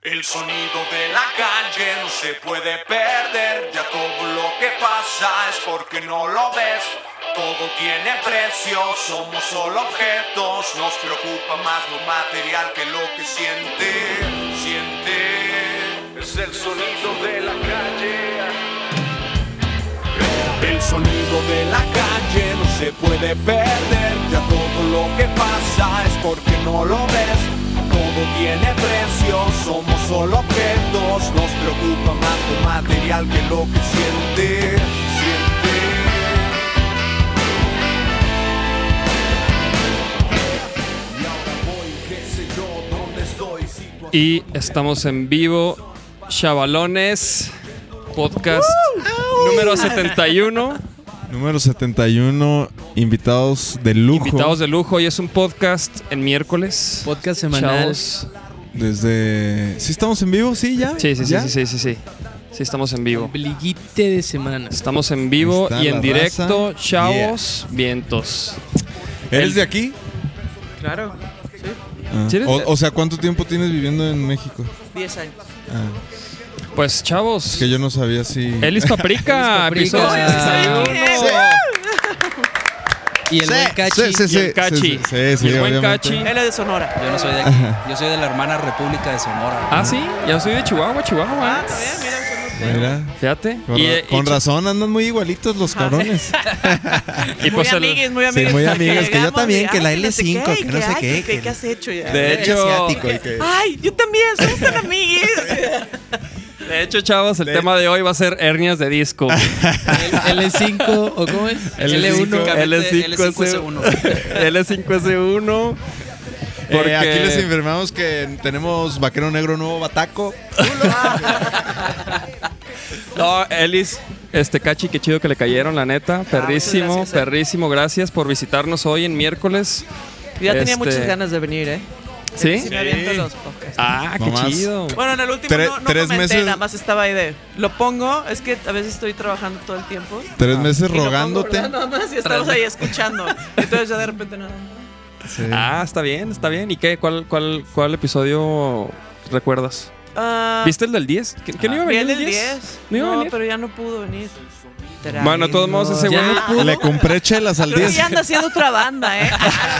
El sonido de la calle no se puede perder. Ya todo lo que pasa es porque no lo ves. Todo tiene precio, somos solo objetos. Nos preocupa más lo material que lo que siente. Es el sonido de la calle. El sonido de la calle no se puede perder. Ya todo lo que pasa es porque no lo ves. Todo tiene precio, somos solo objetos. Nos preocupa más lo material que lo que siente. Y ahora voy, qué sé yo, dónde estoy. Y estamos en vivo, Chavalones, podcast número 71. Número 71, invitados de lujo. Invitados de lujo, y es un podcast en miércoles. Podcast semanal. Chavos. Desde... ¿Sí estamos en vivo? ¿Sí, ya? Sí. ¿Ya? Sí, estamos en vivo. Ombliguite de semana. Estamos en vivo Está y en la directo, raza. chavos, vientos. ¿Eres de aquí? Claro, Ah. ¿Sí eres de- O sea, ¿cuánto tiempo tienes viviendo en México? 10 años. Ah, Pues, chavos, es que yo no sabía si... Elis Paprika, Elis episodio Paprika. 61. Y el buen Cachi. Y el Cachi. Sí, Y el buen obviamente. Cachi. Él es de Sonora. Yo no soy de aquí, yo soy de la hermana República de Sonora. Ah, sí, yo soy de Chihuahua. Ah, está bien, mira, son Mira, Fíjate. con razón andan muy igualitos los cabrones. Y pues muy el- amigues, muy Sí, amigues. muy amigues, que yo Llegamos también, y, que la ay, L5, ay, que no sé ay, qué, ¿Qué que- has hecho ya? De hecho- asiático y que... Ay, yo también, somos tan amigues. De hecho, chavos, el tema de hoy va a ser hernias de disco. L5, ¿o cómo es? L1. L5S1. L5S1. Porque Aquí les informamos que tenemos Vaquero Negro Nuevo Bataco. No, Elis, Cachi, qué chido que le cayeron, la neta. Perrísimo, muchas gracias, perrísimo. Gracias por visitarnos hoy en miércoles. Ya tenía muchas ganas de venir, ¿eh? ¿Sí? Sí me aviento los podcasts. Ah, qué Nomás. chido. Bueno, en el último no tres comenté, meses- nada más estaba ahí de... Lo pongo, es que a veces estoy trabajando todo el tiempo. 3 meses Y lo pongo, rogándote. ¿verdad? Nada más y estamos ahí escuchando. Entonces ya de repente nada. Sí. Ah, está bien, está bien. ¿Y qué? ¿Cuál episodio recuerdas? Ah, ¿Viste el del 10? ¿Que no iba a venir bien el el 10? 10. ¿No iba a No, venir? pero ya no pudo venir. Bueno, de todos modos, ese güey Ya. no pudo. Le compré chelas al Creo que 10. ya anda haciendo otra banda, ¿eh?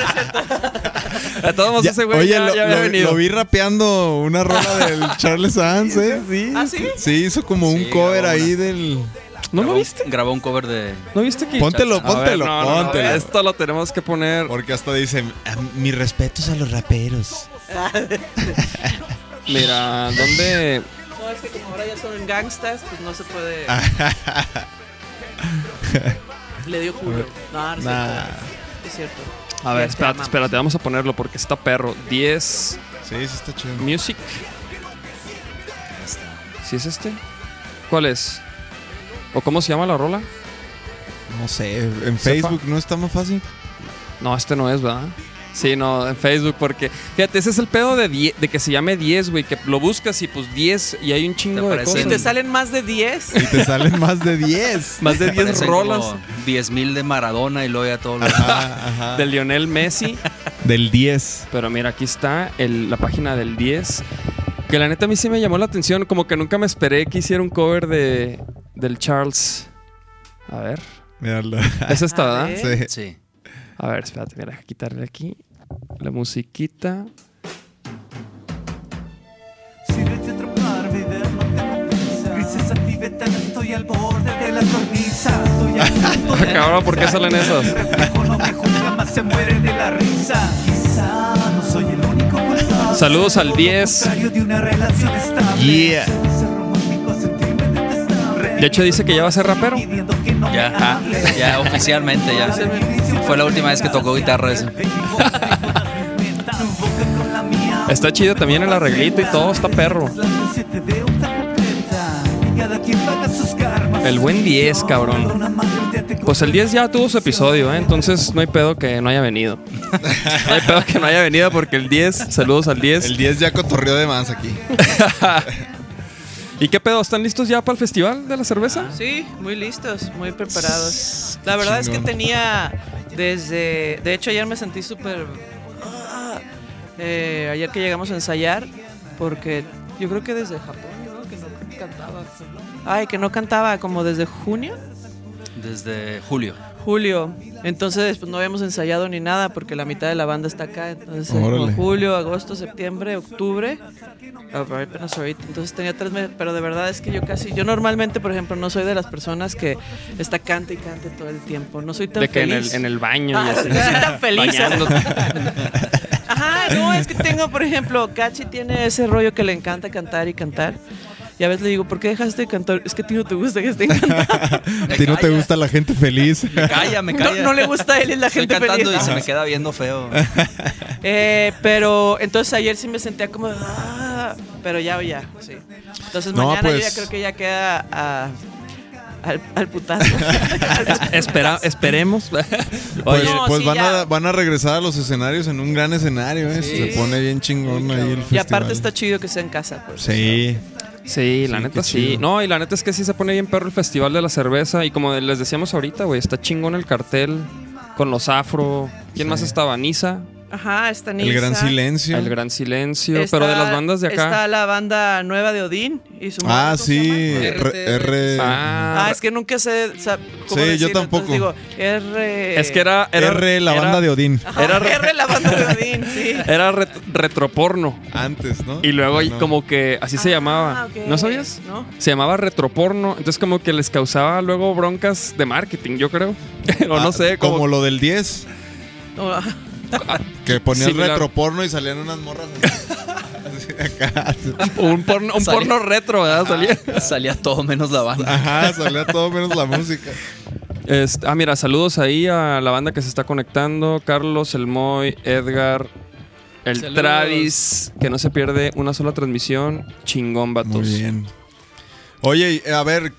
De todos modos, ese güey Oye, ya había venido. lo vi rapeando una rola del Charles Sanz, ¿eh? ¿Ah, sí? Sí, hizo como un Sí, cover grabó ahí del... ¿No lo viste? Grabó un cover de... ¿No viste que? Póntelo, A ver, póntelo, no, póntelo. esto lo tenemos que poner. Porque hasta dice, mis respetos a los raperos. Mira, ¿dónde? No, es que como ahora ya son gangstas, pues no se puede. Le dio culo. No, no es Nah. cierto. Es cierto. A ver, Ya te amamos. espérate, vamos a ponerlo porque está perro. 10 Sí, sí está chido. Music. ¿Sí es este? ¿Cuál es? ¿O cómo se llama la rola? No sé, en Facebook no está más fácil. No, este no es, ¿verdad? Sí, no, en Facebook, porque fíjate, ese es el pedo de que se llame 10, güey, que lo buscas y pues 10 y hay un chingo de aparece cosas. Si te salen más de 10. Y te salen más de 10. Más de 10 Parecen rolas como 10,000 de Maradona y luego ya todo lo Ajá. de Lionel Messi. Del 10. Pero mira, aquí está la página del 10. Que la neta a mí sí me llamó la atención. Como que nunca me esperé que hiciera un cover del Charles. A ver. Míralo. Es esta, A ¿verdad? ver. Sí. Sí. A ver, espérate, mira, quitarle aquí la musiquita. Sírvete otro par, beber, no tengo prisa. Grises activeta, no estoy al borde de la cornisa. Estoy a punto de Cabrón, ¿por qué salen esas? El reflejo no me juzga, más se muere de la risa. Quizá no soy el único culpable. Saludos al Todo lo 10. contrario de una relación estable. Yeah. Ser romántico, sentirme detestable. De hecho, dice que ya va a ser rapero. Pidiendo que no Ya, me ajá, hables. ya oficialmente ya. Fue la última vez que tocó guitarra ese. Está chido también el arreglito y todo, está perro. El buen 10, cabrón. Pues el 10 ya tuvo su episodio, ¿eh? Entonces no hay pedo que no haya venido. No hay pedo que no haya venido porque el 10, saludos al 10. El 10 ya cotorreó de más aquí. ¿Y qué pedo? ¿Están listos ya para el festival de la cerveza? Sí, muy listos, muy preparados. La verdad es que chingón. tenía desde... De hecho, ayer me sentí súper... ayer que llegamos a ensayar, porque yo creo que desde Japón, ¿no? Que no cantaba. Ay, que no cantaba como desde junio. Desde julio. Entonces pues no habíamos ensayado ni nada porque la mitad de la banda está acá. Entonces Órale. como julio, agosto, septiembre, octubre. Apenas ahorita. Entonces tenía 3 meses, pero de verdad es que yo normalmente, por ejemplo, no soy de las personas que está cante y cante todo el tiempo. No soy tan De que feliz. en el baño y Ah, así. no soy tan feliz. Bañándote. Ajá, no, es que tengo, por ejemplo, Cachi tiene ese rollo que le encanta cantar y cantar. Y a veces le digo, ¿por qué dejaste de cantar? Es que a ti no te gusta que estén cantando. ¿A ti no te gusta la gente feliz? Me calla. No le gusta a él y la Estoy gente cantando feliz. y se me queda viendo feo. Pero entonces ayer sí me sentía como, pero ya, sí. Entonces No, mañana yo pues. ya creo que ya queda al putazo. Esperemos. Pues, Oye, No, pues sí, van ya. a regresar a los escenarios en un gran escenario, ¿eh? Sí. Se pone bien chingón ahí el Y festival. aparte está chido que sea en casa. Pues. Sí. sí, la Sí, neta qué sí. chido. No, y la neta es que sí se pone bien perro el Festival de la Cerveza. Y como les decíamos ahorita, güey, está chingón el cartel con los afro. ¿Quién Sí. más estaba? Nisa, Ajá, está Nilsa. El Gran Silencio. El Gran Silencio. Está- pero de las bandas de acá. Está la banda nueva de Odín y su Ah, ¿cómo se llama? sí. R. Ah, Es que nunca sé cómo Sí, yo decirlo, tampoco. entonces digo, es que era R, la banda de Odín. Ajá, era- R, la banda de Odín, sí. Era retroporno. Antes, ¿no? Y luego No. como que así se llamaba. ok. ¿No sabías? ¿No? Se llamaba retroporno. Entonces como que les causaba luego broncas de marketing, yo creo. O no sé, Como lo del 10, No, que ponías Similar. retroporno y salían unas morras así acá. un porno retro, ¿verdad? Salía. Salía todo menos la banda. Ajá, salía todo menos la música. Mira, saludos ahí a la banda que se está conectando. Carlos, el Moy, Edgar, el Saludos. Travis, que no se pierde una sola transmisión. Chingón, vatos. Muy bien. Oye, a ver,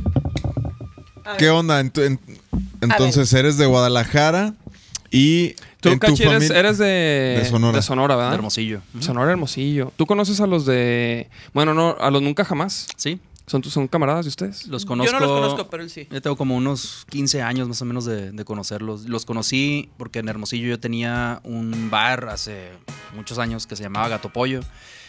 ¿qué onda? Entonces eres de Guadalajara y Tú, en tu Cachi, familia... eres de Sonora, ¿verdad? De Hermosillo. Sonora Hermosillo. ¿Tú conoces a los de... Bueno, no, a los Nunca Jamás? Sí, ¿Son camaradas de ustedes? los conozco. yo no los conozco, pero él sí. Yo tengo como unos 15 años más o menos de conocerlos. Los conocí porque en Hermosillo yo tenía un bar hace muchos años que se llamaba Gato Pollo.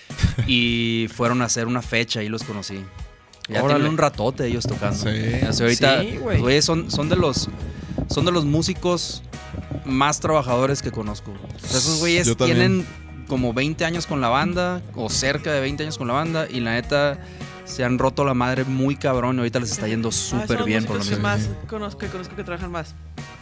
Y fueron a hacer una fecha y los conocí. Ya Órale. tienen un ratote ellos tocando. Sí. O sea, ahorita Sí, güey. los güeyes son de los músicos más trabajadores que conozco. O sea, esos güeyes Yo también. tienen como 20 años con la banda o cerca de 20 años con la banda y la neta se han roto la madre muy cabrón y ahorita les está yendo Son súper los bien por lo músicos que menos. más conozco que trabajan más.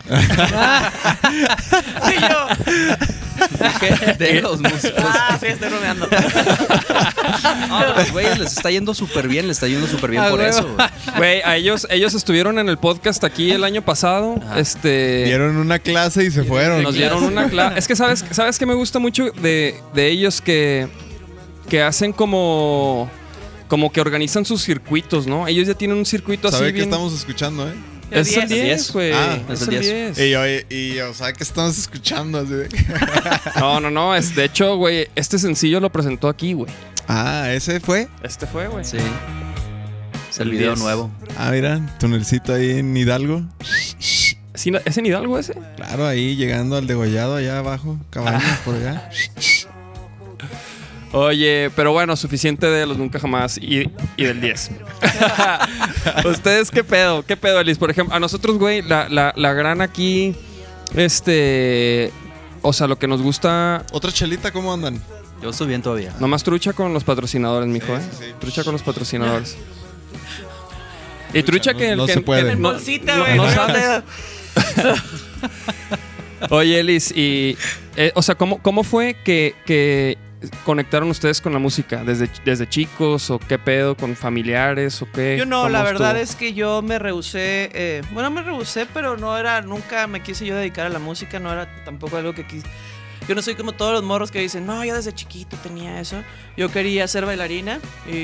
Sí, yo. De los músicos. Sí, estoy bromeando. No, pero los güeyes les está yendo súper bien, les está yendo súper bien Ah, por huevo. eso. Güey. Güey, a ellos estuvieron en el podcast aquí el año pasado. Ajá. Dieron una clase y se fueron. Nos dieron una clase. Es que sabes que me gusta mucho de ellos que hacen como que organizan sus circuitos, ¿no? Ellos ya tienen un circuito así ¿Sabe qué bien. estamos escuchando, Es el 10. 10, güey. Ah, es es el el 10. Y yo, ¿sabe qué estamos escuchando? Así de... No. De hecho, güey, este sencillo lo presentó aquí, güey. Ah, ¿ese fue? Este fue, güey. Sí. Es el El video 10. nuevo. Ah, mira, tunelcito ahí en Hidalgo. ¿Sí, ¿Es en Hidalgo ese? Claro, ahí llegando al degollado allá abajo, cabañas por allá. Oye, pero bueno, suficiente de los Nunca Jamás y del 10. ¿Ustedes qué pedo? ¿Qué pedo, Elis? Por ejemplo, a nosotros, güey, la gran aquí, o sea, lo que nos gusta, Otra chelita, ¿cómo andan? Yo estoy bien todavía. nomás trucha con los patrocinadores, mijo, ¿eh? sí. Trucha con los patrocinadores. Y trucha que... no que- se puede. que En no- bolsita, no- güey. no no sabes. Oye, Elis, y... o sea, ¿cómo fue que conectaron ustedes con la música? ¿Desde chicos o qué pedo? ¿Con familiares o qué? Yo no, ¿Cómo la verdad estuvo? es que yo me rehusé, pero nunca me quise yo dedicar a la música, no era tampoco algo que quise. Yo no soy como todos los morros que dicen, no, yo desde chiquito tenía eso. Yo quería ser bailarina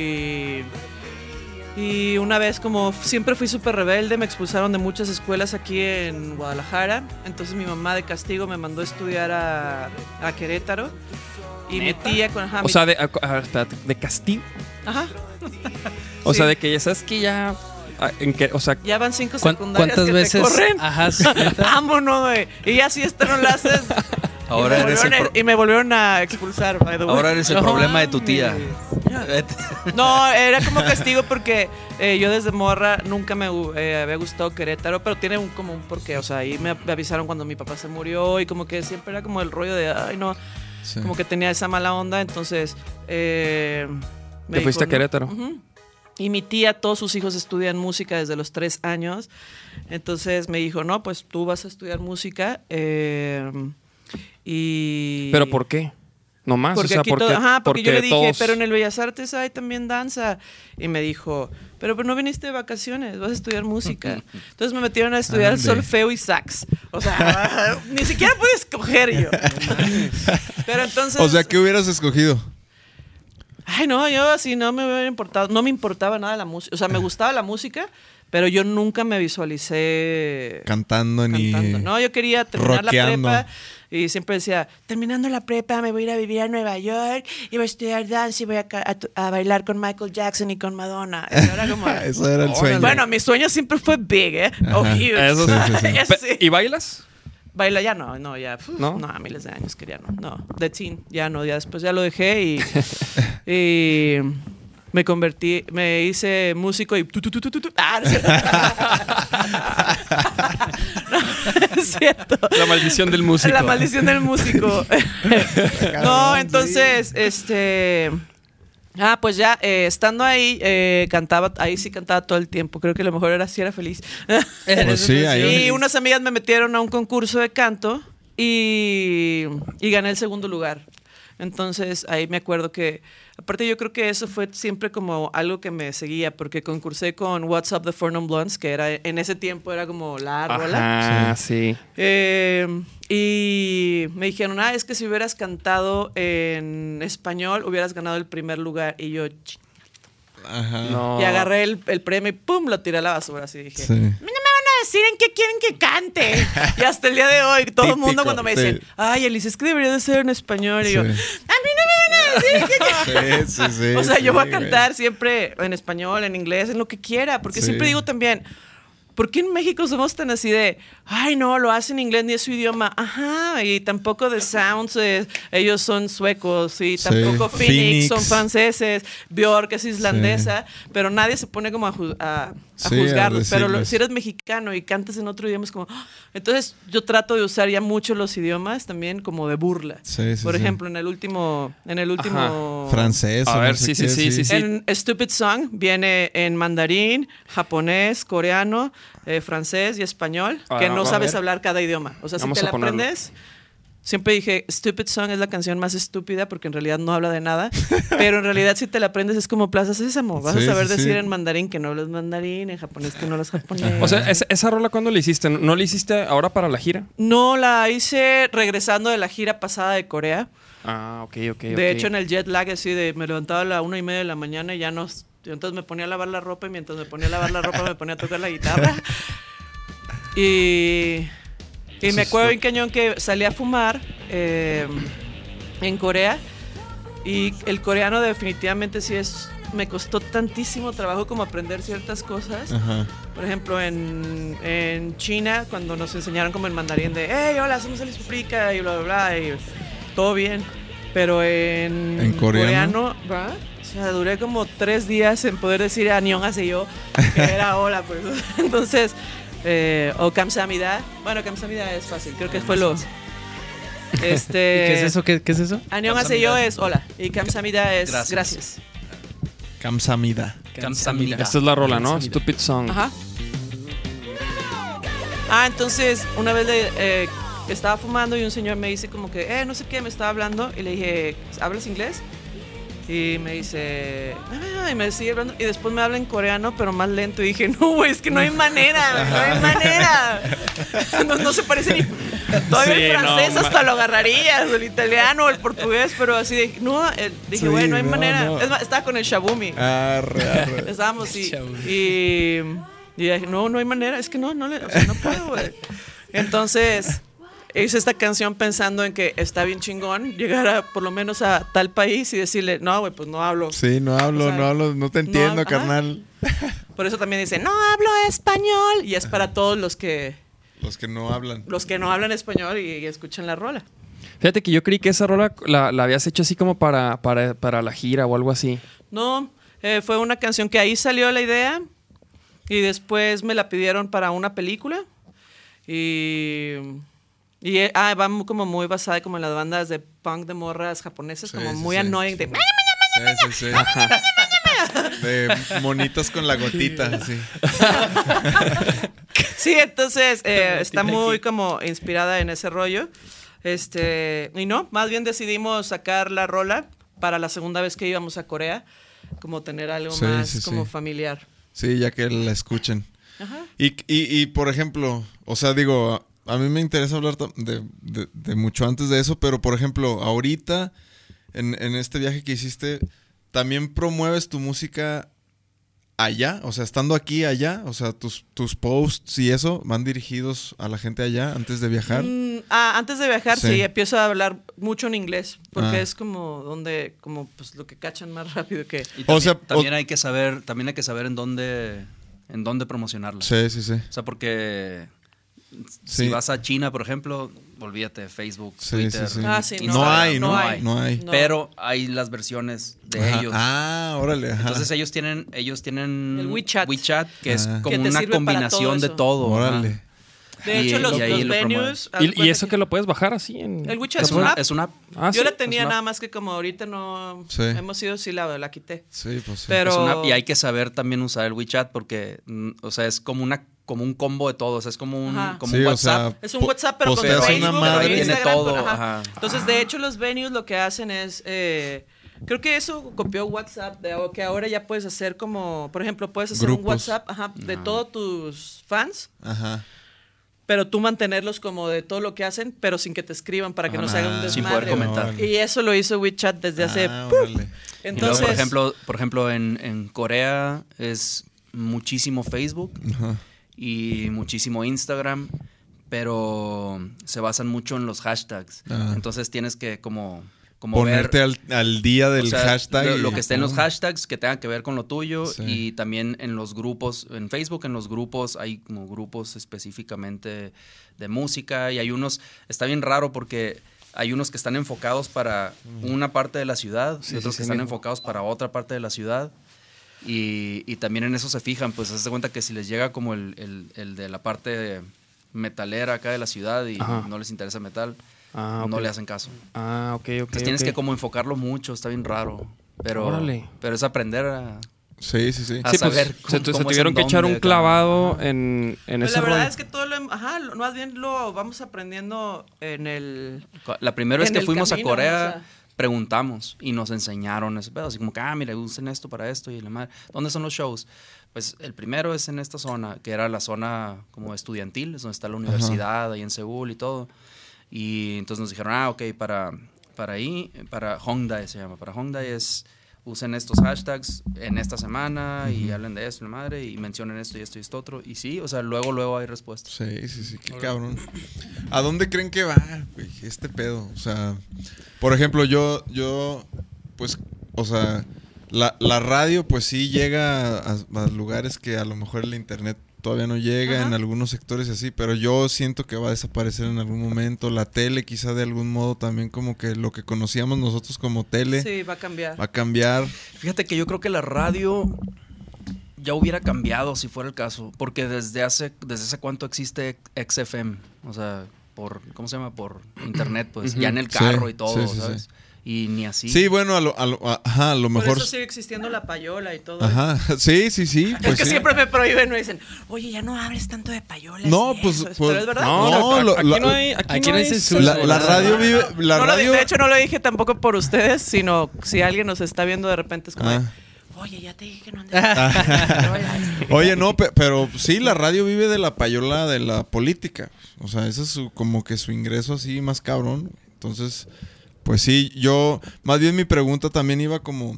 y una vez, como siempre fui súper rebelde, me expulsaron de muchas escuelas aquí en Guadalajara. Entonces mi mamá de castigo me mandó a estudiar a Querétaro. Y mi tía con... Ajá, O sea, espérate, de castigo. ajá. O Sí. sea, de que ya sabes que ya... o sea, Ya van 5 secundarias ¿Cuántas que veces? te corren. Ajá, sí, neta. Vámonos, güey. Y ya si esto no lo haces, Ahora y me volvieron a expulsar, by the way. Ahora eres el problema de tu tía. No, era como castigo porque yo desde morra nunca me había gustado Querétaro, pero tiene como un porqué. O sea, ahí me avisaron cuando mi papá se murió y como que siempre era como el rollo de, ay, no, Sí. como que tenía esa mala onda. Entonces, ¿Te me fuiste a dijo, Querétaro? Ujú. Y mi tía, todos sus hijos estudian música desde los 3 años. Entonces me dijo, no, pues tú vas a estudiar música. Y... ¿Pero por qué? No más, Porque o sea, aquí porque, porque yo le dije, todos... pero en el Bellas Artes hay también danza. Y me dijo, pero no viniste de vacaciones, vas a estudiar música. Entonces me metieron a estudiar Ande. solfeo y sax. O sea, ni siquiera pude escoger yo. Pero entonces... O sea, ¿qué hubieras escogido? Ay, no, yo así no me hubiera importado, no me importaba nada la música. O sea, me gustaba la música, pero yo nunca me visualicé Cantando ni... cantando. No, yo quería terminar rockeando. la prepa y siempre decía, terminando la prepa me voy a ir a vivir a Nueva York y voy a estudiar danza y voy a bailar con Michael Jackson y con Madonna. Eso era como... Eso era el sueño. Bueno, mi sueño siempre fue big, ¿eh? O huge. Eso sí. Eso sí. ¿Y bailas? Baila ya no, ya. ¿No? No, miles de años quería, no. De teen, ya no, ya después ya lo dejé y me convertí, me hice músico y Ah, no es cierto. La maldición del músico. La maldición del músico. No, entonces, pues ya, estando ahí, cantaba, ahí sí cantaba todo el tiempo. Creo que lo mejor era si era feliz. Pues sí, ahí- Y unas amigas me metieron a un concurso de canto y gané el segundo lugar. Entonces ahí me acuerdo que, aparte yo creo que eso fue siempre como algo que me seguía, porque concursé con What's Up the Four Non Blondes, que era en ese tiempo era como la rola. Ajá, sí. Y me dijeron, es que si hubieras cantado en español hubieras ganado el primer lugar. Y yo, Ajá. No. y agarré el premio y pum, lo tiré a la basura. Así dije, Sí. a mí no me van a decir en qué quieren que cante. Y hasta el día de hoy, todo el mundo Típico, cuando me sí. dicen, ay, Elise, es que debería de ser en español. Y yo, a Sí. mí no me van a decir que... Sí. O sea, yo voy a sí, cantar siempre en español, en inglés, en lo que quiera. Porque Sí. siempre digo también, ¿por qué en México somos tan así de, ay, no, lo hacen en inglés ni es su idioma? Ajá, y tampoco de Sounds, ellos son suecos, y Sí. tampoco Phoenix son Phoenix. franceses, Björk es islandesa, pero nadie se pone como a Sí, a juzgarlos. Pero decirles. si eres mexicano y cantas en otro idioma, es como... ¡ah! Entonces, yo trato de usar ya mucho los idiomas también como de burla. Sí, Por sí. ejemplo, en el último... Francés. A o ver, no sé sí, qué, sí. En Stupid Song viene en mandarín, japonés, coreano, francés y español, que no a sabes ver. hablar cada idioma. O sea, Vamos si te a la ponerlo. aprendes... Siempre dije, Stupid Song es la canción más estúpida porque en realidad no habla de nada. Pero en realidad si te la aprendes es como Plaza Sésamo. Vas Sí, a saber sí, decir sí. en mandarín que no hablas mandarín, en japonés que no hablas japonés. O sea, esa rola, ¿cuándo la hiciste? ¿No la hiciste ahora para la gira? No, la hice regresando de la gira pasada de Corea. Ah, ok. De hecho, en el jet lag, así de me levantaba a la 1:30 de la mañana y ya no. Entonces me ponía a lavar la ropa y mientras me ponía a lavar la ropa me ponía a tocar la guitarra. Y me acuerdo bien cañón que salí a fumar en Corea y el coreano definitivamente sí me costó tantísimo trabajo como aprender ciertas cosas. Ajá. Por ejemplo, en China, cuando nos enseñaron como el mandarín de hey, hola, somos el explica y bla, bla, bla, y todo bien. Pero en coreano? ¿verdad? O sea, duré como 3 días en poder decir annyeonghaseyo, que era hola, pues. Entonces, o kamsahamnida. Bueno, kamsahamnida es fácil, creo que fue lo... ¿Qué es eso? ¿Qué es eso? Annyeonghaseyo es hola y kamsahamnida es Gracias. gracias. Kamsamida. Kamsamida. Esta es la rola, ¿no? Stupid Song. Ajá. Entonces, una vez estaba fumando y un señor me dice como que, no sé qué, me estaba hablando y le dije, ¿hablas inglés? Y me dice, y me sigue hablando y después me habla en coreano, pero más lento y dije, no, güey, es que no hay manera, no hay manera. No se parece ni... Todavía Sí, el francés no, hasta lo agarrarías, o el italiano, o el portugués, pero así de, no, dije, Sí, güey, no hay no, manera. no. Es más, estaba con el Shabumi. Arre. Estábamos y dije, no hay manera, es que no puedo, güey. Entonces hice esta canción pensando en que está bien chingón llegar a por lo menos a tal país y decirle, no, güey, pues no hablo. Sí, no hablo, O sea, no te entiendo, ajá. carnal. Por eso también dice, no hablo español. Y es para todos los que Los que no hablan. hablan español y escuchan la rola. Fíjate que yo creí que esa rola la habías hecho así como para la gira o algo así. No, fue una canción que ahí salió la idea y después me la pidieron para una película va como muy basada como en las bandas de punk de morras japonesas, Sí, como sí, muy sí. annoying de... Sí. De monitos con la gotita, sí. Sí, entonces está muy como inspirada en ese rollo. Y no, más bien decidimos sacar la rola para la segunda vez que íbamos a Corea, como tener algo más como familiar. Sí, ya que la escuchen. Ajá. Y por ejemplo, o sea, digo, a mí me interesa hablar de mucho antes de eso, pero por ejemplo, ahorita, en este viaje que hiciste, ¿también promueves tu música allá? O sea, estando aquí, allá, o sea, tus posts y eso van dirigidos a la gente allá antes de viajar. Antes de viajar, Sí. sí, empiezo a hablar mucho en inglés, porque Ah. es como pues lo que cachan más rápido que... Y O sea, también hay que saber en dónde promocionarla. Sí. O sea, porque Sí. si vas a China, por ejemplo, olvídate, Facebook, Sí, Twitter, sí. Ah, sí, No hay, no no hay. No. pero hay las versiones de Ajá. ellos. Ah, órale. Ajá. Entonces ellos tienen El WeChat. que es Ah. como Que te una sirve para combinación todo de eso. todo. Órale. ajá. De Y- hecho, los y ahí lo venues... ¿Y eso que lo puedes bajar así en...? El WeChat Es es una app. es una Ah, Yo sí. la tenía es una- nada más que como ahorita no... Sí. Hemos ido, sí la quité. Sí, pues sí. Pero... es una app y hay que saber también usar el WeChat porque, o sea, es como un combo de todo. O sea, es como un, Ajá. como Sí, un o WhatsApp. sea, Es un WhatsApp, pero con posteas una Facebook, madre. con Tiene Instagram, todo, con- ajá. Entonces, de hecho, los venues lo que hacen es... creo que eso copió WhatsApp, que ahora ya puedes hacer como... Por ejemplo, puedes hacer un Grupos. WhatsApp de todos tus fans, Ajá. pero tú mantenerlos como de todo lo que hacen, pero sin que te escriban para que no se haga un desmadre. sin poder comentar. Órale. Y eso lo hizo WeChat desde hace... Ah, ¡puf! órale. Y luego, Entonces... por ejemplo en Corea es muchísimo Facebook Ajá. y muchísimo Instagram, pero se basan mucho en los hashtags. Ah. Entonces tienes que como Ponerte ver, al día del o sea, hashtag. lo y- que esté en los hashtags que tengan que ver con lo tuyo Sí. y también en los grupos, en Facebook, en los grupos hay como grupos específicamente de música y hay unos, está bien raro porque hay unos que están enfocados para una parte de la ciudad y otros que están enfocados para otra parte de la ciudad. Y también en eso se fijan, pues se cuenta que si les llega como el de la parte metalera acá de la ciudad y Ajá. no les interesa metal, Ah, no ok. le hacen caso. Ah, ok. Entonces tienes que como enfocarlo mucho, está bien raro. Pero, Órale. pero es aprender a Sí. a Sí, pues, saber se cómo es tuvieron en que echar dónde un acá. clavado en Pues ese la verdad rollo. es que todo más bien lo vamos aprendiendo en el... La primera vez En que el fuimos camino, a Corea, o sea. preguntamos y nos enseñaron ese pedo. Así como que, mira, usen esto para esto y la madre. ¿Dónde son los shows? Pues el primero es en esta zona, que era la zona como estudiantil, es donde está la universidad, ahí en Seúl y todo. Y entonces nos dijeron, ok, para ahí, para Hongdae se llama. Para Hongdae usen estos hashtags en esta semana y hablen de esto, la madre, y mencionen esto y esto y esto otro. Y sí, o sea, luego hay respuestas. Sí, qué cabrón. ¿A dónde creen que va, güey, este pedo? O sea, por ejemplo, yo pues, o sea, la radio pues sí llega a lugares que a lo mejor el internet todavía no llega, Ajá. en algunos sectores y así, pero yo siento que va a desaparecer en algún momento. La tele quizá de algún modo también como que lo que conocíamos nosotros como tele Sí, va a cambiar. va a cambiar. Fíjate que yo creo que la radio ya hubiera cambiado si fuera el caso, porque desde hace cuánto existe XFM, o sea, ¿cómo se llama? Por internet, pues, ya en el carro Sí, y todo, sí, sí, ¿sabes? sí. Y ni así. Sí, bueno, a lo Por mejor... eso sigue existiendo la payola y todo. Ajá, sí, Es pues que sí. siempre me prohíben, me dicen, oye, ya no hables tanto de payolas. No, y pues- eso". pues- Pero es verdad. No, aquí no hay... aquí no hay censura. La radio vive... La No lo radio... de hecho, no lo dije tampoco por ustedes, sino si alguien nos está viendo de repente es como, Ah. oye, ya te dije que no andes. Oye, no, pero sí, la radio vive de la payola de la política. O sea, ese es como que su ingreso así más cabrón. Entonces, pues sí, más bien mi pregunta también iba como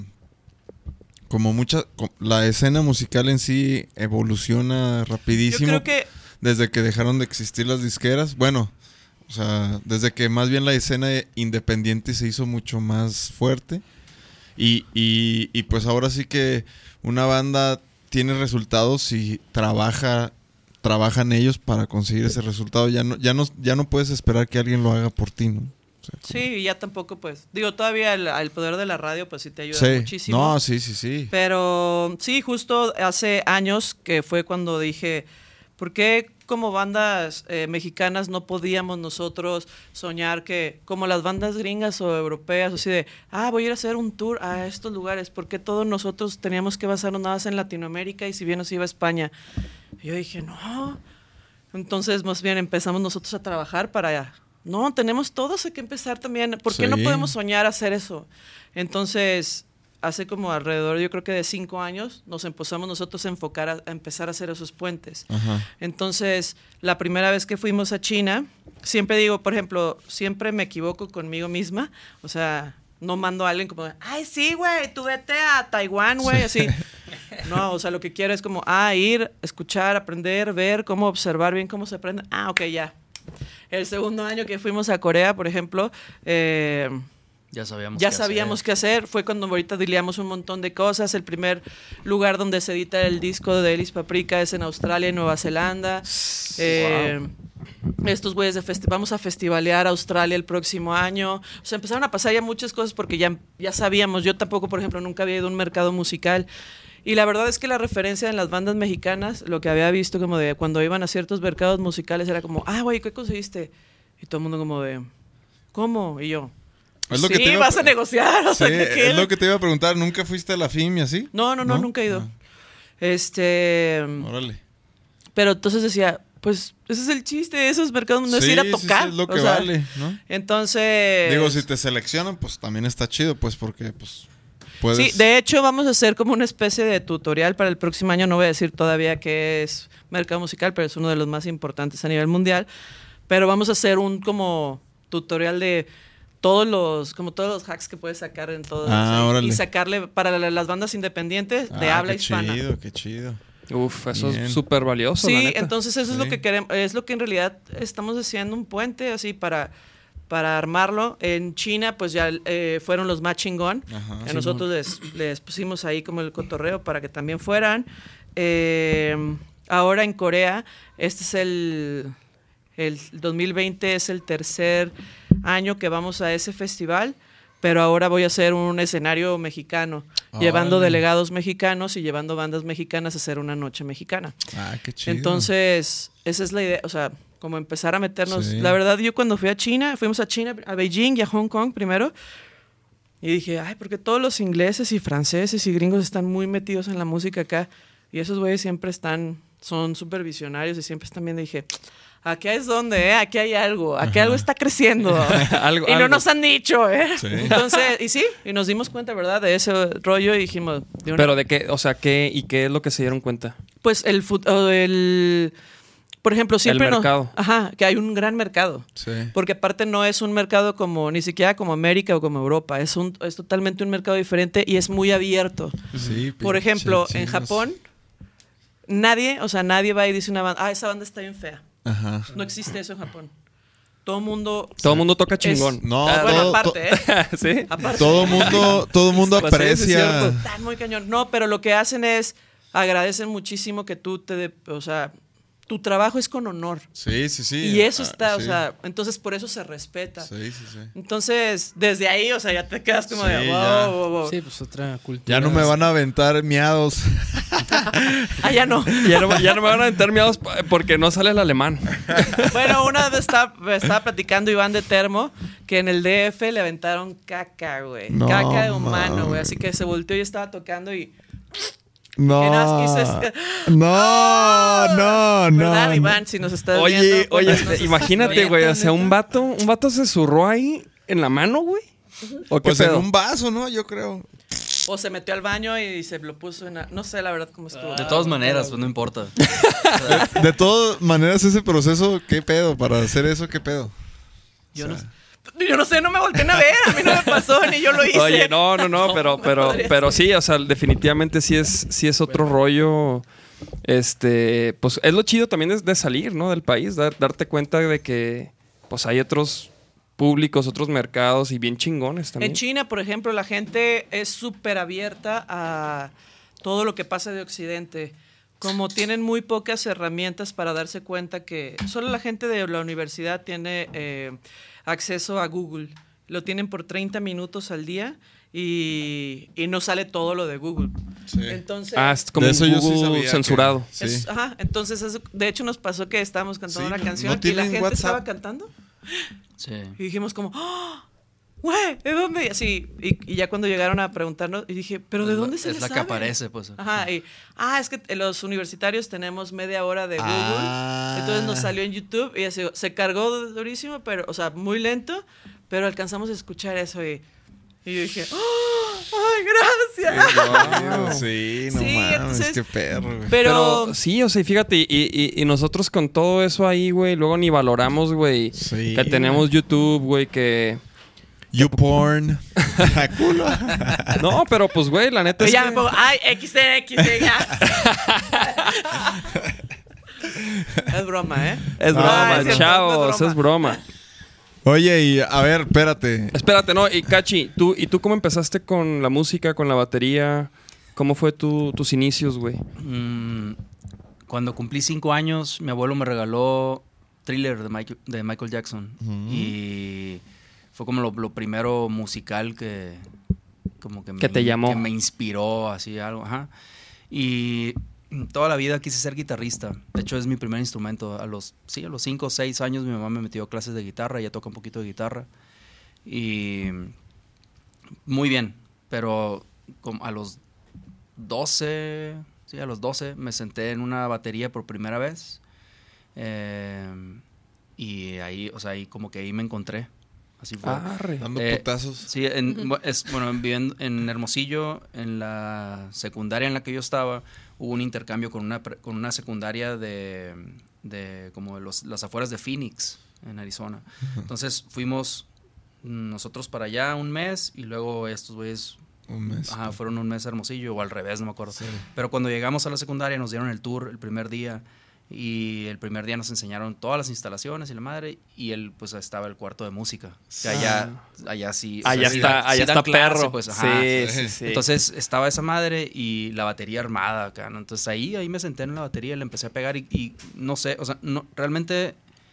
la escena musical en sí evoluciona Yo rapidísimo creo que desde que dejaron de existir las disqueras. Bueno, o sea, desde que más bien la escena independiente se hizo mucho más fuerte. Y pues ahora sí que una banda tiene resultados y trabajan ellos para conseguir ese resultado. Ya no puedes esperar que alguien lo haga por ti, ¿no? O Sí, y ya tampoco, pues, digo, todavía el poder de la radio, pues sí te ayuda Sí. muchísimo. No, sí. Pero sí, justo hace años que fue cuando dije, ¿por qué como bandas mexicanas no podíamos nosotros soñar que, como las bandas gringas o europeas, así de, voy a ir a hacer un tour a estos lugares? ¿Por qué todos nosotros teníamos que basarnos nada más en Latinoamérica y si bien nos iba a España? Y yo dije, no. Entonces, más bien empezamos nosotros a trabajar para allá. No, tenemos todos que empezar también. ¿Por qué no podemos soñar hacer eso? Entonces, hace como alrededor, yo creo que de 5 años, nos empezamos nosotros a enfocar a empezar a hacer esos puentes. Ajá. Entonces, la primera vez que fuimos a China, siempre digo, por ejemplo, siempre me equivoco conmigo misma. O sea, no mando a alguien como, ay, sí, güey, tú vete a Taiwán, güey, así. No, o sea, lo que quiero es como, ir, escuchar, aprender, ver, cómo observar bien cómo se aprende. Ok, ya. El segundo año que fuimos a Corea, por ejemplo, Ya sabíamos qué hacer. Fue cuando ahorita dileamos un montón de cosas. El primer lugar donde se edita el disco de Elis Paprika es en Australia y Nueva Zelanda. Estos güeyes vamos a festivalear Australia el próximo año. O sea, empezaron a pasar ya muchas cosas porque ya sabíamos. Yo tampoco, por ejemplo, nunca había ido a un mercado musical. Y la verdad es que la referencia en las bandas mexicanas, lo que había visto como de cuando iban a ciertos mercados musicales era como, güey, ¿qué conseguiste? Y todo el mundo como de, ¿cómo? Y yo, Es lo que te vas a negociar. O sea, ¿qué? Es lo que te iba a preguntar. ¿Nunca fuiste a la FIM y así? No, nunca he ido. Órale. Pero entonces decía, pues ese es el chiste de esos mercados, no es ir a tocar. Sí, es lo que vale, ¿no? Entonces... Digo, si te seleccionan, pues también está chido, pues porque pues puedes... Sí, de hecho vamos a hacer como una especie de tutorial para el próximo año. No voy a decir todavía qué es mercado musical, pero es uno de los más importantes a nivel mundial. Pero vamos a hacer un como tutorial de todos los hacks que puedes sacar en todo. Órale. Y sacarle para las bandas independientes de habla hispana. Qué chido. Uf, eso Bien. es súper valioso, la Sí, neta. entonces eso es lo que queremos, es lo que en realidad estamos haciendo, un puente así para armarlo. En China, pues ya fueron los más chingón. Ajá. A nosotros les pusimos ahí como el cotorreo para que también fueran. Ahora en Corea, este es el 2020 es el tercer año que vamos a ese festival. Pero ahora voy a hacer un escenario mexicano, llevando delegados mexicanos y llevando bandas mexicanas a hacer una noche mexicana. Qué chido. Entonces, esa es la idea, o sea, como empezar a meternos. Sí. La verdad, yo cuando fui a China, fuimos a China, a Beijing y a Hong Kong primero, y dije, porque todos los ingleses y franceses y gringos están muy metidos en la música acá, y esos güeyes siempre son súper visionarios y siempre están viendo, y dije... Aquí es donde, aquí hay algo, aquí algo está creciendo. Algo, y no algo. nos han dicho, Sí. Entonces, y nos dimos cuenta, ¿verdad? De ese rollo y dijimos... Pero de qué, o sea, ¿qué es lo que se dieron cuenta? Pues por ejemplo, siempre El mercado. que hay un gran mercado. Sí. Porque aparte no es un mercado como, ni siquiera como América o como Europa. Es totalmente un mercado diferente y es muy abierto. Sí, Por ejemplo, pinches en chinos. Japón, nadie va y dice una banda, esa banda está bien fea. Ajá. No existe eso en Japón. Todo mundo toca chingón. No, bueno, todo- aparte, ¿Sí? Aparte. Todo mundo Pues sí, sí, es aprecia. cierto. Están muy cañón. No, pero lo que hacen es agradecen muchísimo que o sea, tu trabajo es con honor. Sí. Y eso está, o sí. sea, entonces por eso se respeta. Sí. Entonces, desde ahí, o sea, ya te quedas como Sí, de ya. wow. Sí, pues otra cultura. Ya no me van a aventar miados. Ya no. Ya no me van a aventar miados porque no sale el alemán. Bueno, una vez estaba platicando Iván de Termo que en el DF le aventaron caca, güey. No, Caca de humano, güey. mames. Así que se volteó y estaba tocando y... No. No. ¿Verdad, Iván? Si nos estás Oye, viendo. pues, nos estás imagínate, güey. O sea, un vato se zurró ahí en la mano, güey. ¿O qué Pues en pedo? un vaso, ¿no? Yo creo. O se metió al baño y se lo puso en... No sé, la verdad, cómo estuvo. De todas maneras, pues no importa. De todas maneras, ese proceso, ¿qué pedo? Para hacer eso, ¿qué pedo? Yo no sé, no me volteen a ver. A mí no me pasó, ni yo lo hice. Oye, no, pero podría sí, o sea, definitivamente sí es otro rollo. Pues es lo chido también de salir, ¿no? Del país, darte cuenta de que pues hay otros públicos, otros mercados y bien chingones también. En China, por ejemplo, la gente es súper abierta a todo lo que pasa de Occidente. como tienen muy pocas herramientas para darse cuenta que solo la gente de la universidad tiene acceso a Google. Lo tienen por 30 minutos al día y no sale todo lo de Google. Sí. Entonces, es como De eso un yo sí Google sabía que- censurado. Sí. entonces de hecho nos pasó que estábamos cantando Sí, una no canción y la tienen gente WhatsApp. estaba cantando Sí. y dijimos como, ¡oh! Güey, ¿de dónde? Y así, y ya cuando llegaron a preguntarnos, y dije, ¿pero de dónde se Es les la que sabe? aparece, pues. Ajá, es que los universitarios tenemos media hora de Google, Ah. entonces nos salió en YouTube y así, se cargó durísimo, pero, o sea, muy lento, pero alcanzamos a escuchar eso y yo dije, ¡oh! ¡Ay, gracias! Sí, no Sí, mames, entonces- qué perro, güey. Pero, sí, o sea, y fíjate, y nosotros con todo eso ahí, güey, luego ni valoramos, güey, Sí, que tenemos YouTube, güey, que... YouPorn. Culo. No, pero pues, güey, la neta y es ya que... me pongo, ¡ay, XD, ya! Es broma, ¿eh? Es No, broma, es cierto, chavos, no es broma. Oye, y a ver, espérate. Espérate, no, y Cachi, ¿tú cómo empezaste con la música, con la batería? ¿Cómo fue tus inicios, güey? Cuando cumplí 5 años, mi abuelo me regaló Thriller de Michael Jackson. Y fue como lo primero musical que Que te llamó. que me inspiró, así algo. Ajá. Y toda la vida quise ser guitarrista. De hecho, es mi primer instrumento. A los 5 o 6 años mi mamá me metió a clases de guitarra. Ella toca un poquito de guitarra. Y muy bien. Pero como a los 12 me senté en una batería por primera vez. Y ahí, o sea, ahí como que ahí me encontré. Así fue. Arre. Dando Eh, putazos. Sí, viviendo en Hermosillo, en la secundaria en la que yo estaba, hubo un intercambio con una secundaria de como de las afueras de Phoenix, en Arizona. Entonces fuimos nosotros para allá un mes y luego estos güeyes Un mes. fueron un mes a Hermosillo o al revés, no me acuerdo. Sí. Pero cuando llegamos a la secundaria nos dieron el tour el primer día. Y el primer día nos enseñaron todas las instalaciones y la madre. Y pues estaba el cuarto de música. Que allá sí. o Allá sea, sí está, dan- sí allá dan está clase, perro. pues, ajá. Sí. Entonces estaba esa madre y la batería armada acá, ¿no? Entonces ahí me senté en la batería y le empecé a pegar. Y no sé, o sea, no, realmente,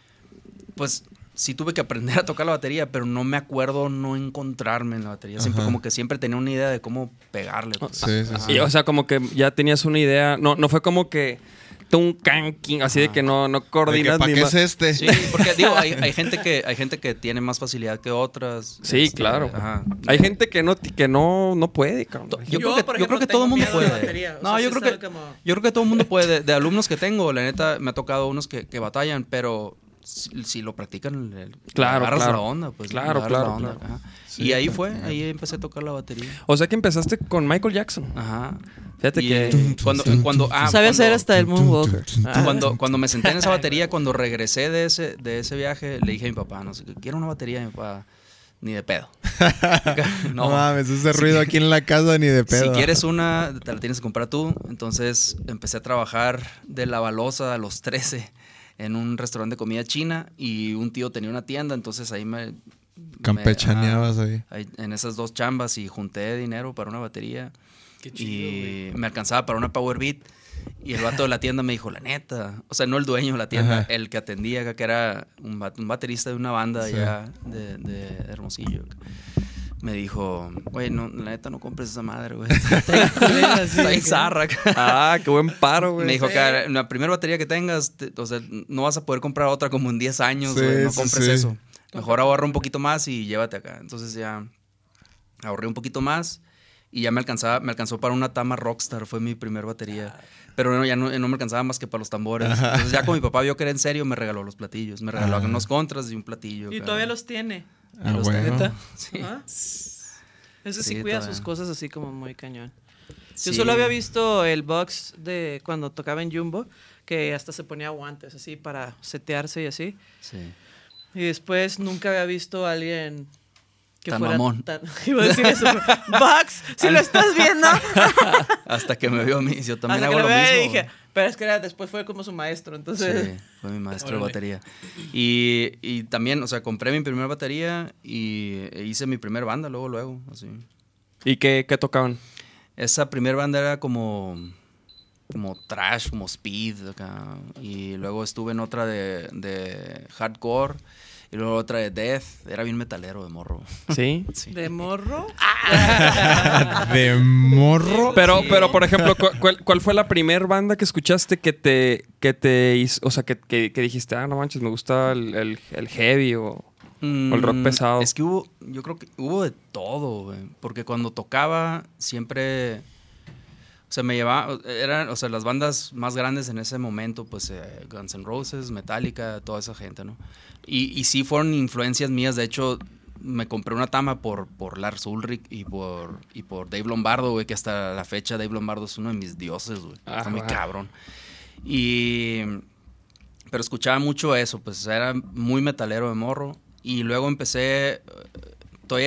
pues sí tuve que aprender a tocar la batería, pero no me acuerdo no encontrarme en la batería. Siempre Ajá. como que siempre tenía una idea de cómo pegarle. Pues. Sí, sí, Ajá. sí. Y, o sea, como que ya tenías una idea. No fue como que un canking, así de que no coordinas ¿Para ni qué más. es este? Sí, porque digo, hay gente que tiene más facilidad que otras. Sí, claro. Ajá. Hay gente que no puede, cabrón. Yo Yo, creo por que, yo creo ejemplo, que todo el tengo mundo miedo de puede. batería, o No, sea, yo sí creo es que algo como- yo creo que todo el mundo puede. De alumnos que tengo, la neta, me ha tocado unos que batallan, pero si lo practican, Claro, agarras claro. la onda, pues. Claro, agarras claro, la onda, claro. ajá. Sí, Y ahí está ahí empecé a tocar la batería. O sea que empezaste con Michael Jackson. Ajá. Fíjate Y, que... cuando sabe hacer hasta el Moonwalker. cuando me senté en esa batería, cuando regresé de ese viaje, le dije a mi papá, no sé, quiero una batería, y mi papá, ni de pedo. No mames, ese ruido aquí en la casa ni de pedo. Si quieres una, te la tienes que comprar tú. Entonces empecé a trabajar de lavalosa a los 13 en un restaurante de comida china y un tío tenía una tienda, entonces ahí Campechaneabas ahí. en esas 2 chambas y junté dinero para una batería. Qué chido, Y me alcanzaba para una Power Beat. Y el vato de la tienda me dijo, la neta, o sea, no el dueño de la tienda, Ajá. el que atendía, que era un baterista de una banda Sí. allá de Hermosillo. Me dijo, güey, no, la neta no compres esa madre, güey. Está en zarra. Ah, qué buen paro, güey. Me dijo que la primera batería que tengas, o sea, no vas a poder comprar otra como en 10 años, Sí, güey, no sí, compres sí. eso. Mejor ahorra un poquito más y llévate acá. Entonces ya ahorré un poquito más y ya me alcanzó para una Tama Rockstar, fue mi primer batería. Pero ya no me alcanzaba más que para los tambores. Entonces ya como mi papá vio que era en serio, me regaló los platillos. Me regaló unos contras y un platillo. Y acá. todavía los tiene. Ah, los bueno. tengo. Sí. ¿Ah? Ese sí Sí, cuida todavía. sus cosas así como muy cañón. Yo Sí. solo había visto el box de cuando tocaba en Jumbo, que hasta se ponía guantes así para setearse y así. Sí. Y después nunca había visto a alguien que Tan fuera mamón. tan... Iba a decir eso. pero, Box, si lo estás viendo. Hasta que me vio a mí. Yo también Hasta hago que lo lo mismo. vea y dije, pero es que después fue como su maestro, entonces... Sí, fue mi maestro de Órale. batería. Y también, o sea, compré mi primera batería y hice mi primer banda luego, así. ¿Y qué tocaban? Esa primera banda era como como thrash, como speed acá. Y luego estuve en otra de hardcore. Y luego otra de death. Era bien metalero de morro. ¿Sí? Sí. ¿De morro? ¿De morro? Pero, Sí. pero por ejemplo, ¿cuál fue la primer banda que escuchaste que te hizo, o sea, que dijiste, no manches, me gusta el heavy o el rock pesado? Es que yo creo que hubo de todo, güey. Porque cuando tocaba, siempre... O sea, me llevaba... Eran, las bandas más grandes en ese momento, pues Guns N' Roses, Metallica, toda esa gente, ¿no? Y sí fueron influencias mías. De hecho, me compré una tama por Lars Ulrich y por Dave Lombardo, güey, que hasta la fecha Dave Lombardo es uno de mis dioses, güey. Está muy cabrón. Pero escuchaba mucho eso, pues era muy metalero de morro. Y luego empecé... Todavía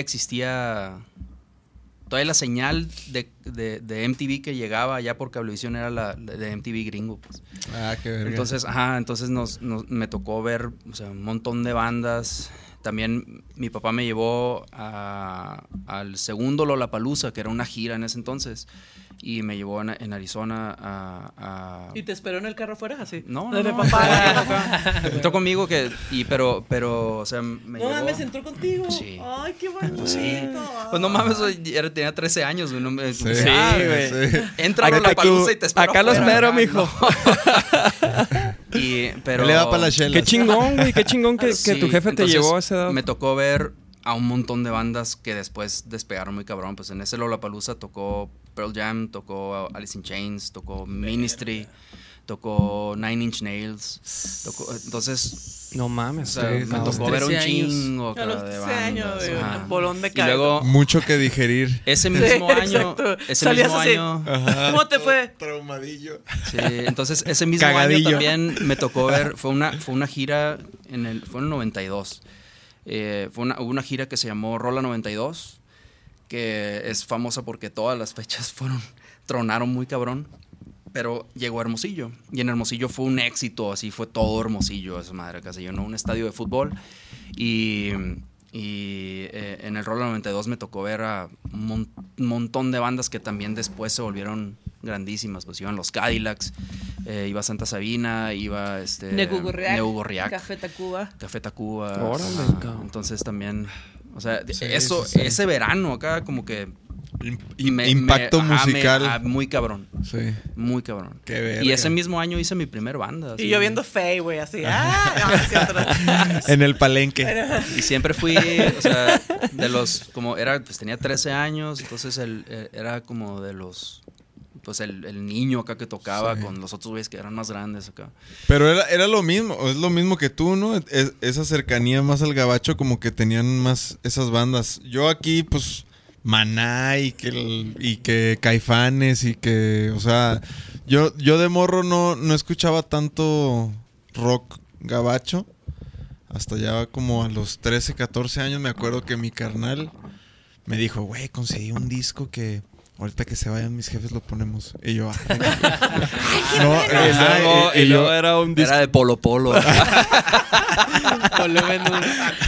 la señal de MTV que llegaba allá por Cablevisión era la de MTV gringo, pues. Qué verga. Entonces me tocó ver, o sea, un montón de bandas. También mi papá me llevó al segundo Lollapalooza, que era una gira en ese entonces. Y me llevó en Arizona a... ¿Y te esperó en el carro afuera? Así. No, ¿De no, papá? entró conmigo pero, o sea, me No llevó... mames, entró contigo. Sí. Ay, qué bonito. Sí. Pues no mames, tenía 13 años, güey. güey. Sí, Sí. Entra a Acá Lollapalooza y te espero acá lo afuera, espero, ¿verdad? mijo. Pero... Él le va para la chela. Qué chingón, güey, qué chingón que Sí, tu jefe te entonces, llevó a esa edad. Me tocó ver a un montón de bandas que después despegaron muy cabrón. Pues en ese Lollapalooza tocó Pearl Jam, tocó Alice in Chains, tocó Ministry, tocó Nine Inch Nails. Entonces, No mames. o sea, me no, tocó ver un 13 años. chingo A los acá de 13 años, bandas. güey, Ajá. un bolón de Y caldo. luego, Mucho que digerir. ese mismo año, exacto. ese Salías mismo así. año... ¿Cómo te fue? Traumadillo. Sí, entonces ese mismo Cagadillo. año también me tocó ver, fue una gira fue en el 92. Hubo una gira que se llamó Rola 92, que es famosa porque todas las fechas tronaron muy cabrón. Pero llegó a Hermosillo, y en Hermosillo fue un éxito, así fue todo Hermosillo, esa madre, casi yo, ¿no? Un estadio de fútbol. Y en el Rola 92 me tocó ver a un montón de bandas que también después se volvieron grandísimas. Pues iban los Cadillacs, iba Santa Sabina, iba Negu Gorriak, Café Tacuba. Café Tacuba. Órale, Ajá. cabrón. Entonces también, o sea, Sí, eso, sí, sí. ese verano acá como que Impacto musical. muy cabrón, Sí. muy cabrón. Qué verga. Y ese mismo año hice mi primer banda. Y así. yo viendo Faye, güey, así. No, es cierto. En el palenque. Y siempre fui, o sea, de los, pues tenía 13 años, entonces era como de los, pues el niño acá que tocaba Sí. con los otros güeyes que eran más grandes acá. Pero era lo mismo, o es lo mismo que tú, ¿no? Esa cercanía más al gabacho, como que tenían más esas bandas. Yo aquí, pues, Maná y que Caifanes y que, o sea, yo de morro no escuchaba tanto rock gabacho. Hasta ya como a los 13, 14 años me acuerdo que mi carnal me dijo, güey, conseguí un disco que ahorita que se vayan mis jefes lo ponemos. Y yo, Y luego era un disco. Era de Polo Polo. Volumen uno.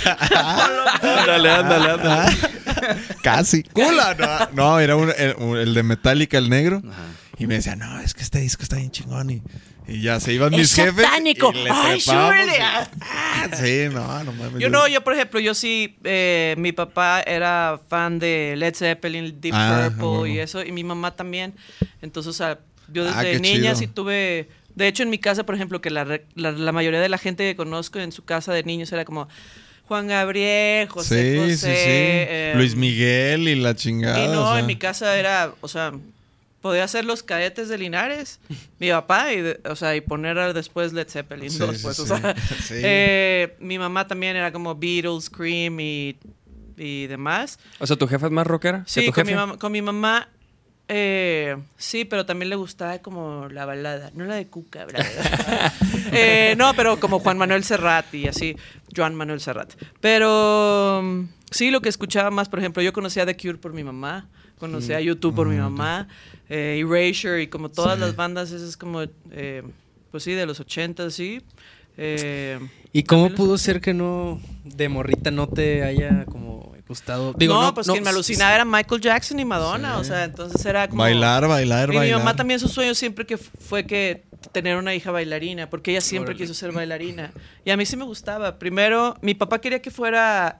Ándale. Casi. ¡Cula! No, era el de Metallica, el negro. Ajá. Y me decía, no, es que este disco está bien chingón. Y ya se iban mis ¡Es jefes. satánico! Y le ¡Ay, trepábamos súbele! sí, no mames. Yo, por ejemplo, yo sí, mi papá era fan de Led Zeppelin, Deep Purple bueno. y eso, y mi mamá también. Entonces, o sea, yo Ah, desde qué niña chido. sí tuve... De hecho, en mi casa, por ejemplo, que la mayoría de la gente que conozco en su casa de niños era como Juan Gabriel, José Sí, José. sí, sí. Luis Miguel y la chingada. Y no, o sea. en mi casa era, o sea, podía ser los Cadetes de Linares, mi papá, y poner después Led Zeppelin Sí, 2, sí, pues, sí. o sea. Sí. Mi mamá también era como Beatles, Cream y demás. O sea, ¿tu jefa es más rockera? que Sí, tu jefe? con mi mamá, sí, pero también le gustaba como la balada, no la de Cuca, ¿verdad? No, pero como Juan Manuel Serrat y así, Joan Manuel Serrat. Pero sí, lo que escuchaba más, por ejemplo, yo conocía The Cure por mi mamá, conocía a YouTube por mi mamá, Erasure y como todas Sí. las bandas, esas como, pues sí, de los 80, sí. ¿Y cómo También pudo ser que no, de morrita, no te haya como Gustado. No, pues quien me alucinaba era Michael Jackson y Madonna. O sea, entonces era como... Bailar. Y mi mamá también, su sueño siempre que fue que tener una hija bailarina, porque ella siempre quiso ser bailarina. Y a mí sí me gustaba. Primero, mi papá quería que fuera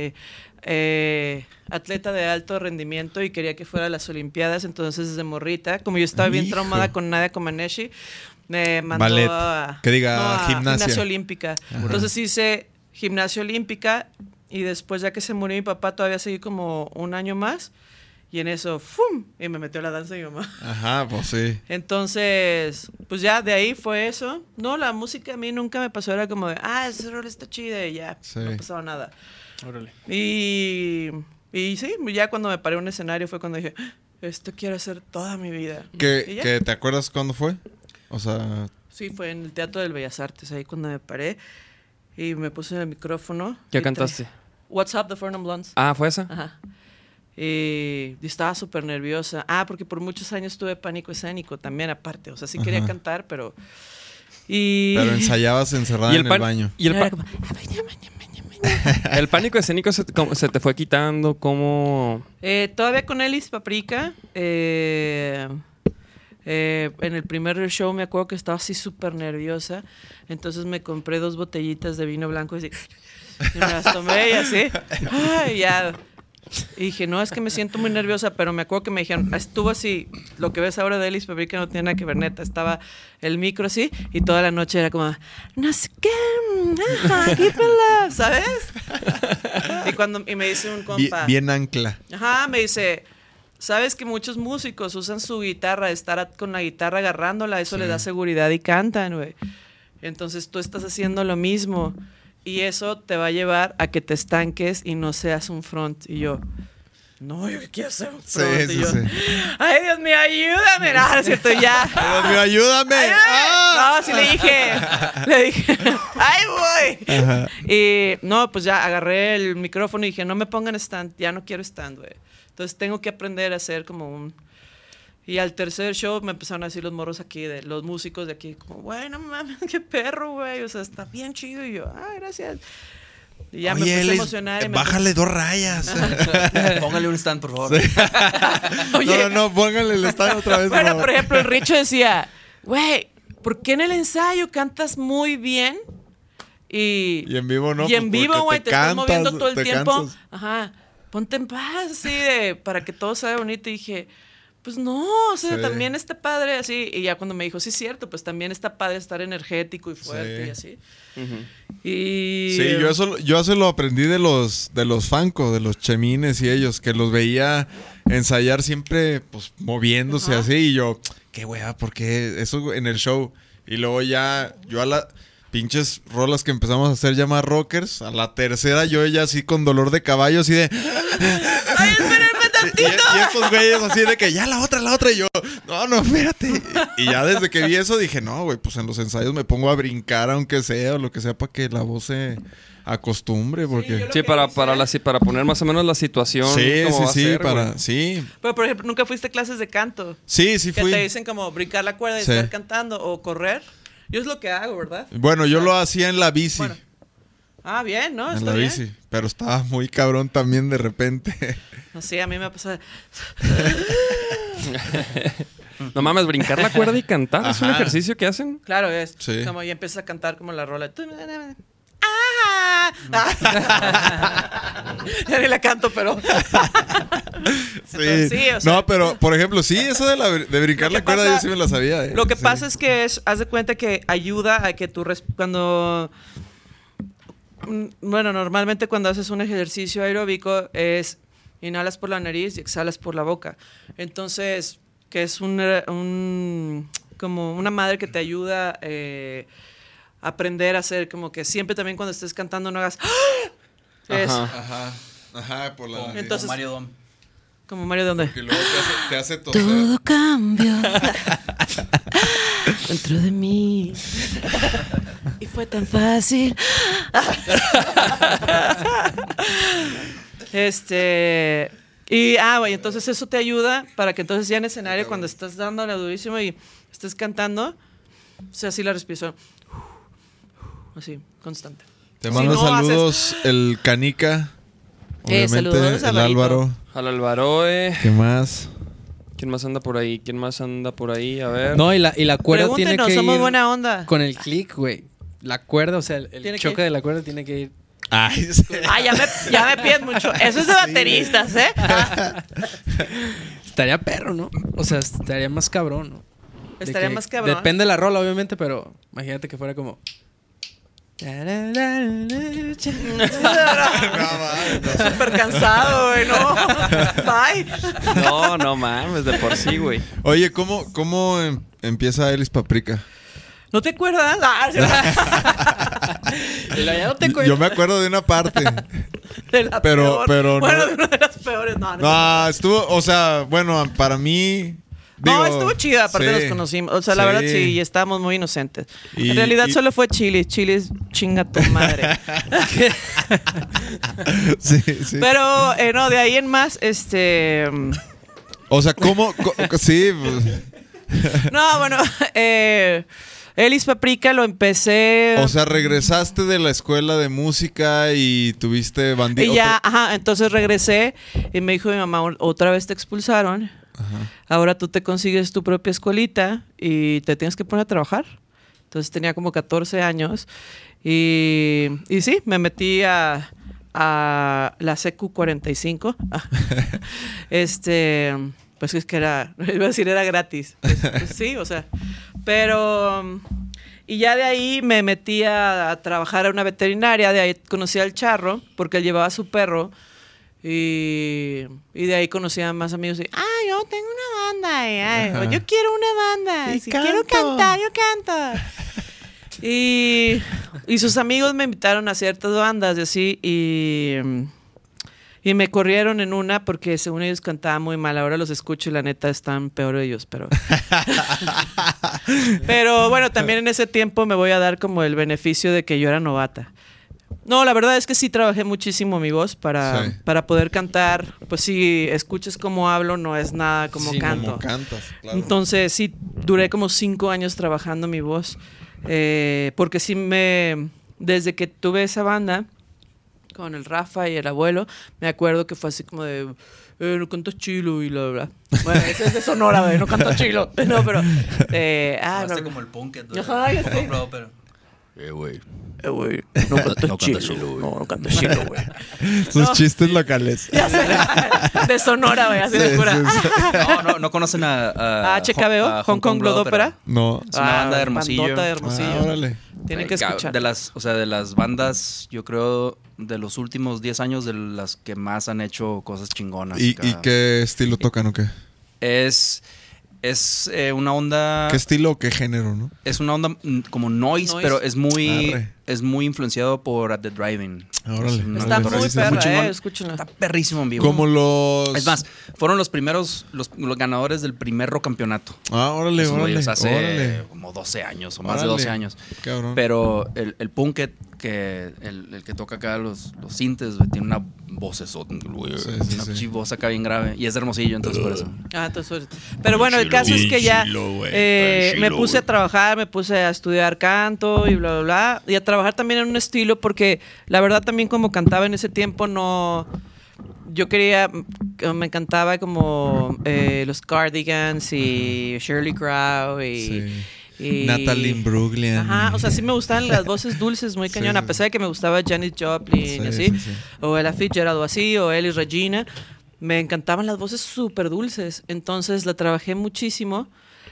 atleta de alto rendimiento y quería que fuera a las Olimpiadas. Entonces, desde morrita, como yo estaba bien traumada con Nadia Comaneci, me mandó ballet. a... Que diga no, a gimnasia olímpica. Entonces hice gimnasia olímpica y después, ya que se murió mi papá, todavía seguí como un año más. Y en eso, ¡fum! Y me metió la danza mi mamá. Ajá, pues sí. Entonces, pues ya de ahí fue eso. No, la música a mí nunca me pasó. Era como de, ese rol está chido y ya. Sí. No pasaba nada. Órale. Y sí, ya cuando me paré en un escenario fue cuando dije, esto quiero hacer toda mi vida. ¿Y ya? ¿Que te acuerdas cuándo fue? O sea... Sí, fue en el Teatro del Bellas Artes, ahí cuando me paré. Y me puse en el micrófono. ¿Qué cantaste? What's Up, The Four Non Blondes. Ah, ¿fue esa? Ajá. Y estaba súper nerviosa. Porque por muchos años tuve pánico escénico también, aparte. O sea, sí quería cantar, pero... Pero ensayabas encerrada en el baño. Y el pánico escénico se te fue quitando, ¿cómo...? Todavía con Elis Paprika. En el primer show me acuerdo que estaba así súper nerviosa. Entonces me compré 2 botellitas de vino blanco y me las tomé y así. Ay, ya... Y dije, no, es que me siento muy nerviosa, pero me acuerdo que me dijeron, estuvo así, lo que ves ahora de Elis Paprika no tiene nada que ver, neta, estaba el micro así, y toda la noche era como, no sé qué, keep it love, ¿sabes? Y me dice un compa, Bien ancla. ajá, me dice, ¿sabes que muchos músicos usan su guitarra, estar con la guitarra agarrándola, eso le da seguridad y cantan, güey? Entonces tú estás haciendo lo mismo. Y eso te va a llevar a que te estanques y no seas un front. Y yo, no, yo quiero ser un front. Y yo, ay, Dios mío, ayúdame. No, no es cierto, ya. Dios mío, ayúdame. No, sí le dije, ay, voy. Ajá. Y no, pues ya agarré el micrófono y dije, no me pongan stand, ya no quiero stand, güey. Entonces tengo que aprender a hacer como un... Y al tercer show me empezaron a decir los morros aquí, los músicos de aquí, como, güey, no mames, qué perro, güey. O sea, está bien chido. Y yo, gracias. Y ya me empecé a emocionar. Bájale 2 rayas. Póngale un stand, por favor. Sí. Oye, No, póngale el stand otra vez. Bueno, por ejemplo, el Richo decía, güey, ¿por qué en el ensayo cantas muy bien? Y en vivo no. Y en pues vivo, güey, te estás moviendo todo el te tiempo. cansas. Ajá. Ponte en paz, así para que todo sea bonito. Y dije, pues no, o sea, también está padre así. Y ya cuando me dijo, sí, es cierto, pues también está padre estar energético y fuerte y así. Y... Sí, yo eso lo aprendí de los Fanco, de los Chemines y ellos, que los veía ensayar siempre, pues, moviéndose así. Y yo, qué wea, ¿por qué eso en el show? Y luego ya, yo a las pinches rolas que empezamos a hacer ya más rockers, a la tercera yo ya así con dolor de caballo, así de... ¡Ay, espérenme tantito! Y estos güeyes así de que ya la otra, y yo, no, espérate. Y ya desde que vi eso dije, no, güey, pues en los ensayos me pongo a brincar aunque sea, o lo que sea, para que la voz se acostumbre, porque... Sí, para poner más o menos la situación. Sí, cómo va a ser, para... güey. Sí. Pero, por ejemplo, ¿nunca fuiste a clases de canto? Sí Que fui. te dicen como brincar la cuerda y Sí. estar cantando o correr. Yo es lo que hago, ¿verdad? Bueno, yo lo hacía en la bici. Bueno. Bien, ¿no? En Está la bien. bici. Pero estaba muy cabrón también de repente. No sé, a mí me ha pasado... No mames, brincar la cuerda y cantar. ¿Es un Ajá. ejercicio que hacen? Claro, es Sí. como y empiezas a cantar como la rola. Ya ni la canto, pero... Sí. Sí, o sea- No, pero, por ejemplo, sí, eso de brincar Lo la que cuerda pasa- yo sí me la sabía. Lo que Sí. pasa es que haz de cuenta que ayuda a que tú cuando... Bueno, normalmente cuando haces un ejercicio aeróbico es inhalas por la nariz y exhalas por la boca. Entonces, que es como una madre que te ayuda a aprender a hacer como que siempre también cuando estés cantando no hagas... Es Ajá, por la nariz. Entonces- Mario Dom. como Mario de dónde. Que luego te hace toser. Todo cambió dentro de mí y fue tan fácil. Güey, entonces eso te ayuda para que entonces ya en escenario cuando estás dándole durísimo y estés cantando, sea así la respiración, así constante. Te Si mando no saludos el Canica. Obviamente, saludos a el Alvarito. Álvaro. Al Alvaroe. ¿Qué más? ¿Quién más anda por ahí? ¿Quién más anda por ahí? A ver. No, y la cuerda tiene Pregúntenos, que somos ir buena onda. con el click, güey. La cuerda, o sea, el Tiene que choque ir. de la cuerda tiene que ir. Ay, sí. Ah, ya me pides mucho. Eso es de bateristas, ¿eh? Estaría perro, ¿no? O sea, estaría más cabrón, ¿no? De Estaría que- más cabrón. Depende de la rola, obviamente, pero imagínate que fuera como. Súper cansado, güey, no. Bye. No mames, de por sí, güey. Oye, ¿cómo empieza Elis Paprika? ¿No te acuerdas? Ah, Y ya no te Yo me acuerdo de una parte. de la Pero- peor. pero no- Bueno, de una de las peores. No. No, estuvo, o sea, bueno, para mí... No, digo, estuvo chida, aparte sí, nos conocimos. O sea, la verdad sí, y estábamos muy inocentes. Y- en realidad y- solo fue Chile. Chile, chinga tu madre. Sí, sí. Pero, no, de ahí en más, O sea, sí, pues, No, bueno, Elis Paprika lo empecé... o sea, regresaste de la escuela de música y tuviste y ya, ajá, entonces regresé y me dijo mi mamá, otra vez te expulsaron. Ahora tú te consigues tu propia escuelita y te tienes que poner a trabajar. Entonces tenía como 14 años y sí, me metí a la CQ 45. Pues es que era, iba a decir era gratis. Pues sí, o sea, pero... Y ya de ahí me metí a trabajar a una veterinaria, de ahí conocí al Charro, porque él llevaba a su perro. Y de ahí conocí a más amigos y, yo tengo una banda, o yo quiero una banda, Y si quiero cantar, yo canto. Y sus amigos me invitaron a ciertas bandas y así, y me corrieron en una porque según ellos cantaban muy mal. Ahora los escucho y la neta están peor ellos, pero... Pero bueno, también en ese tiempo me voy a dar como el beneficio de que yo era novata. No, la verdad es que sí trabajé muchísimo mi voz para poder cantar. Pues si escuchas cómo hablo, no es nada como Sí, canto. como cantas, claro. Entonces sí, duré como 5 años trabajando mi voz. Porque sí desde que tuve esa banda con el Rafa y el abuelo, me acuerdo que fue así como de... no cantas chilo y bla, bla, bla. Bueno, ese es de Sonora, güey, no canto chilo. No, pero... Sonaste como el punk. Ajá, ya sé. No, pero... güey, no cantas chilo. No cantas chilo, güey. Sus chistes locales. Ya sé. De Sonora, güey, así de pura. No conocen a HKBO, a Hong Kong Blood Opera. No. Es una banda de Hermosillo. Bandota de Hermosillo. Órale. Tienen que escuchar. De las bandas, yo creo, de los últimos 10 años, de las que más han hecho cosas chingonas. ¿Y acá. qué estilo tocan o qué? Es una onda... ¿Qué estilo o qué género, no? Es una onda como noise, pero es muy Arre. influenciado por At The Drive-In. Órale. Es una Está Órale, muy sí, sí, sí. perra, chingón. escúchenla. Está perrísimo en vivo. Como los... Es más, fueron los primeros, los ganadores del primer rock campeonato. Órale, Esos órale. güeyes hace órale. como 12 años o más de Órale. 12 años. Cabrón. Pero el punk que el que toca acá los sintes, güey, tiene una voz güey. Sí, Una sí. pinche voz acá bien grave. Y es de Hermosillo, entonces por eso. Entonces, pero bueno, el caso es que ya me puse a trabajar, me puse a estudiar canto y bla, bla, bla. Y a trabajar también en un estilo porque la verdad también como cantaba en ese tiempo no... Yo me encantaba como los Cardigans y Shirley Crow y Natalie Imbruglia. Ajá, o sea, sí me gustaban las voces dulces muy cañón, a pesar de que me gustaba Janis Joplin y así, o Ella Fitzgerald o así, o Elis Regina, me encantaban las voces súper dulces, entonces la trabajé muchísimo,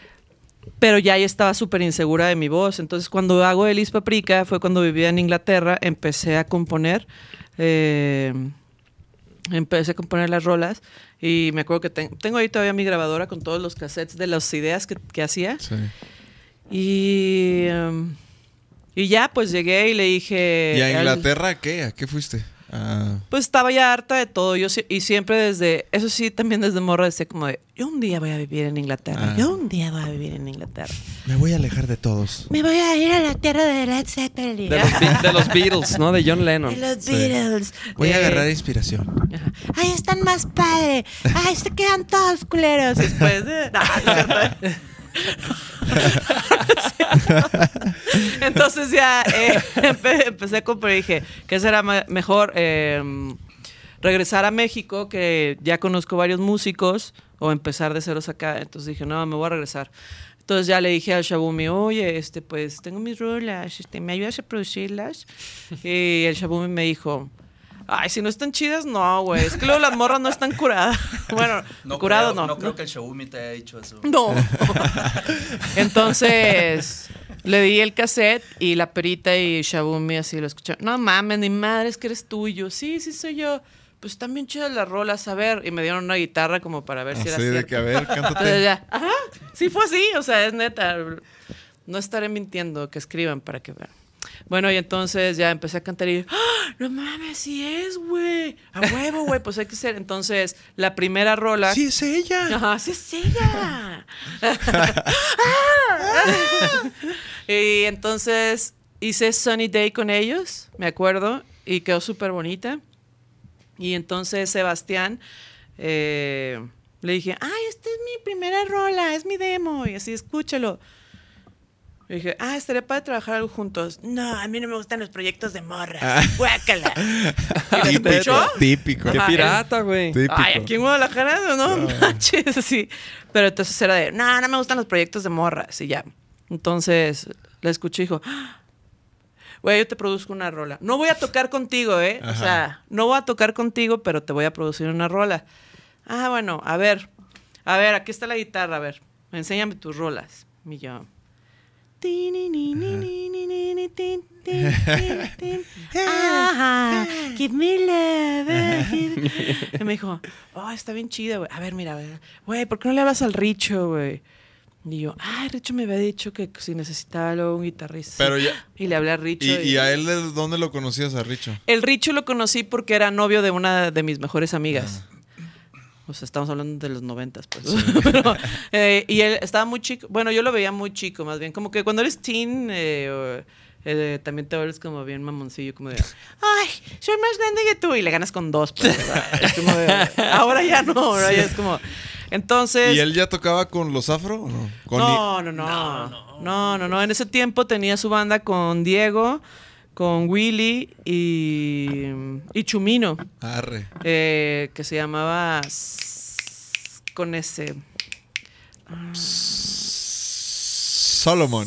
pero ya estaba súper insegura de mi voz, entonces cuando hago Elis Paprika fue cuando vivía en Inglaterra, empecé a componer las rolas y me acuerdo que tengo ahí todavía mi grabadora con todos los cassettes de las ideas que hacía. Sí. Y ya, pues llegué y le dije... ¿Y a Inglaterra qué? ¿A qué fuiste? Pues estaba ya harta de todo. Y siempre eso sí, también desde morra decía como de, yo un día voy a vivir en Inglaterra. Yo un día voy a vivir en Inglaterra. Me voy a alejar de todos. Me voy a ir a la tierra de Led Zeppelin. De los Beatles, ¿no? De John Lennon. De los Beatles. Voy a agarrar inspiración. Ajá. Ay, están más padre. Ay, se quedan todos culeros. Después de... No, no es cierto. Entonces ya empecé a comprar y dije, ¿qué será mejor? regresar a México, que ya conozco varios músicos, o empezar de ceros acá. Entonces dije, no, me voy a regresar. Entonces ya le dije al Shabumi, oye, pues tengo mis rolas, ¿me ayudas a producirlas? Y el Shabumi me dijo, ay, si no están chidas, no, güey. Es que luego las morras no están curadas. Bueno, curado no. No creo que el Shabumi te haya dicho eso. No. Entonces le di el cassette y la perita y Shabumi así lo escucharon. No mames, ni madre, es que eres tú. Y yo, sí, soy yo. Pues están bien chidas las rolas, a ver. Y me dieron una guitarra como para ver si era cierto. Así de que, a ver, Entonces cántate. ya, ajá, sí fue así, o sea, es neta. No estaré mintiendo, que escriban para que vean. Bueno, y entonces ya empecé a cantar y ¡ah! No mames, sí es, güey. A huevo, güey, pues hay que ser. Entonces, la primera rola. ¡Sí es ella! Ajá, sí es ella. Y entonces hice Sunny Day con ellos, me acuerdo, y quedó súper bonita. Y entonces Sebastián le dije, ay, esta es mi primera rola, es mi demo, y así, escúchalo. Le dije, estaría para trabajar algo juntos. No, a mí no me gustan los proyectos de morras. Guácala. ¿Y lo escuchó? Típico. ¡Qué Ajá, pirata, güey! Típico. Ay, aquí en Guadalajara, no manches, así. Pero entonces era de, no me gustan los proyectos de morras, y ya. Entonces la escuché y dijo, güey, yo te produzco una rola. No voy a tocar contigo, ¿eh? Ajá. O sea, no voy a tocar contigo, pero te voy a producir una rola. Bueno, a ver, aquí está la guitarra, a ver, enséñame tus rolas. Y yo... Ajá, give me love. Y me dijo, está bien chida, güey. A ver, mira, güey, ¿por qué no le hablas al Richo, güey? Y yo, Richo me había dicho que si necesitaba luego un guitarrista. Pero ya... Y le hablé a Richo. ¿Y a él dónde lo conocías, a Richo? El Richo lo conocí porque era novio de una de mis mejores amigas. O sea, estamos hablando de los 90s, pues. Pero, y él estaba muy chico. Bueno, yo lo veía muy chico, más bien. Como que cuando eres teen, también te vuelves como bien mamoncillo, como de, ay, soy más grande que tú. Y le ganas con 2, pues, ¿verdad? Es como de, ahora ya no, ahora ya es como... Entonces... ¿Y él ya tocaba con los Afro o no? No. En ese tiempo tenía su banda con Diego, con Willy y Chumino. Arre. Que se llamaba con ese Solomon.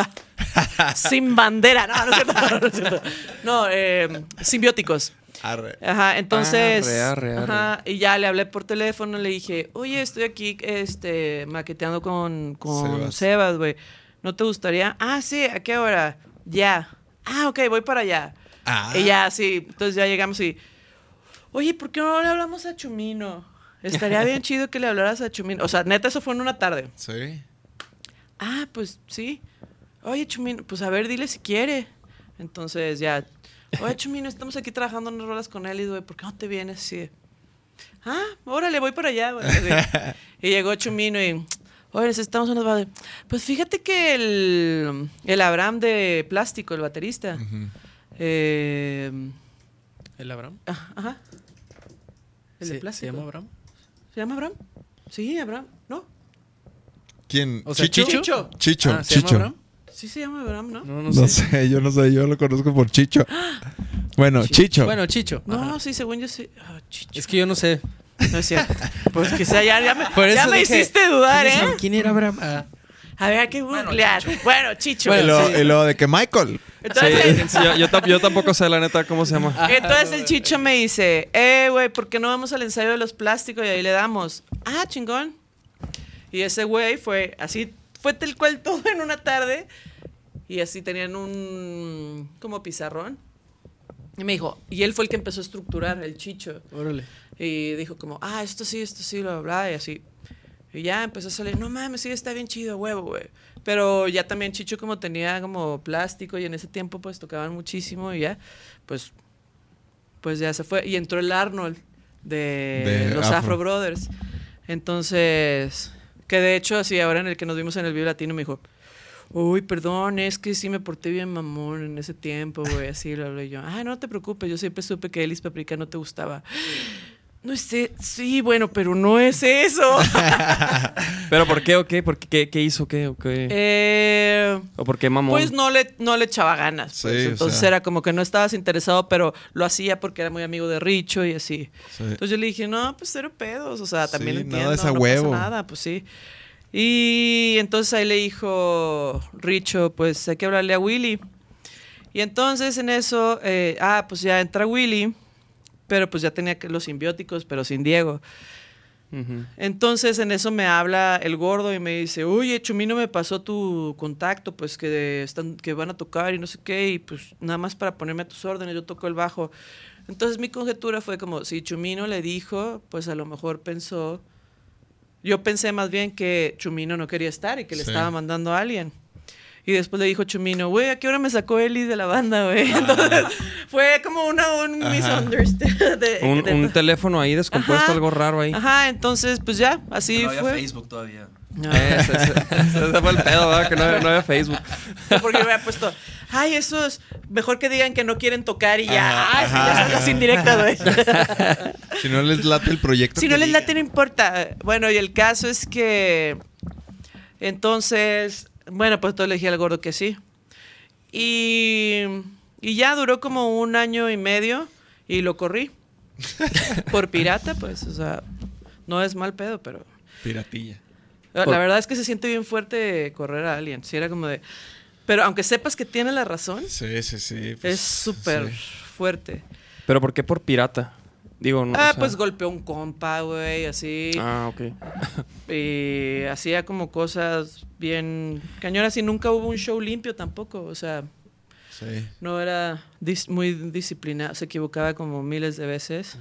Sin bandera. No es cierto. No, Simbióticos. Arre. Ajá, entonces Arre. Ajá, y ya le hablé por teléfono, le dije, oye, estoy aquí maqueteando con Sebas, güey. ¿No te gustaría? Sí, ¿a qué hora? Ya. Ok, voy para allá. Y ya, sí, entonces ya llegamos y, oye, ¿por qué no le hablamos a Chumino? Estaría bien chido que le hablaras a Chumino. O sea, neta, eso fue en una tarde. Sí. Pues sí. Oye, Chumino, pues a ver, dile si quiere. Entonces ya, oye, Chumino, estamos aquí trabajando unas rolas con él y, güey, ¿por qué no te vienes? Sí. Órale, voy para allá, güey. Y llegó Chumino y, oye, necesitamos unos bases. Pues fíjate que el Abraham de Plástico, el baterista. Uh-huh. ¿El Abraham? Ajá. El de Plástico. ¿Se llama Abraham? ¿Se llama Abraham? Sí, Abraham. ¿No? ¿Quién? O sea, ¿Chicho? Chicho. Chicho. ¿Se llama Abraham? Sí se llama Abraham, ¿no? No No sé, yo no sé, yo lo conozco por Chicho. Bueno, Chicho. Bueno, Chicho. No, Ajá. sí, según yo sí. Chicho. Es que yo no sé. No es cierto. Pues quizá ya me, Por ya eso me dije, hiciste dudar, ¿eh? ¿Quién era Abraham? A ver, hay que googlear. Bueno, Chicho. Y lo de que Michael. Entonces, Yo tampoco sé la neta cómo se llama. entonces el Chicho me dice, güey, ¿por qué no vamos al ensayo de los plásticos y ahí le damos? Chingón. Y ese güey fue tal cual todo en una tarde. Y así tenían un como pizarrón. Y me dijo, y él fue el que empezó a estructurar, el Chicho. Órale. Y dijo como, esto sí, bla, bla, y así. Y ya empezó a salir, no mames, sí, está bien chido, huevo, güey. Pero ya también Chicho como tenía como plástico y en ese tiempo pues tocaban muchísimo y ya, pues ya se fue. Y entró el Arnold de los Afro Brothers. Entonces, que de hecho así ahora en el que nos vimos en el Vive Latino me dijo, uy, perdón, es que sí me porté bien mamón en ese tiempo, güey, así lo hablé yo. No te preocupes, yo siempre supe que Elis Paprika no te gustaba. No sé, sí, bueno, pero no es eso. ¿Pero por qué o qué? ¿Qué hizo? ¿Qué? ¿O qué? ¿O por qué mamón? Pues no le echaba ganas. Sí, Pues. o Entonces sea. era como que no estabas interesado, pero lo hacía porque era muy amigo de Richo y así. Sí. Entonces yo le dije, no, pues cero pedos. O sea, también Sí, entiendo, nada es a no huevo. pasa nada, pues sí. Y entonces ahí le dijo Richo, pues hay que hablarle a Willy. Y entonces en eso, pues ya entra Willy, pero pues ya tenía los simbióticos, pero sin Diego. Ujú. Entonces en eso me habla el gordo y me dice, oye, Chumino me pasó tu contacto, pues que van a tocar y no sé qué, y pues nada más para ponerme a tus órdenes, yo toco el bajo. Entonces mi conjetura fue como, si Chumino le dijo, pues a lo mejor pensó, yo pensé más bien que Chumino no quería estar y que le Sí. estaba mandando a alguien. Y después le dijo Chumino, güey, ¿a qué hora me sacó Eli de la banda, güey? Entonces fue como un misunderstanding. Un teléfono ahí descompuesto, Ajá. algo raro ahí. Ajá, entonces pues ya, así No había fue. Facebook todavía. No. Ese fue el pedo, ¿verdad? Que no había Facebook. Porque me había puesto, ay, esos, mejor que digan que no quieren tocar y ya. Ajá, Ay, sí, ya son las indirectas, güey. Si no les late el proyecto. Si que no les digan. late, no importa. Bueno, y el caso es que. Entonces. Bueno, pues entonces le dije al gordo que sí. Y ya duró como 1 año y medio y lo corrí. Por pirata, pues. O sea, no es mal pedo, pero. Piratilla. La verdad es que se siente bien fuerte correr a alguien. Sí, era como de. Pero aunque sepas que tiene la razón, Sí. Pues, es súper sí. fuerte. ¿Pero por qué por pirata? Digo, no. o sea- Pues golpeó un compa, güey, así. Ah, ok. Y hacía como cosas bien cañonas y nunca hubo un show limpio tampoco. O sea, Sí. no era muy disciplinado. Se equivocaba como miles de veces.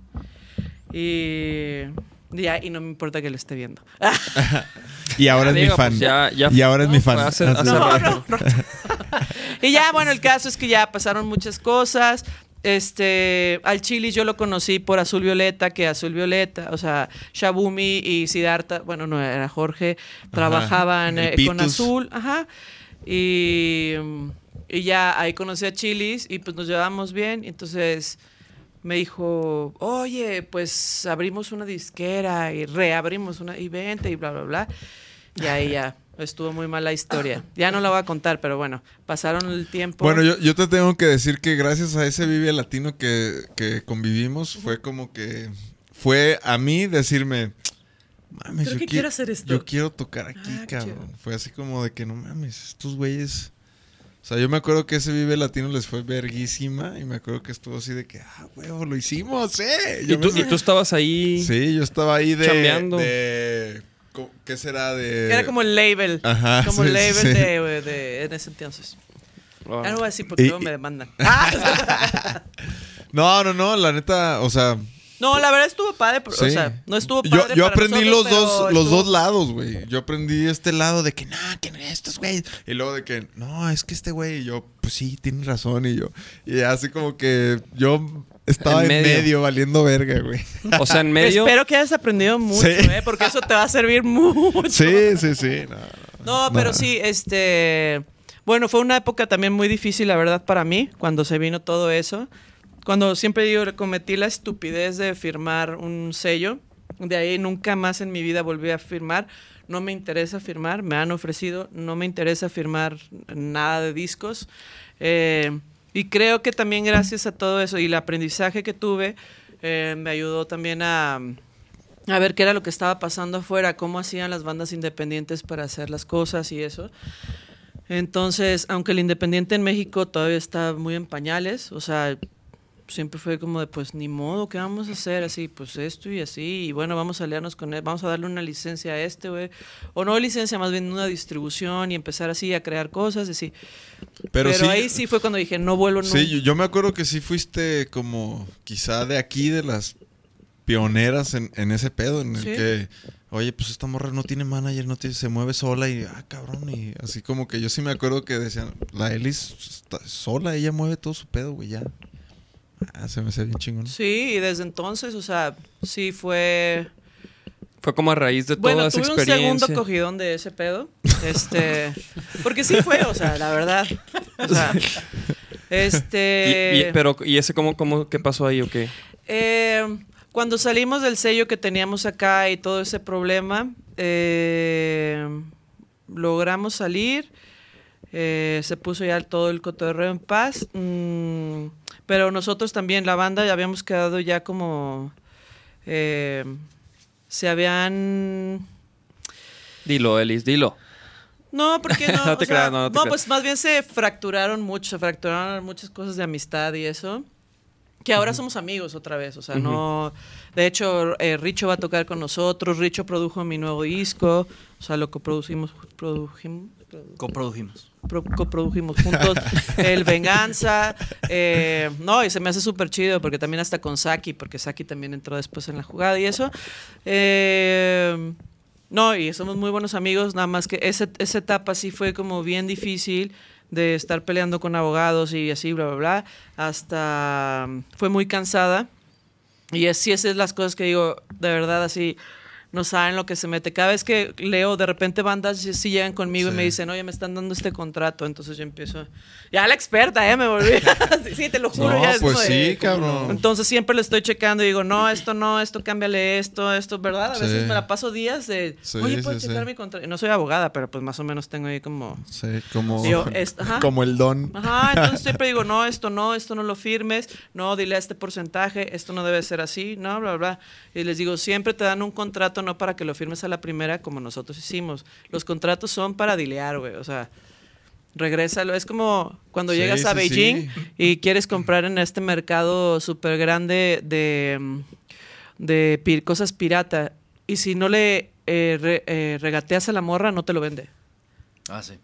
Y no me importa que lo esté viendo. Y ahora es mi Digo, fan. pues ya- y ahora es mi fue fan. hace Así. rato. Y ya, bueno, el caso es que ya pasaron muchas cosas. Al Chili yo lo conocí por Azul Violeta, o sea, Shabumi y Siddhartha, bueno, no era Jorge, trabajaban el con Pitus. Azul, ajá. Y ya ahí conocí a Chilis y pues nos llevamos bien. Entonces me dijo, oye, pues abrimos una disquera y reabrimos una y vente y bla, bla, bla. Y ahí ya estuvo muy mal la historia. Ya no la voy a contar, pero bueno, pasaron el tiempo. Bueno, yo te tengo que decir que gracias a ese Vive Latino que convivimos, fue como que fue a mí decirme, mames, Creo que quiero hacer esto. Yo quiero tocar aquí, Qué cabrón. chido. Fue así como de que no mames, estos güeyes. O sea, yo me acuerdo que ese Vive Latino les fue verguísima y me acuerdo que estuvo así de que, huevo, lo hicimos, ¿Y tú estabas ahí? Sí, yo estaba ahí chambeando. ¿qué será? Era como el label. Ajá, Como el sí, label sí. de en ese entonces. Ah. Ya no voy a decir porque luego me demandan. No, la neta, o sea, No, la verdad estuvo padre. sí. O sea, no estuvo padre. Yo para aprendí nosotros, los pero dos estuvo- lados, güey. Yo aprendí este lado de que no, que no estos güeyes. Y luego de que no, es que este güey. Y yo, pues sí, tienes razón. Y así como que yo estaba En en medio. medio valiendo verga, güey. O sea, en medio. Espero que hayas aprendido mucho, Sí. porque eso te va a servir mucho. Sí. No, pero sí, bueno, fue una época también muy difícil, la verdad, para mí, cuando se vino todo eso. Cuando siempre digo, cometí la estupidez de firmar un sello. De ahí nunca más en mi vida volví a firmar. No me interesa firmar, me han ofrecido, no me interesa firmar nada de discos. Y creo que también gracias a todo eso y el aprendizaje que tuve, me ayudó también a ver qué era lo que estaba pasando afuera, cómo hacían las bandas independientes para hacer las cosas y eso. Entonces, aunque el independiente en México todavía está muy en pañales, o sea, siempre fue como de, pues ni modo, ¿qué vamos a hacer? Así, pues esto y así, y bueno, vamos a aliarnos con él, vamos a darle una licencia a güey, o no licencia, más bien una distribución y empezar así a crear cosas, así. Pero sí, ahí sí fue cuando dije, no vuelvo nunca. Sí, yo me acuerdo que sí fuiste como quizá de aquí, de las pioneras en ese pedo, en el Sí. que, oye, pues esta morra no tiene manager, se mueve sola y, cabrón, y así como que yo sí me acuerdo que decían, la Elis está sola, ella mueve todo su pedo, güey, ya. Se me hace bien chingón. Sí, y desde entonces, o sea, sí fue... Fue como a raíz de toda Bueno, esa tuve un experiencia. segundo cogidón de ese pedo. Porque sí fue, o sea, la verdad. O sea, Pero, ¿y ese qué pasó ahí o qué? Cuando salimos del sello que teníamos acá y todo ese problema, logramos salir. Se puso ya todo el cotorreo en paz. Pero nosotros también, la banda, ya habíamos quedado ya como... se habían... Dilo, Elis, dilo. No, porque no. No te creas, no te creas. Pues más bien se fracturaron muchas cosas de amistad y eso. Que ahora somos amigos otra vez, o sea, no... De hecho, Richo va a tocar con nosotros, Richo produjo mi nuevo disco, o sea, lo coprodujimos juntos, el Venganza, no, y se me hace súper chido, porque también hasta con Saki, porque Saki también entró después en la jugada y eso. No, y somos muy buenos amigos, nada más que esa etapa sí fue como bien difícil, de estar peleando con abogados y así, bla, bla, bla, hasta fue muy cansada. Y así esas son las cosas que digo, de verdad, así, no saben lo que se mete. Cada vez que leo, de repente bandas sí llegan conmigo y me dicen, oye, me están dando este contrato, entonces yo empiezo, ya la experta, me volví. Sí, te lo juro. No, ya es pues como de, sí, cabrón. Entonces siempre le estoy checando y digo, no, esto, cámbiale esto, ¿verdad? A veces me la paso días de, oye, ¿puedo checar mi contrato? No soy abogada, pero pues más o menos tengo ahí como... Sí, como, como el don. Ajá, entonces siempre digo, no, esto no lo firmes, no, dile a este porcentaje, esto no debe ser así, no, bla, bla. Y les digo, siempre te dan un contrato no para que lo firmes a la primera como nosotros hicimos. Los contratos son para dilear, güey, o sea... Regrésalo. Es como cuando llegas a Beijing y quieres comprar en este mercado súper grande de cosas pirata. Y si no le regateas a la morra, no te lo vende. Ah, sí.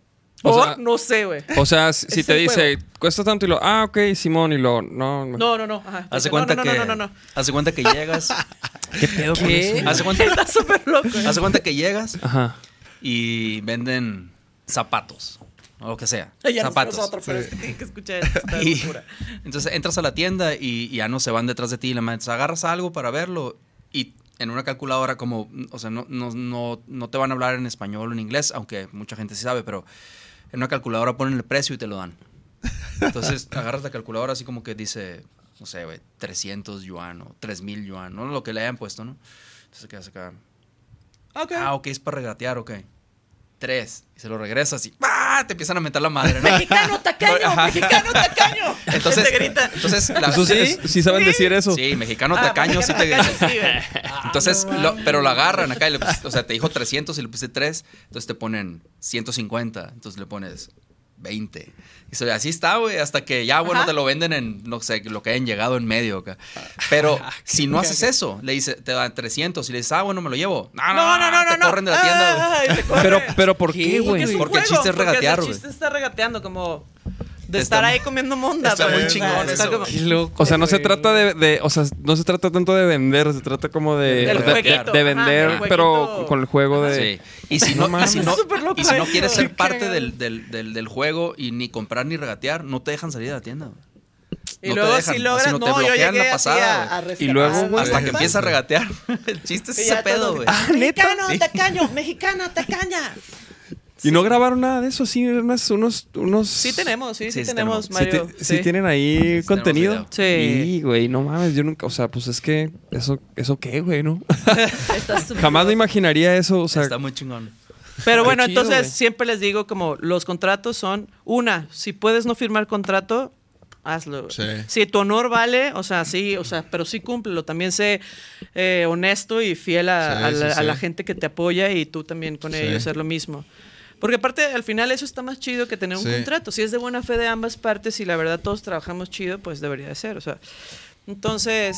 O sea, no sé, güey. O sea, si Es te el dice, juego. cuesta tanto y lo, ok, Simón, y lo, no. No. Ajá. Hace cuenta No. Hace cuenta que llegas. ¿Qué pedo con eso? Hace cuenta, Está súper loco. hace cuenta que llegas Ajá. y venden zapatos. O lo que sea. Ya zapatos. nosotros, pero es que tienen que escuchar esto. Está Y- locura. Entonces entras a la tienda y ya no se van detrás de ti. Entonces agarras algo para verlo y en una calculadora como, o sea, no te van a hablar en español o en inglés, aunque mucha gente sí sabe, pero en una calculadora ponen el precio y te lo dan. Entonces agarras la calculadora así como que dice, no sé, güey, 300 yuan o 3000 yuan, no lo que le hayan puesto, ¿no? Entonces quedas acá. Ok. Ah, ok, es para regatear, ok. 3. Y se lo regresas y ¡ah! Te empiezan a meter la madre, ¿no? ¡Mexicano tacaño! Ajá. ¡Mexicano tacaño! Entonces, Te grita. Eso sí saben decir eso. Sí, mexicano tacaño sí te mexicano tacaño, sí, güey. Entonces, pero lo agarran acá y o sea, te dijo 300 y le puse 3, entonces te ponen 150, entonces le pones 20. Y así está, güey, hasta que ya, bueno, te lo venden en, no sé, lo que hayan llegado en medio acá. Pero si no haces eso, le dice, te dan 300 y le dices, bueno, me lo llevo. No, te corren de la tienda, güey. Ay, te corren. Pero ¿por qué, güey? es un Porque el juego, chiste es regatear, porque güey. el chiste está regateando, como de Está estar muy- ahí comiendo monda. está güey. muy O sea, chingón está eso, como- güey. O sea, no se trata o sea, no se trata tanto de vender, se trata como de Del jueguito. de vender, Ajá, del pero jueguito. con el juego de Sí. Y si no, mames. Es súper loco eso. quieres ser Qué parte cagado. del juego y ni comprar ni regatear, no te dejan salir de la tienda, güey. Y No te luego dejan, si logras, así no te no, yo bloquean llegué la así pasada, a güey. rescatar. Y luego, güey, Hasta que empieza a regatear. El chiste es Y ese ya pedo, todo- güey. ¡Ah, mexicano, Sí. tacaño! ¡Mexicana, tacaña! Y no grabaron nada de eso, sí, unos Sí tenemos, sí Sí tenemos, tenemos. Mario. sí tienen ahí contenido. video. Sí. Sí, güey, no mames, yo nunca, o sea, pues es que eso qué, güey, ¿no? Está súper Jamás me loco. imaginaría eso, o sea, Está muy chingón. Pero bueno, Qué chido, entonces güey. siempre les digo como los contratos son, si puedes no firmar contrato, hazlo. Sí. Si tu honor vale, o sea, sí, pero sí cúmplelo. También sé honesto y fiel a Sí, la, sí, a la sí. gente que te apoya y tú también con Sí. ellos hacer lo mismo. Porque aparte, al final eso está más chido que tener un Sí. contrato. Si es de buena fe de ambas partes y la verdad todos trabajamos chido, pues debería de ser. O sea, entonces,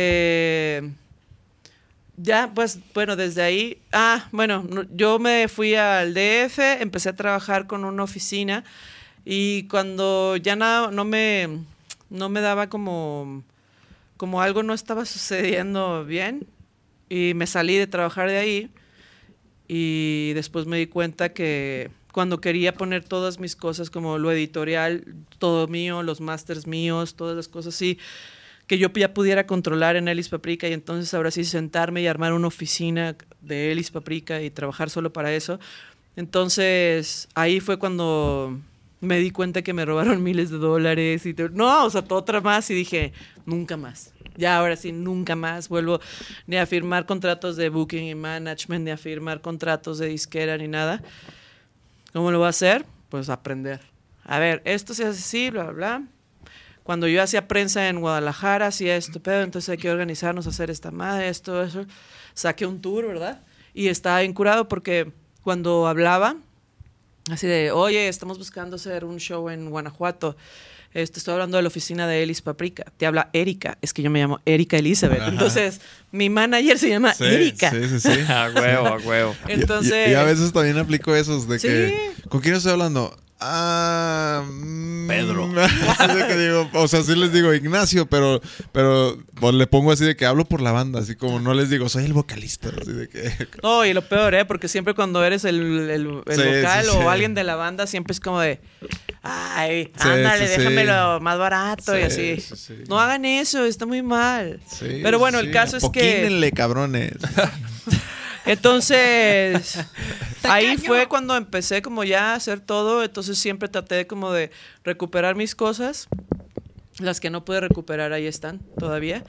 ya, pues, bueno, desde ahí, yo me fui al DF, empecé a trabajar con una oficina y cuando ya no me daba como algo no estaba sucediendo bien y me salí de trabajar de ahí y después me di cuenta que cuando quería poner todas mis cosas como lo editorial, todo mío, los masters míos, todas las cosas así, que yo ya pudiera controlar en Elis Paprika y entonces ahora sí sentarme y armar una oficina de Elis Paprika y trabajar solo para eso. Entonces ahí fue cuando me di cuenta que me robaron miles de dólares y no, o sea, todo otra más y dije, nunca más. Ya ahora sí, nunca más vuelvo ni a firmar contratos de booking y management, ni a firmar contratos de disquera, ni nada. ¿Cómo lo voy a hacer? Pues aprender. A ver, esto se hace así, bla, bla, bla. Cuando yo hacía prensa en Guadalajara, hacía esto, pero entonces hay que organizarnos, hacer esta madre, esto, eso. Saqué un tour, ¿verdad? Y estaba bien curado porque cuando hablaba, así de, oye, estamos buscando hacer un show en Guanajuato. Estoy hablando de la oficina de Elis Paprika. Te habla Erika. Es que yo me llamo Erika Elizabeth. Ajá. Entonces, mi manager se llama Erika. Sí. A huevo, a huevo. Entonces... Y a veces también aplico esos de ¿sí? que... ¿Con quién estoy hablando? Pedro. De que digo, o sea, sí les digo Ignacio, pero pues, le pongo así de que hablo por la banda, así como no les digo, soy el vocalista. Así de que... No, y lo peor, porque siempre cuando eres el vocal o alguien de la banda, siempre es como de, ay, ándale, déjamelo más barato y así. Sí. No hagan eso, está muy mal. Sí, pero bueno, el caso es que... Poquínenle, cabrones. Entonces, ahí fue cuando empecé como ya a hacer todo. Entonces siempre traté como de recuperar mis cosas. Las que no pude recuperar ahí están todavía.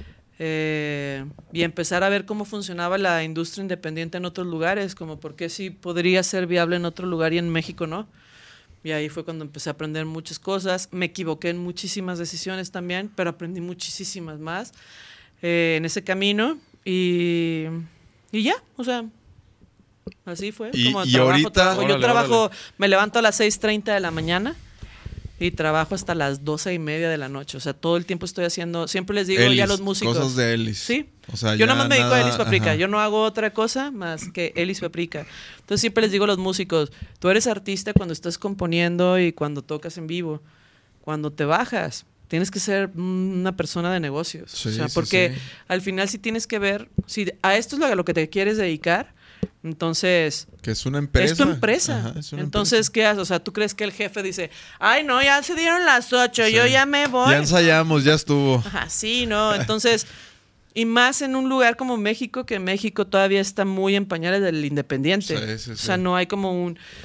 Y empezar a ver cómo funcionaba la industria independiente en otros lugares, como por qué sí podría ser viable en otro lugar y en México no. Y ahí fue cuando empecé a aprender muchas cosas. Me equivoqué en muchísimas decisiones también, pero aprendí muchísimas más en ese camino. Y ya, o sea, así fue. Como y ahorita... Yo trabajo, me levanto a las 6:30 de la mañana y trabajo hasta las 12:30 de la noche. O sea, todo el tiempo estoy haciendo... Siempre les digo Ellis, ya a los músicos... cosas de Elis. Sí. O sea, yo ya nada más me dedico a Elis Paprika. Ajá. Yo no hago otra cosa más que Elis Paprika. Entonces siempre les digo a los músicos, tú eres artista cuando estás componiendo y cuando tocas en vivo. Cuando te bajas... Tienes que ser una persona de negocios. Sí, o sea, porque al final sí tienes que ver, si a esto es a lo que te quieres dedicar, entonces... Que es una empresa. Es tu empresa. Ajá, es una entonces, empresa. ¿qué haces? O sea, ¿tú crees que el jefe dice, ay, no, ya se dieron las 8, yo ya me voy? Ya ensayamos, ya estuvo. Ajá, sí, ¿no? Entonces... Y más en un lugar como México, que México todavía está muy en pañales del independiente. Sí. O sea, no hay como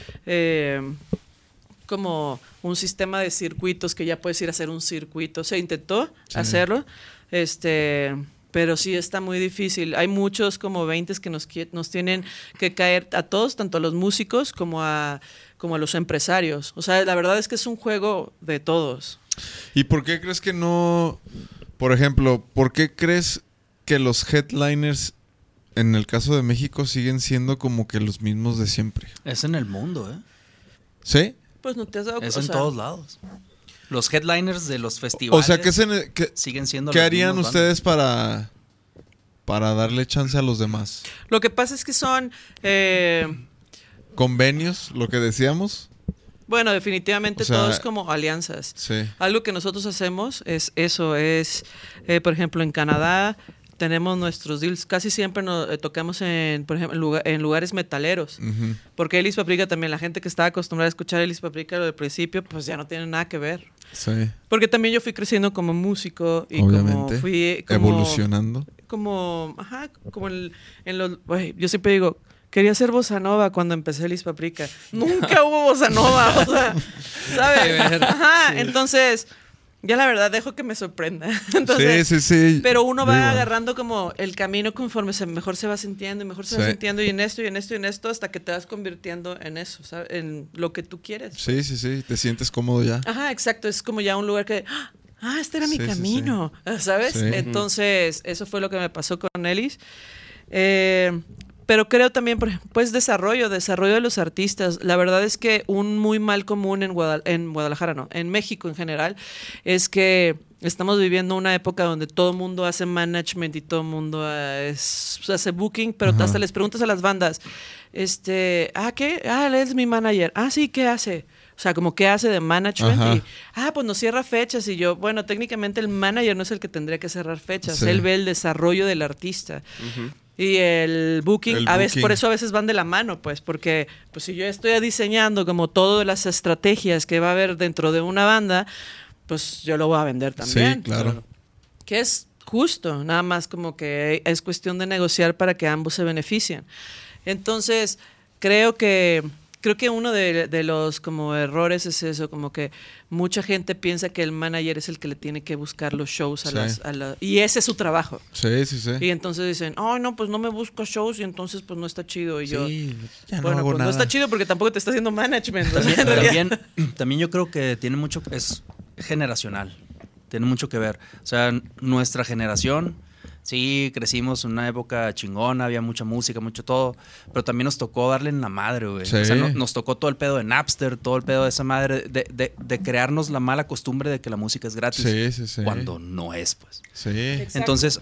un sistema de circuitos que ya puedes ir a hacer un circuito. Se intentó hacerlo, pero sí está muy difícil. Hay muchos como 20 que nos tienen que caer a todos, tanto a los músicos como a los empresarios. O sea, la verdad es que es un juego de todos. ¿Y por qué crees que no... Por ejemplo, ¿por qué crees que los headliners en el caso de México siguen siendo como que los mismos de siempre? Es en el mundo, ¿eh? ¿Sí? Pues no te has dado Es cuenta. en todos lados. Los headliners de los festivales O sea, ¿qué siguen siendo ¿qué las harían mismas ustedes para darle chance a los demás? Lo que pasa es que son... ¿Convenios? Lo que decíamos. Bueno, definitivamente O sea, todo es como alianzas. Sí. Algo que nosotros hacemos es eso, por ejemplo, en Canadá tenemos nuestros deals, casi siempre tocamos por ejemplo, en lugares metaleros, Ujú. porque Elis Paprika también, la gente que estaba acostumbrada a escuchar Elis Paprika del principio, pues ya no tiene nada que ver. Sí. Porque también yo fui creciendo como músico y Obviamente. como fui... Como, evolucionando. como en los... Yo siempre digo... Quería hacer bossa nova cuando empecé Elis Paprika. Nunca hubo bossa nova, o sea, ¿sabes? Ajá, entonces, ya la verdad dejo que me sorprenda. Entonces, sí. pero uno va Digo, agarrando como el camino conforme mejor se va sintiendo y mejor se va sintiendo y en esto hasta que te vas convirtiendo en eso, ¿sabes? En lo que tú quieres. Sí, te sientes cómodo ya. Ajá, exacto, es como ya un lugar que... este era mi camino, ¿sabes? Sí. Entonces, eso fue lo que me pasó con Elis. Pero creo también, pues, desarrollo de los artistas. La verdad es que un muy mal común en Guadalajara, no, en México en general, es que estamos viviendo una época donde todo el mundo hace management y todo el mundo hace booking, pero hasta les preguntas a las bandas, ¿qué? Él es mi manager. Sí, ¿qué hace? O sea, como qué hace de management. Ajá. Y, pues nos cierra fechas. Y yo, bueno, técnicamente el manager no es el que tendría que cerrar fechas. Sí. Él ve el desarrollo del artista. Y el booking, por eso a veces van de la mano, pues, porque pues si yo estoy diseñando como todas las estrategias que va a haber dentro de una banda, pues yo lo voy a vender también. Sí, claro. Que es justo, nada más como que es cuestión de negociar para que ambos se beneficien. Entonces, creo que Creo que uno de los como errores es eso, como que mucha gente piensa que el manager es el que le tiene que buscar los shows y ese es su trabajo. Sí, sí, sí. Y entonces dicen, no, pues no me busco shows y entonces pues no está chido. Y yo, ya no bueno, hago pues nada. no está chido porque tampoco te está haciendo management. O sea, en realidad. También yo creo que tiene mucho, es generacional, tiene mucho que ver. O sea, nuestra generación, sí, crecimos en una época chingona, había mucha música, mucho todo, pero también nos tocó darle en la madre, güey. Sí. O sea, nos tocó todo el pedo de Napster, todo el pedo de esa madre, de crearnos la mala costumbre de que la música es gratis. Sí, sí, sí. Cuando no es, pues. Sí. Exacto. Entonces,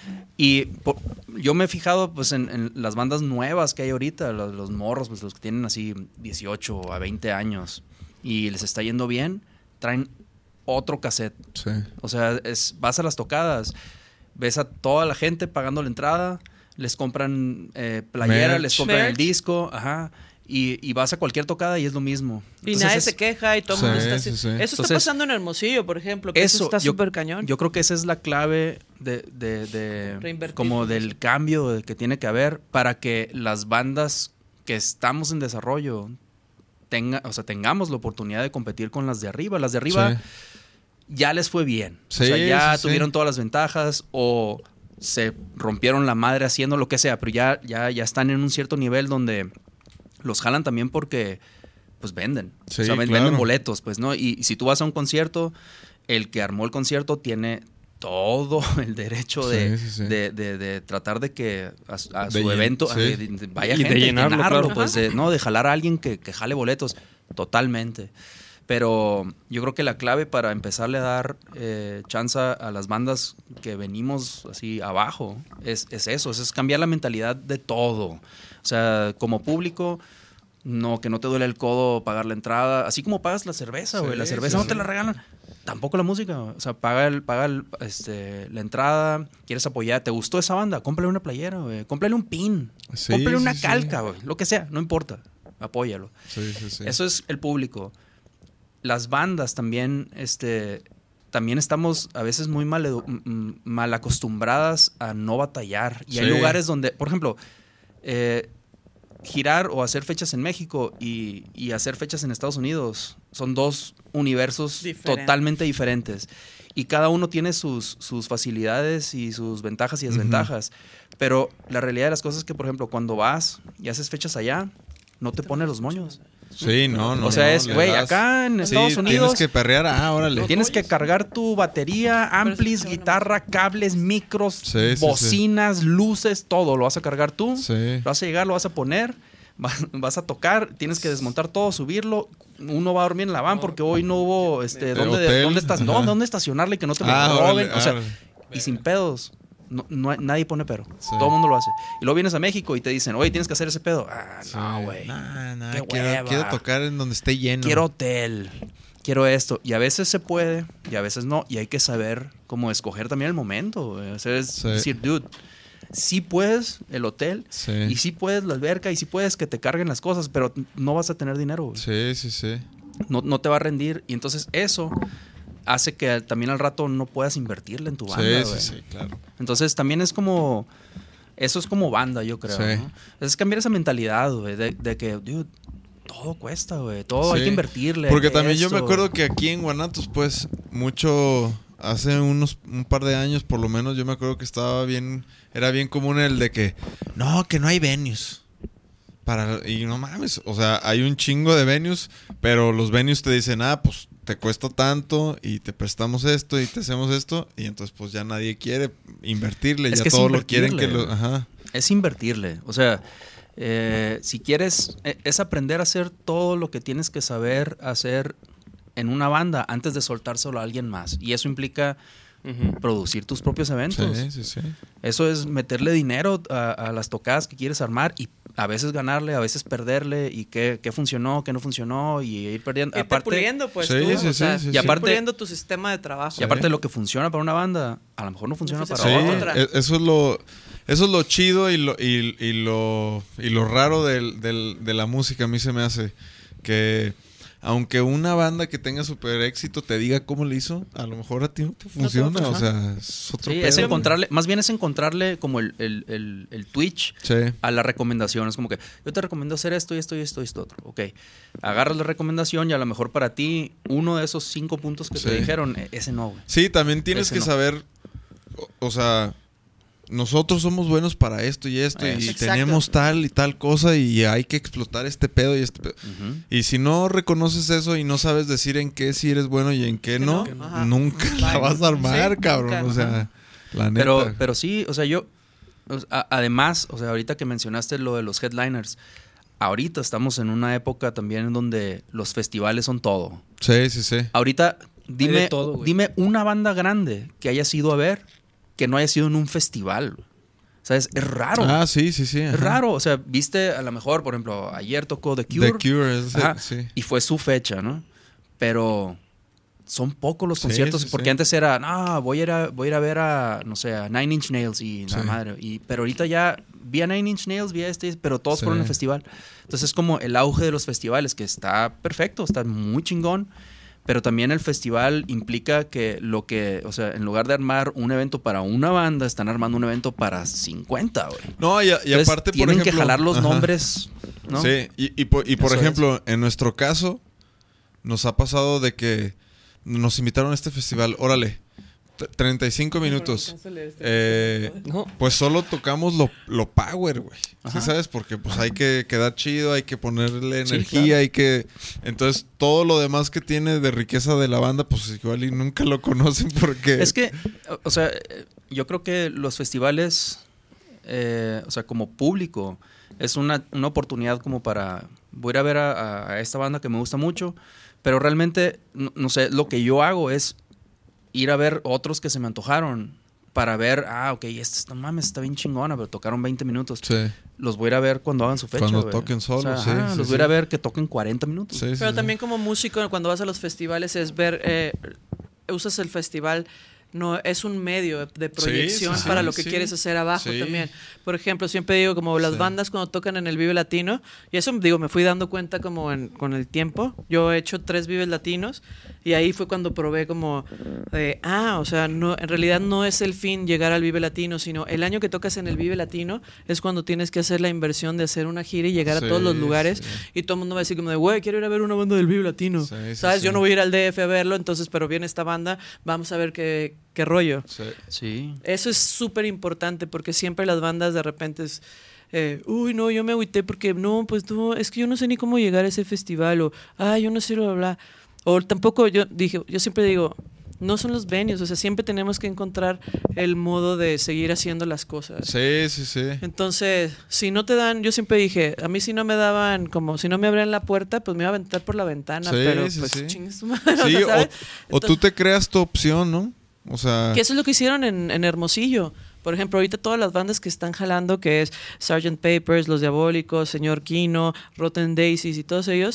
y yo me he fijado pues en las bandas nuevas que hay ahorita, los morros, pues los que tienen así 18 a 20 años y les está yendo bien, traen otro cassette. Sí. O sea, vas a las tocadas, ves a toda la gente pagando la entrada, les compran playera, Merch. les compran el Merch. disco, y vas a cualquier tocada y es lo mismo. Y Entonces, nadie se queja y todo el Sí, mundo está sí, así. sí. Eso está Entonces, pasando en Hermosillo, por ejemplo, que eso está súper cañón. Yo creo que esa es la clave de Reinvertir. como del cambio que tiene que haber para que las bandas que estamos en desarrollo tengamos la oportunidad de competir con las de arriba. Las de arriba ya les fue bien. Sí, o sea, ya sí, tuvieron sí. todas las ventajas o se rompieron la madre haciendo lo que sea, pero ya están en un cierto nivel donde los jalan también porque pues venden. Sí, o sea, claro. venden boletos, pues, ¿no? Y si tú vas a un concierto, el que armó el concierto tiene todo el derecho Sí, sí, sí. de tratar de que a De su evento sí. vaya Y de gente, llenarlo, claro. pues, de jalar a alguien que jale boletos, totalmente. Pero yo creo que la clave para empezarle a dar chance a las bandas que venimos así abajo es eso, es cambiar la mentalidad de todo. O sea, como público, que no te duele el codo pagar la entrada, así como pagas la cerveza, güey. Sí, La cerveza sí, no te la regalan. Tampoco la música, o sea, paga la entrada, quieres apoyar, ¿te gustó esa banda? Cómprale una playera, güey, cómprale un pin, Sí, cómprale una sí, sí. calca, güey, lo que sea, no importa, apóyalo. Sí, sí, sí. Eso es el público. Las bandas también, también estamos a veces muy mal acostumbradas a no batallar. Y hay Sí. lugares donde, por ejemplo, girar o hacer fechas en México y hacer fechas en Estados Unidos son dos universos totalmente diferentes. Y cada uno tiene sus facilidades y sus ventajas y desventajas. Pero la realidad de las cosas es que, por ejemplo, cuando vas y haces fechas allá, no te pone los moños. Sí, no. O sea, no, le güey, das. acá en Estados Sí, Unidos tienes que perrear, órale. tienes que cargar tu batería, amplis, guitarra, cables, micros, Sí, sí, bocinas, luces, todo. Lo vas a cargar tú, Sí. vas a llegar, lo vas a poner, vas a tocar, tienes que desmontar todo, subirlo. Uno va a dormir en la van porque hoy no hubo hotel. ¿dónde estacionarle que no te lo roben? órale, O sea, órale. y sin pedos. Nadie pone pero. Sí. Todo el mundo lo hace. Y luego vienes a México y te dicen, oye, tienes que hacer ese pedo. Sí. No, güey. Qué hueva. Quiero tocar en donde esté lleno. Quiero hotel, quiero esto. Y a veces se puede y a veces no. Y hay que saber cómo escoger también el momento, güey. O sea, es Sí. decir, dude, sí puedes el hotel Sí. y sí puedes la alberca y sí puedes que te carguen las cosas, pero no vas a tener dinero, güey. Sí, sí, sí. No te va a rendir. Y entonces eso hace que también al rato no puedas invertirle en tu banda, Sí, güey. sí, sí, claro. Entonces también es como... Eso es como banda, yo creo, Sí. ¿no? Es cambiar esa mentalidad, güey, de que, dude, todo cuesta, güey. Todo hay Sí. que invertirle. Porque también yo me esto. acuerdo que aquí en Guanatos, pues, hace un par de años por lo menos, yo me acuerdo que era bien común el de que no hay venues. Y no mames, o sea, hay un chingo de venues, pero los venues te dicen, pues te cuesta tanto y te prestamos esto y te hacemos esto, y entonces pues ya nadie quiere invertirle, Es ya que es todo lo quieren que invertirle. ajá. Es invertirle. O sea, si quieres, es aprender a hacer todo lo que tienes que saber hacer en una banda antes de soltárselo a alguien más. Y eso implica producir tus propios eventos. Sí, sí, sí. Eso es meterle dinero a las tocadas que quieres armar y a veces ganarle, a veces perderle y qué funcionó, qué no funcionó y ir perdiendo. Irte puliendo, pues, Sí, tú, sí, o sea, sí, sí, ir sí. Y aparte- puliendo tu sistema de trabajo. Y aparte de lo que funciona para una banda, a lo mejor no funciona para Sí, otra. eso es lo chido y lo raro de la música. A mí se me hace que aunque una banda que tenga super éxito te diga cómo le hizo, a lo mejor a ti no te funciona. O sea, es otro Sí, pedo, es güey. encontrarle, más bien es encontrarle como el twitch Sí. a la recomendación. Es como que yo te recomiendo hacer esto y esto y esto y esto otro. Ok, agarras la recomendación y a lo mejor para ti uno de esos 5 puntos que Sí. te dijeron, ese no, güey. Sí, también tienes Ese que no. saber, o sea, nosotros somos buenos para esto y esto, y Exacto. tenemos tal y tal cosa, y hay que explotar este pedo y este pedo. Ujú. Y si no reconoces eso y no sabes decir en qué sí eres bueno y en qué Que no, no. Ajá. nunca la vas a armar, Sí, cabrón. nunca. O sea, la neta. Pero sí, o sea, además, o sea, ahorita que mencionaste lo de los headliners, ahorita estamos en una época también en donde los festivales son todo. Sí, sí, sí. Ahorita, dime, de todo, güey. dime una banda grande que hayas ido a ver que no haya sido en un festival. ¿Sabes? Es raro. Ah, sí, sí, sí. Es raro. O sea, viste, a lo mejor, por ejemplo, ayer tocó The Cure. The Cure, es, Ajá, sí. y fue su fecha, ¿no? Pero son pocos los Sí, conciertos. sí, porque sí. antes era, no, voy a ir a ver a, no sé, a Nine Inch Nails y la Sí. madre. Pero ahorita ya vi a Nine Inch Nails, vi a pero todos Sí. fueron en el festival. Entonces es como el auge de los festivales, que está perfecto, está muy chingón. Pero también el festival implica que o sea, en lugar de armar un evento para una banda, están armando un evento para 50, güey. No, y Entonces, aparte, por tienen ejemplo... que jalar los ajá. nombres, ¿no? Sí, y por Eso ejemplo, en nuestro caso, nos ha pasado de que nos invitaron a este festival, órale, 35 minutos. No. Pues solo tocamos lo power, güey. ¿Sí Ajá. sabes? Porque pues hay que quedar chido, hay que ponerle Sí, energía, claro. hay que... Entonces, todo lo demás que tiene de riqueza de la banda, pues igual y nunca lo conocen porque... Es que, o sea, yo creo que los festivales, o sea, como público, es una oportunidad como para... Voy a ir a ver a esta banda que me gusta mucho, pero realmente, no sé, lo que yo hago es ir a ver otros que se me antojaron para ver, ok, no mames, está bien chingona, pero tocaron 20 minutos. Sí, Los voy a ir a ver cuando hagan su fecha. Cuando güey. toquen solos, sí, sí, los sí. voy a ir a ver que toquen 40 minutos. sí, sí, Pero sí. también como músico, cuando vas a los festivales, es ver, usas el festival, no es un medio de proyección sí, para lo que sí. quieres hacer abajo Sí. también. Por ejemplo, siempre digo, como las Sí. bandas cuando tocan en el Vive Latino, y eso digo, me fui dando cuenta como con el tiempo. Yo he hecho 3 Vives Latinos y ahí fue cuando probé como de, o sea, no, en realidad no es el fin llegar al Vive Latino, sino el año que tocas en el Vive Latino es cuando tienes que hacer la inversión de hacer una gira y llegar Sí, a todos los lugares, sí. y todo el mundo va a decir como de, güey, quiero ir a ver una banda del Vive Latino. Sí, sí, ¿Sabes? sí. Yo no voy a ir al DF a verlo, entonces, pero viene esta banda, vamos a ver qué rollo. Sí. Sí. Eso es súper importante porque siempre las bandas de repente es, uy, no, yo me agüité porque no, pues no, es que yo no sé ni cómo llegar a ese festival, o, yo no sé, bla, bla, bla. O tampoco, yo siempre digo, no son los venues, o sea, siempre tenemos que encontrar el modo de seguir haciendo las cosas. Sí, sí, sí. Entonces, si no te dan, yo siempre dije, a mí si no me daban, como si no me abrían la puerta, pues me iba a aventar por la ventana, Sí, pero sí, pues sí. chingue su madre, Sí, o sea, ¿sabes? o tú te creas tu opción, ¿no? O sea... Que eso es lo que hicieron en Hermosillo. Por ejemplo, ahorita todas las bandas que están jalando, que es Sgt. Pepper's, Los Diabólicos, Señor Kino, Rotten Daisies y todos ellos,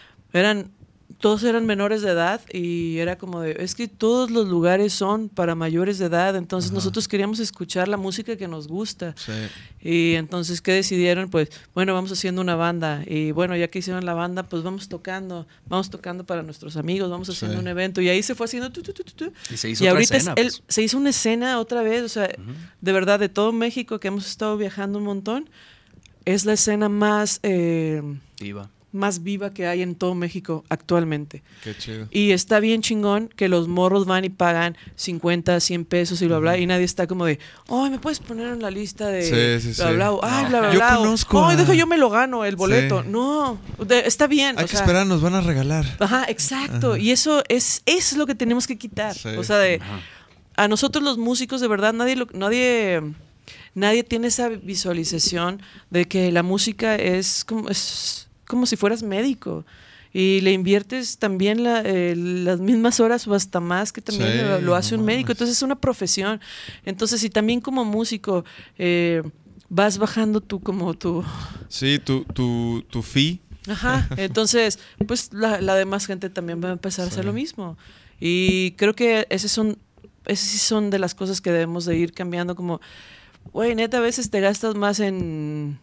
todos eran menores de edad y era como de, es que todos los lugares son para mayores de edad, entonces nosotros queríamos escuchar la música que nos gusta. Sí. Y entonces, ¿qué decidieron? Pues, bueno, vamos haciendo una banda. Y bueno, ya que hicieron la banda, pues vamos tocando para nuestros amigos, vamos haciendo Sí. un evento. Y ahí se fue haciendo tu. Y se hizo Y otra ahorita escena, pues. se hizo una escena otra vez, o sea, de verdad, de todo México que hemos estado viajando un montón, es la escena más viva que hay en todo México actualmente. Qué chido. Y está bien chingón que los morros van y pagan 50, 100 pesos y bla, bla, y nadie está como de, ay, ¿me puedes poner en la lista de Sí, sí, bla, sí. bla, ay, bla, bla, Yo bla, o, conozco ay, a- deja, yo me lo gano, el boleto. Sí. No, está bien. Hay o que sea, esperar, nos van a regalar. Ajá, exacto. Ajá. Y eso es lo que tenemos que quitar. Sí. O sea, a nosotros los músicos, de verdad, nadie tiene esa visualización de que la música es como si fueras médico. Y le inviertes también las mismas horas o hasta más que también Sí, lo hace no un médico. mames. Entonces es una profesión. Entonces, si también como músico vas bajando tu Sí, tu fee. Ajá, entonces, pues la demás gente también va a empezar a hacer Sí. lo mismo. Y creo que esas sí son de las cosas que debemos de ir cambiando, como, güey, neta, a veces te gastas más en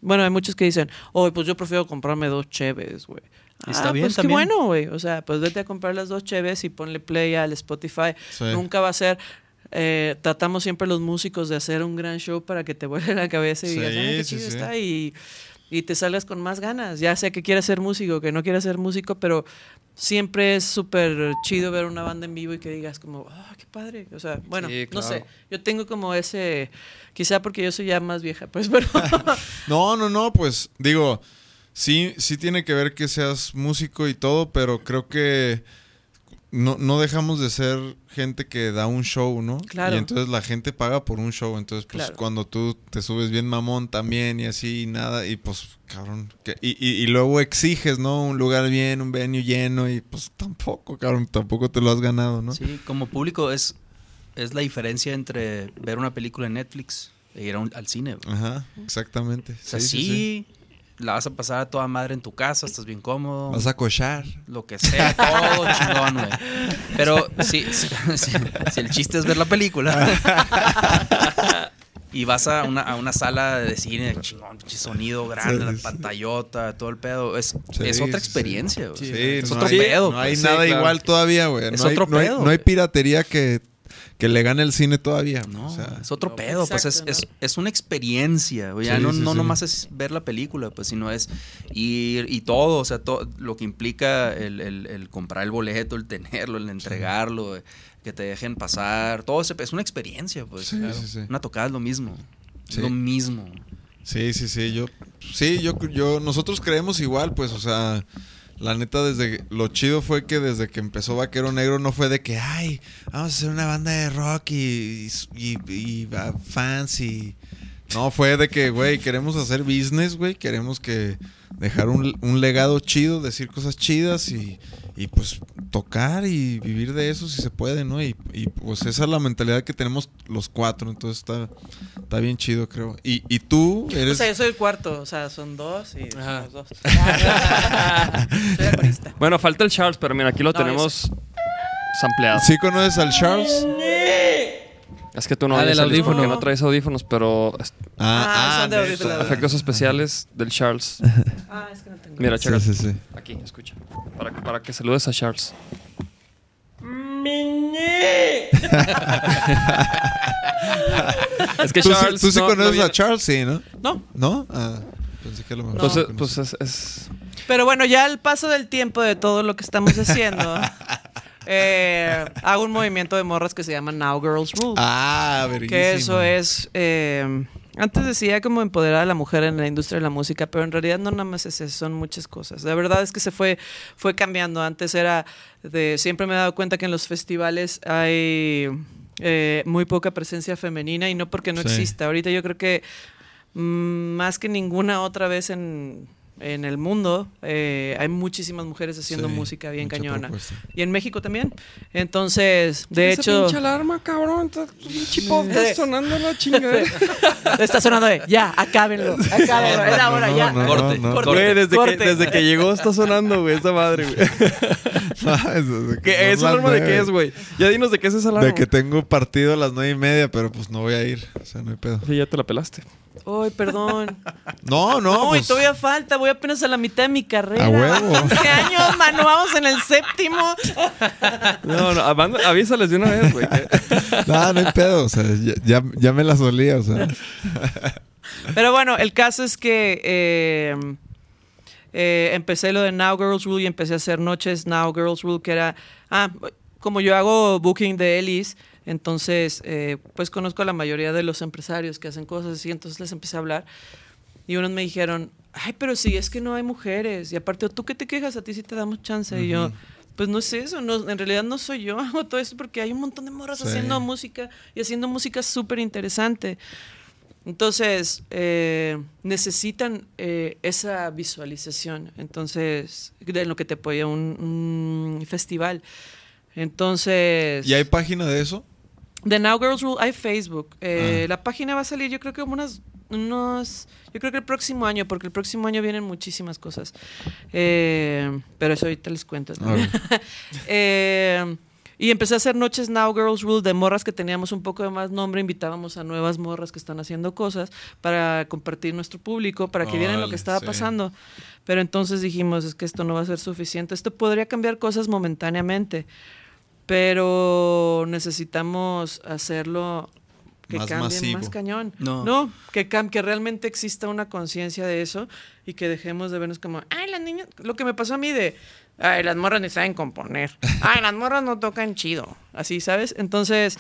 bueno, hay muchos que dicen, pues yo prefiero comprarme 2 cheves, güey. Está bien, pues qué también. bueno, güey. O sea, pues vete a comprar las 2 cheves y ponle play al Spotify. Sí. Nunca va a ser... tratamos siempre los músicos de hacer un gran show para que te vuele la cabeza y Sí, digas, qué sí, chido sí. está, y te salgas con más ganas. Ya sea que quieras ser músico, que no quieras ser músico, pero siempre es súper chido ver una banda en vivo y que digas como, qué padre. O sea, bueno, Sí, no claro. sé. Yo tengo como ese, quizá porque yo soy ya más vieja, pues, pero... No, pues digo, sí tiene que ver que seas músico y todo, pero creo que no dejamos de ser gente que da un show, ¿no? Claro. Y entonces la gente paga por un show, entonces pues Claro. cuando tú te subes bien mamón también y así y nada, y pues cabrón, y luego exiges, ¿no? Un lugar bien, un venue lleno y pues tampoco, cabrón, tampoco te lo has ganado, ¿no? Sí, como público es la diferencia entre ver una película en Netflix e ir al cine. Güey. Ajá, exactamente. O sea, sí, la vas a pasar a toda madre en tu casa, estás bien cómodo. Vas a cochar. Lo que sea, todo chingón, güey. Pero si el chiste es ver la película y vas a una sala de cine, chingón, pinche sonido grande, Sí, la sí. pantallota, todo el pedo, es Sí, otra sí. experiencia, güey. Sí, es no otro hay- pedo. No hay pues. nada Sí, claro. igual todavía, güey. Es No hay- otro no hay- pedo, No hay güey. piratería que le gane el cine todavía. No, o sea, es otro no, pedo, pues exacto, es una experiencia, güey. Ya Sí, no sí, sí. nomás es ver la película, pues, sino es ir y todo, o sea, todo lo que implica el comprar el boleto, el tenerlo, el entregarlo, que te dejen pasar, todo eso es una experiencia, pues. Sí, claro. sí, sí. Una tocada es lo mismo, Sí. es lo mismo. sí. Nosotros creemos igual, pues, o sea, la neta, lo chido fue que desde que empezó Vaquero Negro no fue de que, ay, vamos a hacer una banda de rock y fans y... No, fue de que, güey, queremos hacer business, güey, queremos que dejar un legado chido, decir cosas chidas y pues tocar y vivir de eso si se puede, ¿no? Y pues esa es la mentalidad que tenemos los 4, entonces está bien chido, creo. Y tú O eres... sea, yo soy el cuarto, o sea, son 2 y Ajá. somos 2. Soy el corista. Bueno, falta el Charles, pero mira, aquí lo No, tenemos sampleado. ¿Sí conoces al Charles? Es que tú no Ah, oyes del el disco porque audífono. no traes audífonos, pero Son de neta. audífonos. efectos especiales del Charles. Es que no tengo. Mira, Sí, chécate. sí, sí. Aquí, escucha. Para que saludes a Charles. Es que ¿Tú, Charles. tú sí no- conoces no a viene- Charles, sí, ¿no? No. ¿No? Ah, pensé que a lo mejor. No. sí Pues, conoces. es. Pero bueno, ya al paso del tiempo de todo lo que estamos haciendo, hago un movimiento de morras que se llama Now Girls Rule. Verguísima. Que eso es. Antes decía como empoderar a la mujer en la industria de la música, pero en realidad no nada más es eso, son muchas cosas. La verdad es que fue cambiando. Antes era siempre me he dado cuenta que en los festivales hay muy poca presencia femenina y no porque no Sí. exista. Ahorita yo creo que más que ninguna otra vez en el mundo hay muchísimas mujeres haciendo Sí, música bien mucha cañona. propuesta. Y en México también. Entonces, de hecho... pinche alarma, cabrón. Pinche podcast sonando la chingada. Está sonando de ya, acábenlo. Acábenlo. Es la hora, ya. Corte, corte. Güey, Corte. desde que llegó está sonando, güey, esa madre, güey. ¿Qué, ¿Esa alarma de qué es, güey? Ya dinos de qué es esa alarma. De que tengo partido a las 9:30, pero pues no voy a ir. O sea, no hay pedo. Sí, ya te la pelaste. Ay, perdón. No, No, pues, y todavía falta. Voy apenas a la mitad de mi carrera. A huevo. 15 años, mano. Vamos en el 7º. No, avísales de una vez, güey. no hay pedo. O sea, ya me la solía, o sea. Pero bueno, el caso es que empecé lo de Now Girls Rule y empecé a hacer noches Now Girls Rule, que era... como yo hago booking de Ellis, entonces pues conozco a la mayoría de los empresarios que hacen cosas así, entonces les empecé a hablar y unos me dijeron, ay, pero sí, es que no hay mujeres y aparte, ¿tú qué te quejas? A ti sí te damos chance. Y yo, pues no es eso, no, en realidad no soy yo, hago todo eso porque hay un montón de morras Sí. haciendo música y haciendo música súper interesante. Entonces, necesitan esa visualización, entonces, de lo que te apoya un festival. Entonces, ¿Y hay página de eso? de Now Girls Rule hay Facebook. La página va a salir, yo creo que como yo creo que el próximo año, porque el próximo año vienen muchísimas cosas. Pero eso ahorita les cuento. A ver. Y empecé a hacer noches Now Girls Rule de morras que teníamos un poco de más nombre. Invitábamos a nuevas morras que están haciendo cosas para compartir nuestro público, para que vieran lo que estaba pasando. Pero entonces dijimos, es que esto no va a ser suficiente. Esto podría cambiar cosas momentáneamente, pero necesitamos hacerlo que Más cambie masivo. más cañón. No. Que realmente exista una conciencia de eso y que dejemos de vernos como, ay, las niñas, lo que me pasó a mí de, ay, las morras ni saben componer, ay, las morras no tocan chido, así, ¿sabes? Entonces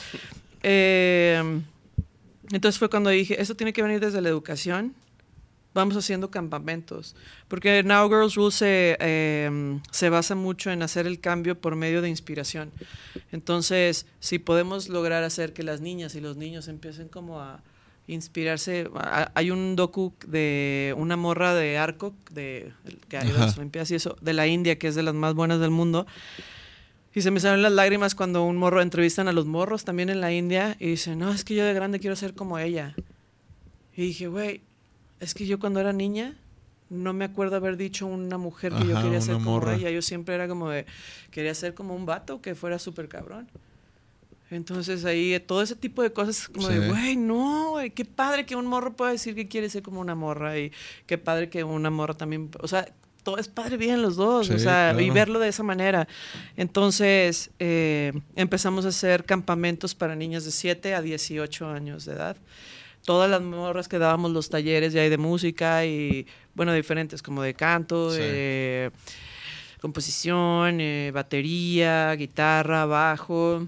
fue cuando dije, esto tiene que venir desde la educación. Vamos haciendo campamentos, porque Now Girls Rule se basa mucho en hacer el cambio por medio de inspiración. Entonces, si podemos lograr hacer que las niñas y los niños empiecen como a inspirarse. Hay un docu de una morra de Arcot, que ha ido a las Olimpiadas y eso, de la India, que es de las más buenas del mundo. Y se me salen las lágrimas cuando un morro, entrevistan a los morros también en la India, y dicen, no, es que yo de grande quiero ser como ella. Y dije, güey, es que yo cuando era niña no me acuerdo haber dicho una mujer que yo quería ser como morra. ella. Yo siempre era como de, quería ser como un vato que fuera súper cabrón. Entonces ahí todo ese tipo de cosas como de, güey, no, güey, qué padre que un morro pueda decir que quiere ser como una morra, y qué padre que una morra también, o sea, todo es padre bien los dos, o sea, claro. Y verlo de esa manera. Entonces empezamos a hacer campamentos para niñas de 7 a 18 años de edad. Todas las morras que dábamos los talleres ya hay de música y, bueno, diferentes, como de canto, composición, batería, guitarra, bajo,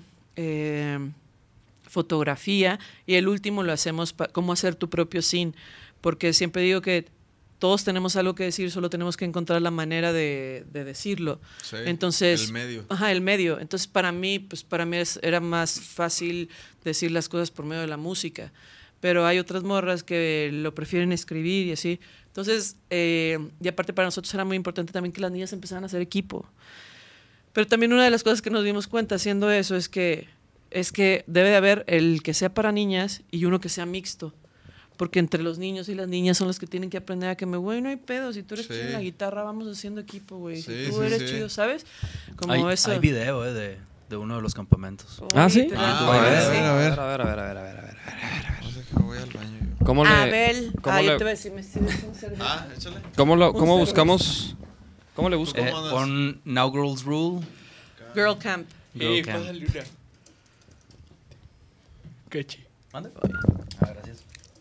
fotografía, y el último lo hacemos cómo hacer tu propio scene, porque siempre digo que todos tenemos algo que decir, solo tenemos que encontrar la manera de decirlo. Sí, entonces, el medio. Ajá, el medio. Entonces, para mí era más fácil decir las cosas por medio de la música. Pero hay otras morras que lo prefieren escribir y así. Entonces, y aparte para nosotros era muy importante también que las niñas empezaran a hacer equipo. Pero también una de las cosas que nos dimos cuenta haciendo eso es que debe de haber el que sea para niñas y uno que sea mixto. Porque entre los niños y las niñas son los que tienen que aprender a que, güey, no hay pedo. Si tú eres chido en la guitarra, vamos haciendo equipo, güey. Si tú eres chido, ¿sabes? Como eso. Hay video de uno de los campamentos. ¿Sí? A ver. Voy al baño. ¿Cómo le? Abel. Yo te voy a decir, me estoy diciendo cerveza. Échale. ¿Cómo buscamos? ¿Cómo le busco? Pon Now Girls Rule. Girl Camp. Girl Camp. Cachi. ¿Mande? Gracias.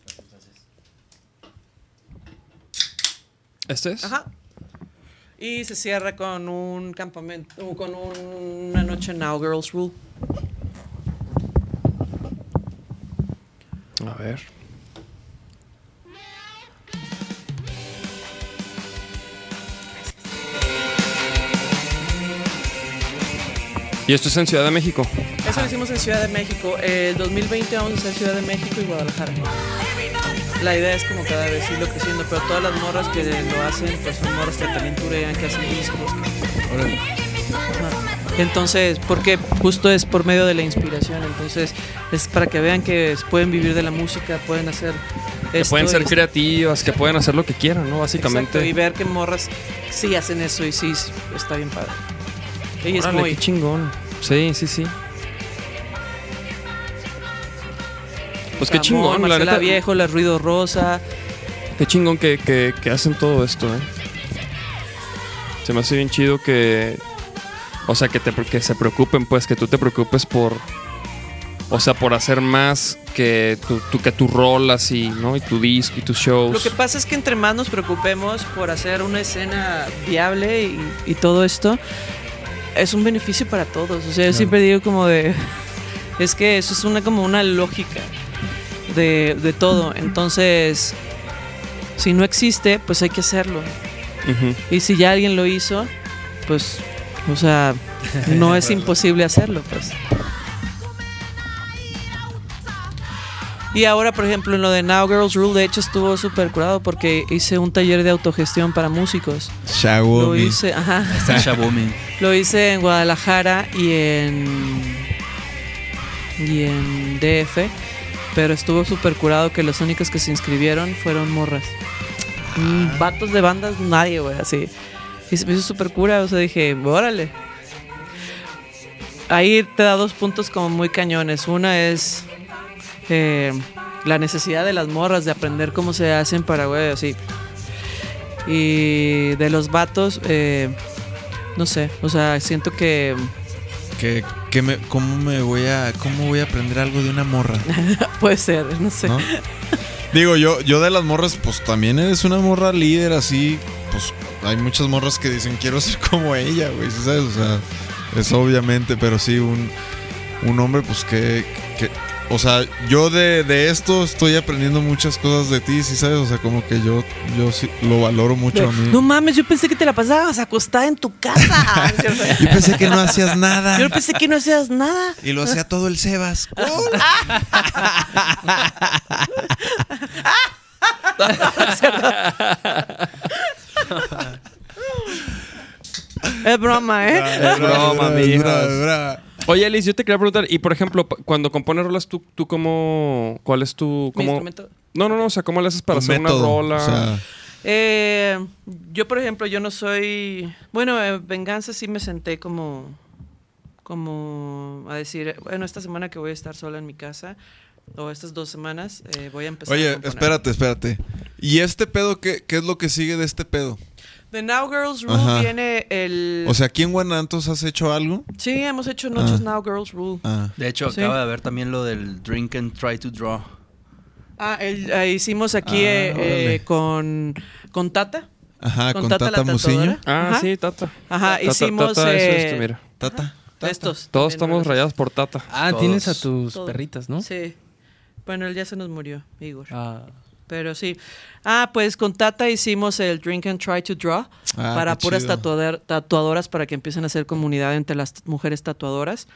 ¿Este es? Ajá. Y se cierra con un campamento, con una noche Now Girls Rule. A ver. ¿Y esto es en Ciudad de México? Eso lo hicimos en Ciudad de México. El 2020 vamos a hacer Ciudad de México y Guadalajara. La idea es como cada vez irlo creciendo, pero todas las morras que lo hacen, pues son morras que también turean, que hacen discos. Entonces, porque justo es por medio de la inspiración, entonces es para que vean que pueden vivir de la música, pueden hacer que pueden ser creativas, que pueden hacer lo que quieran, ¿no? Básicamente. Exacto, y ver que morras sí hacen eso y sí está bien padre. Y órale, es muy qué chingón. Sí. Pues qué chingón, Marcela la neta. Viejo, la Ruido Rosa. Qué chingón que hacen todo esto, Se me hace bien chido que... O sea, que se preocupen, pues, que tú te preocupes por... O sea, por hacer más que tu rol así, ¿no? Y tu disco y tus shows. Lo que pasa es que entre más nos preocupemos por hacer una escena viable y todo esto, es un beneficio para todos. O sea, yo siempre digo como de... Es que eso es como una lógica de todo. Entonces, si no existe, pues hay que hacerlo. Uh-huh. Y si ya alguien lo hizo, pues... O sea, no es imposible hacerlo, pues. Y ahora, por ejemplo, en lo de Now Girls Rule, de hecho estuvo súper curado porque hice un taller de autogestión para músicos. Xiaomi. Lo hice, Está Xiaomi. Lo hice en Guadalajara y en DF, pero estuvo súper curado que los únicos que se inscribieron fueron morras. Vatos de bandas, nadie, güey, así. Y se me hizo súper cura, o sea, dije, órale. ahí te da 2 puntos como muy cañones. Una es la necesidad de las morras de aprender cómo se hacen para, güey, así. Y de los vatos, no sé, o sea, siento que ¿Cómo voy a aprender algo de una morra? puede ser, no sé. ¿No? Digo, yo de las morras, pues también eres una morra líder, así, pues hay muchas morras que dicen, quiero ser como ella, güey, ¿sí sabes? O sea, es obviamente, pero sí, un hombre, pues que o sea, yo de esto estoy aprendiendo muchas cosas de ti, ¿sí sabes? O sea, como que yo sí lo valoro mucho a mí. No mames, yo pensé que te la pasabas acostada en tu casa. Yo pensé que no hacías nada. Yo pensé que no hacías nada. Y lo hacía todo el Sebas. Es broma, ¿eh? Es broma, mira, amigos. mira. Oye, Alice, yo te quería preguntar, y por ejemplo, cuando compones rolas, ¿tú cómo... ¿Cuál es tu... ¿Mi cómo... instrumento? No, o sea, ¿cómo le haces para Tu hacer método, una rola? o sea, Yo, por ejemplo, yo no soy... Bueno, Venganza sí me senté como a decir, bueno, esta semana que voy a estar sola en mi casa, o estas 2 semanas, voy a empezar a oye, componer. espérate. ¿Y este pedo qué es lo que sigue de este pedo? The Now Girls Rule Ajá. viene el... O sea, ¿aquí en Guanantos has hecho algo? Sí, hemos hecho muchos Now Girls Rule. De hecho, Sí. acaba de haber también lo del Drink and Try to Draw. Hicimos aquí órale. con Tata. Ajá, con Tata Tata la Musiño. tatuadora. Ah, Ajá. sí, Tata. Ajá, hicimos... Tata, eso es, mira. Tata. Estos. Todos también, estamos ¿verdad? rayados por Tata. Ah, Todos. tienes a tus Todo. perritas, ¿no? Sí. Bueno, él ya se nos murió, Igor. Ah. Pero sí. Pues con Tata hicimos el Drink and Try to Draw para qué puras chido. tatuadoras para que empiecen a hacer comunidad entre las mujeres tatuadoras.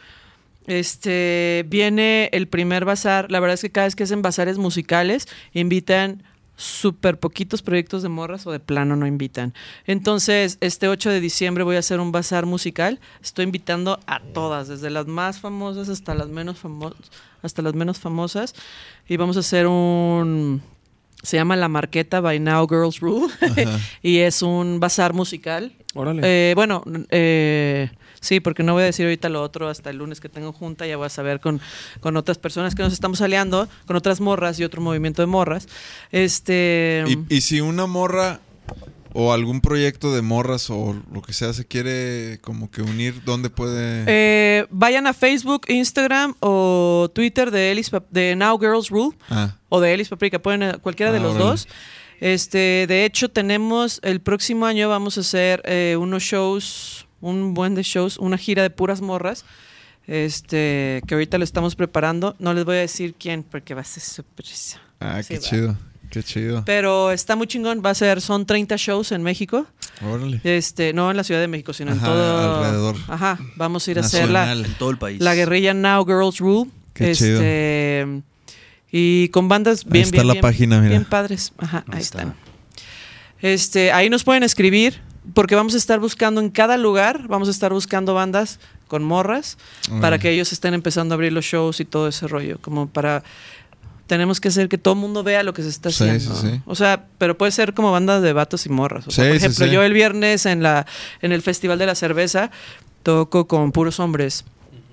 Viene el primer bazar. La verdad es que cada vez que hacen bazares musicales invitan súper poquitos proyectos de morras o de plano no invitan. Entonces, este 8 de diciembre voy a hacer un bazar musical. Estoy invitando a todas, desde las más famosas hasta las menos famosas. Y vamos a hacer se llama La Marqueta by Now Girls Rule. Y es un bazar musical. Órale. Sí, porque no voy a decir ahorita lo otro hasta el lunes que tengo junta. Ya voy a saber con otras personas que nos estamos aliando, con otras morras y otro movimiento de morras. Y si una morra o algún proyecto de morras o lo que sea se quiere como que unir, ¿dónde puede? Vayan a Facebook, Instagram o Twitter de Now Girls Rule o de Elis Paprika. Pueden cualquiera de los órale. dos. De hecho, tenemos el próximo año vamos a hacer unos shows, un buen de shows, una gira de puras morras. Que ahorita lo estamos preparando. No les voy a decir quién porque va a ser sorpresa. Sí, Qué va. chido. Qué chido. Pero está muy chingón. Son 30 shows en México. Órale. No en la Ciudad de México, sino en Ajá, todo alrededor. Ajá, vamos a ir a hacer Nacional. En todo el país. la guerrilla Now Girls Rule. Qué chido. Y con bandas bien, está la página, mira. bien padres. Ajá, ahí está. están. Ahí nos pueden escribir porque vamos a estar buscando en cada lugar, vamos a estar buscando bandas con morras para que ellos estén empezando a abrir los shows y todo ese rollo, tenemos que hacer que todo el mundo vea lo que se está Sí, haciendo. sí, sí. O sea, pero puede ser como bandas de vatos y morras. O sea, Sí, por sí, ejemplo, sí. yo el viernes en el Festival de la Cerveza toco con puros hombres.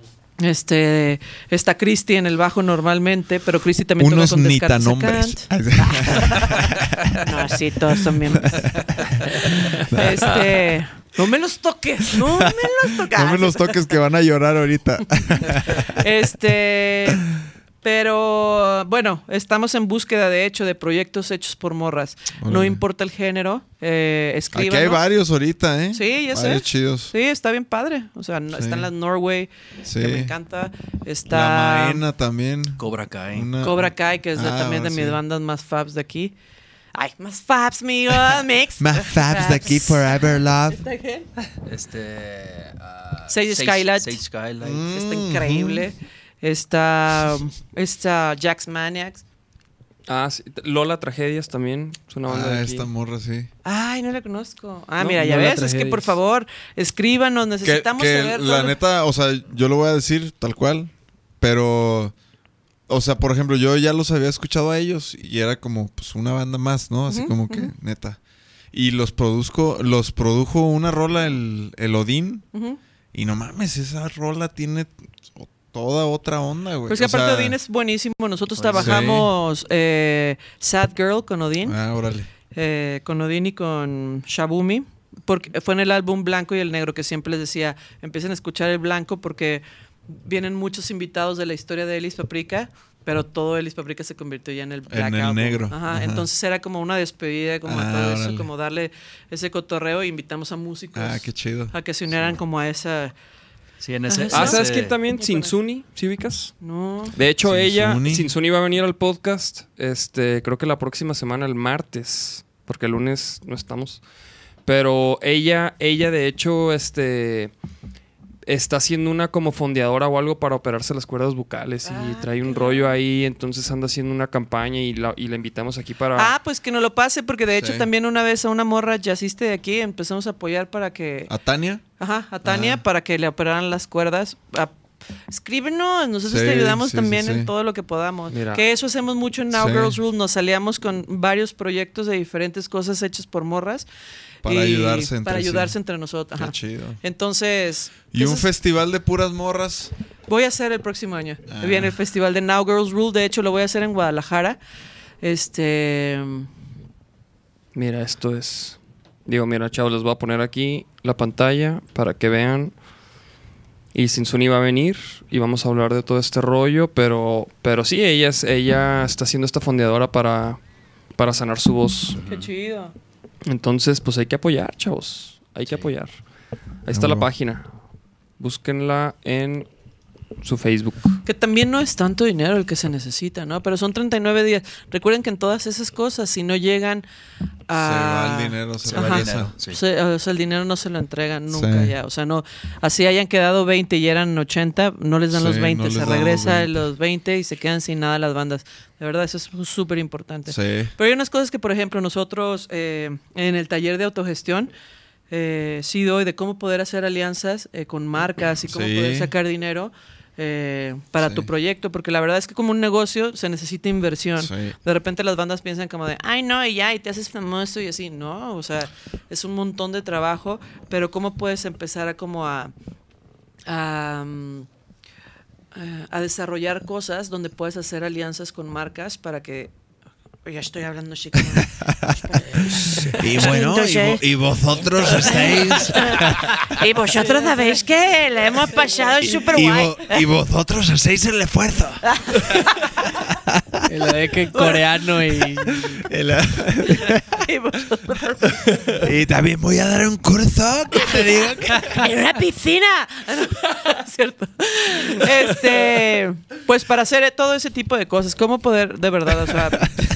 Está Cristi en el bajo normalmente, pero Cristi también Unos toca con nitanombres. No, sí, todos son miembros. No me los toques, no me los toques. No me los toques que van a llorar ahorita. Pero bueno, estamos en búsqueda de hecho de proyectos hechos por morras. No Órale. importa el género, escríbanos. Aquí hay varios ahorita, ¿eh? Sí, ya sé. Varios chidos. Sí, está bien padre. O sea, Sí. están las Norway, Sí. que me encanta. La Está Maena también. Cobra Kai. Cobra Kai, que es también de sí. mis bandas más fabs de aquí. Ay, más fabs, amigo. Mix. Más fabs de aquí, Forever Love. ¿Está qué? Sage Skylight. Sage Skylight. Está increíble. Está Jax Maniacs. Ah, sí. Lola Tragedias también. Es una banda de aquí. Esta morra, sí. Ay, no la conozco. No, Mira, ya no la ves, es que tragedias. por favor, escríbanos, necesitamos que saber la todo. neta, o sea, yo lo voy a decir tal cual, pero, o sea, por ejemplo, yo ya los había escuchado a ellos y era como, pues, una banda más, ¿no? Así como que, neta. Y los produjo una rola el Odín Ujú. Y no mames, esa rola tiene toda otra onda, güey. Pues que aparte Odín es buenísimo. Nosotros trabajamos Sad Girl con Odín. Ah, órale. Con Odín y con Shabumi. Porque fue en el álbum Blanco y el Negro que siempre les decía, empiecen a escuchar el Blanco porque vienen muchos invitados de la historia de Elis Paprika, pero todo Elis Paprika se convirtió ya en el Black el Album. negro. Ajá. Entonces era como una despedida, como todo eso, como darle ese cotorreo e invitamos a músicos qué chido. a que se unieran como a esa... Sí, en ese... ¿Sabes quién también? Sinsuni, ¿sí ubicas? No. De hecho, Sinsuni. Sinsuni va a venir al podcast, creo que la próxima semana, el martes, porque el lunes no estamos. Pero ella de hecho, está haciendo una como fondeadora o algo para operarse las cuerdas vocales y trae un rollo ahí, entonces anda haciendo una campaña y la invitamos aquí para... Pues que no lo pase, porque de hecho también una vez a una morra jazzista de aquí empezamos a apoyar para que... ¿A Tania? Ajá, a Tania para que le operaran las cuerdas. Escríbenos, nosotros te ayudamos también en todo lo que podamos. Mira. Que eso hacemos mucho en Now Girls Rule, nos aliamos con varios proyectos de diferentes cosas hechas por morras. Para ayudarse entre nosotros. Ajá. Qué chido. Entonces... ¿Y un festival de puras morras? Voy a hacer el próximo año. Viene el festival de Now Girls Rule, de hecho lo voy a hacer en Guadalajara. Mira, esto es... mira, chavos, les voy a poner aquí la pantalla para que vean. Y Sinsuni va a venir y vamos a hablar de todo este rollo, pero sí, ella está haciendo esta fondeadora para sanar su voz. Qué chido. Entonces, pues hay que apoyar, chavos. Hay que apoyar. Ahí está la página. Búsquenla en su Facebook. Que también no es tanto dinero el que se necesita, ¿no? Pero son 39 días. Recuerden que en todas esas cosas, si no llegan a... Se va el dinero, se va el dinero. Sí. O sea, el dinero no se lo entregan nunca ya. O sea, no... Así hayan quedado 20 y eran 80, no les dan los 20. No se regresa los 20 y se quedan sin nada las bandas. De verdad, eso es súper importante. Sí. Pero hay unas cosas que, por ejemplo, nosotros en el taller de autogestión sí doy de cómo poder hacer alianzas con marcas y cómo poder sacar dinero para tu proyecto, porque la verdad es que como un negocio se necesita inversión. De repente las bandas piensan como de, ay no, y ya, y te haces famoso y así. No, o sea, es un montón de trabajo, pero cómo puedes empezar a desarrollar cosas donde puedes hacer alianzas con marcas para que... Ya estoy hablando chico. Y bueno, y vosotros estáis... Y vosotros sabéis que le hemos pasado súper guay. Y vosotros hacéis el esfuerzo. Lo de que coreano y Y también voy a dar un curso que te diga que... ¡En una piscina! ¿Cierto? Pues para hacer todo ese tipo de cosas, ¿cómo poder de verdad, o sea...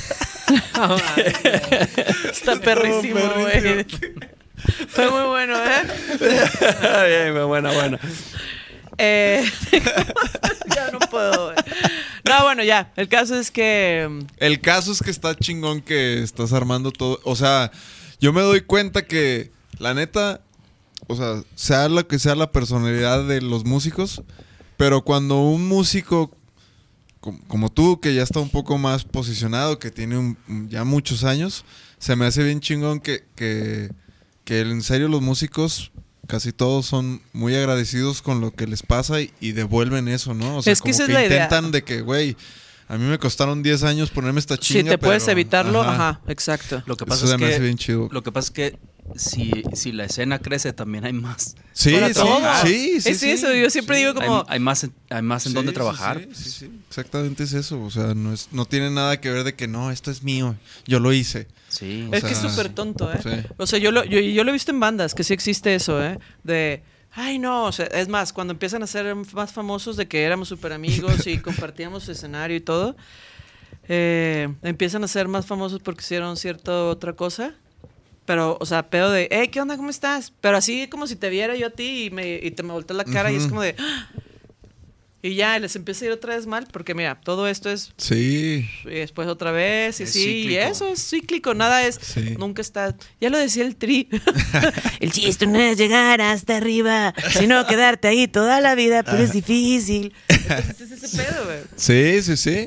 Está perrísimo, güey. Fue muy bueno, Bien, buena. Ya no puedo, güey. No, bueno, ya. El caso es que... El caso es que está chingón que estás armando todo. O sea, yo me doy cuenta que, la neta, o sea lo que sea la personalidad de los músicos, pero cuando un músico como tú, que ya está un poco más posicionado, que tiene ya muchos años, se me hace bien chingón que en serio los músicos... Casi todos son muy agradecidos con lo que les pasa y devuelven eso, ¿no? O sea, es que como esa que es la intentan idea. De que, güey, a mí me costaron 10 años ponerme esta chinga. Si te puedes evitarlo, ajá, exacto. Lo que pasa eso es se me que hace bien chido. Lo que pasa es que si la escena crece también hay más. Sí, Para todo. sí. Es eso, yo siempre digo como... Hay más en dónde trabajar. Sí. Exactamente es eso. O sea, no tiene nada que ver de que no, esto es mío, yo lo hice. Sí. Es que es súper tonto, ¿eh? Sí. O sea, yo lo he visto en bandas, que sí existe eso, ¿eh? De... Ay, no, o sea, es más, cuando empiezan a ser más famosos de que éramos súper amigos y compartíamos escenario y todo, empiezan a ser más famosos porque hicieron cierta otra cosa. Pero, o sea, pedo de, ¿qué onda? ¿Cómo estás? Pero así como si te viera yo a ti y te me volteas la cara y es como de... ¡Ah! Y ya les empieza a ir otra vez mal porque, mira, todo esto es... Sí. Y después otra vez y Es sí, cíclico. y eso es cíclico, nada es... Sí. Nunca está... Ya lo decía el Tri. El chiste no es llegar hasta arriba, sino quedarte ahí toda la vida, pero es difícil. Entonces es ese pedo, güey. Sí.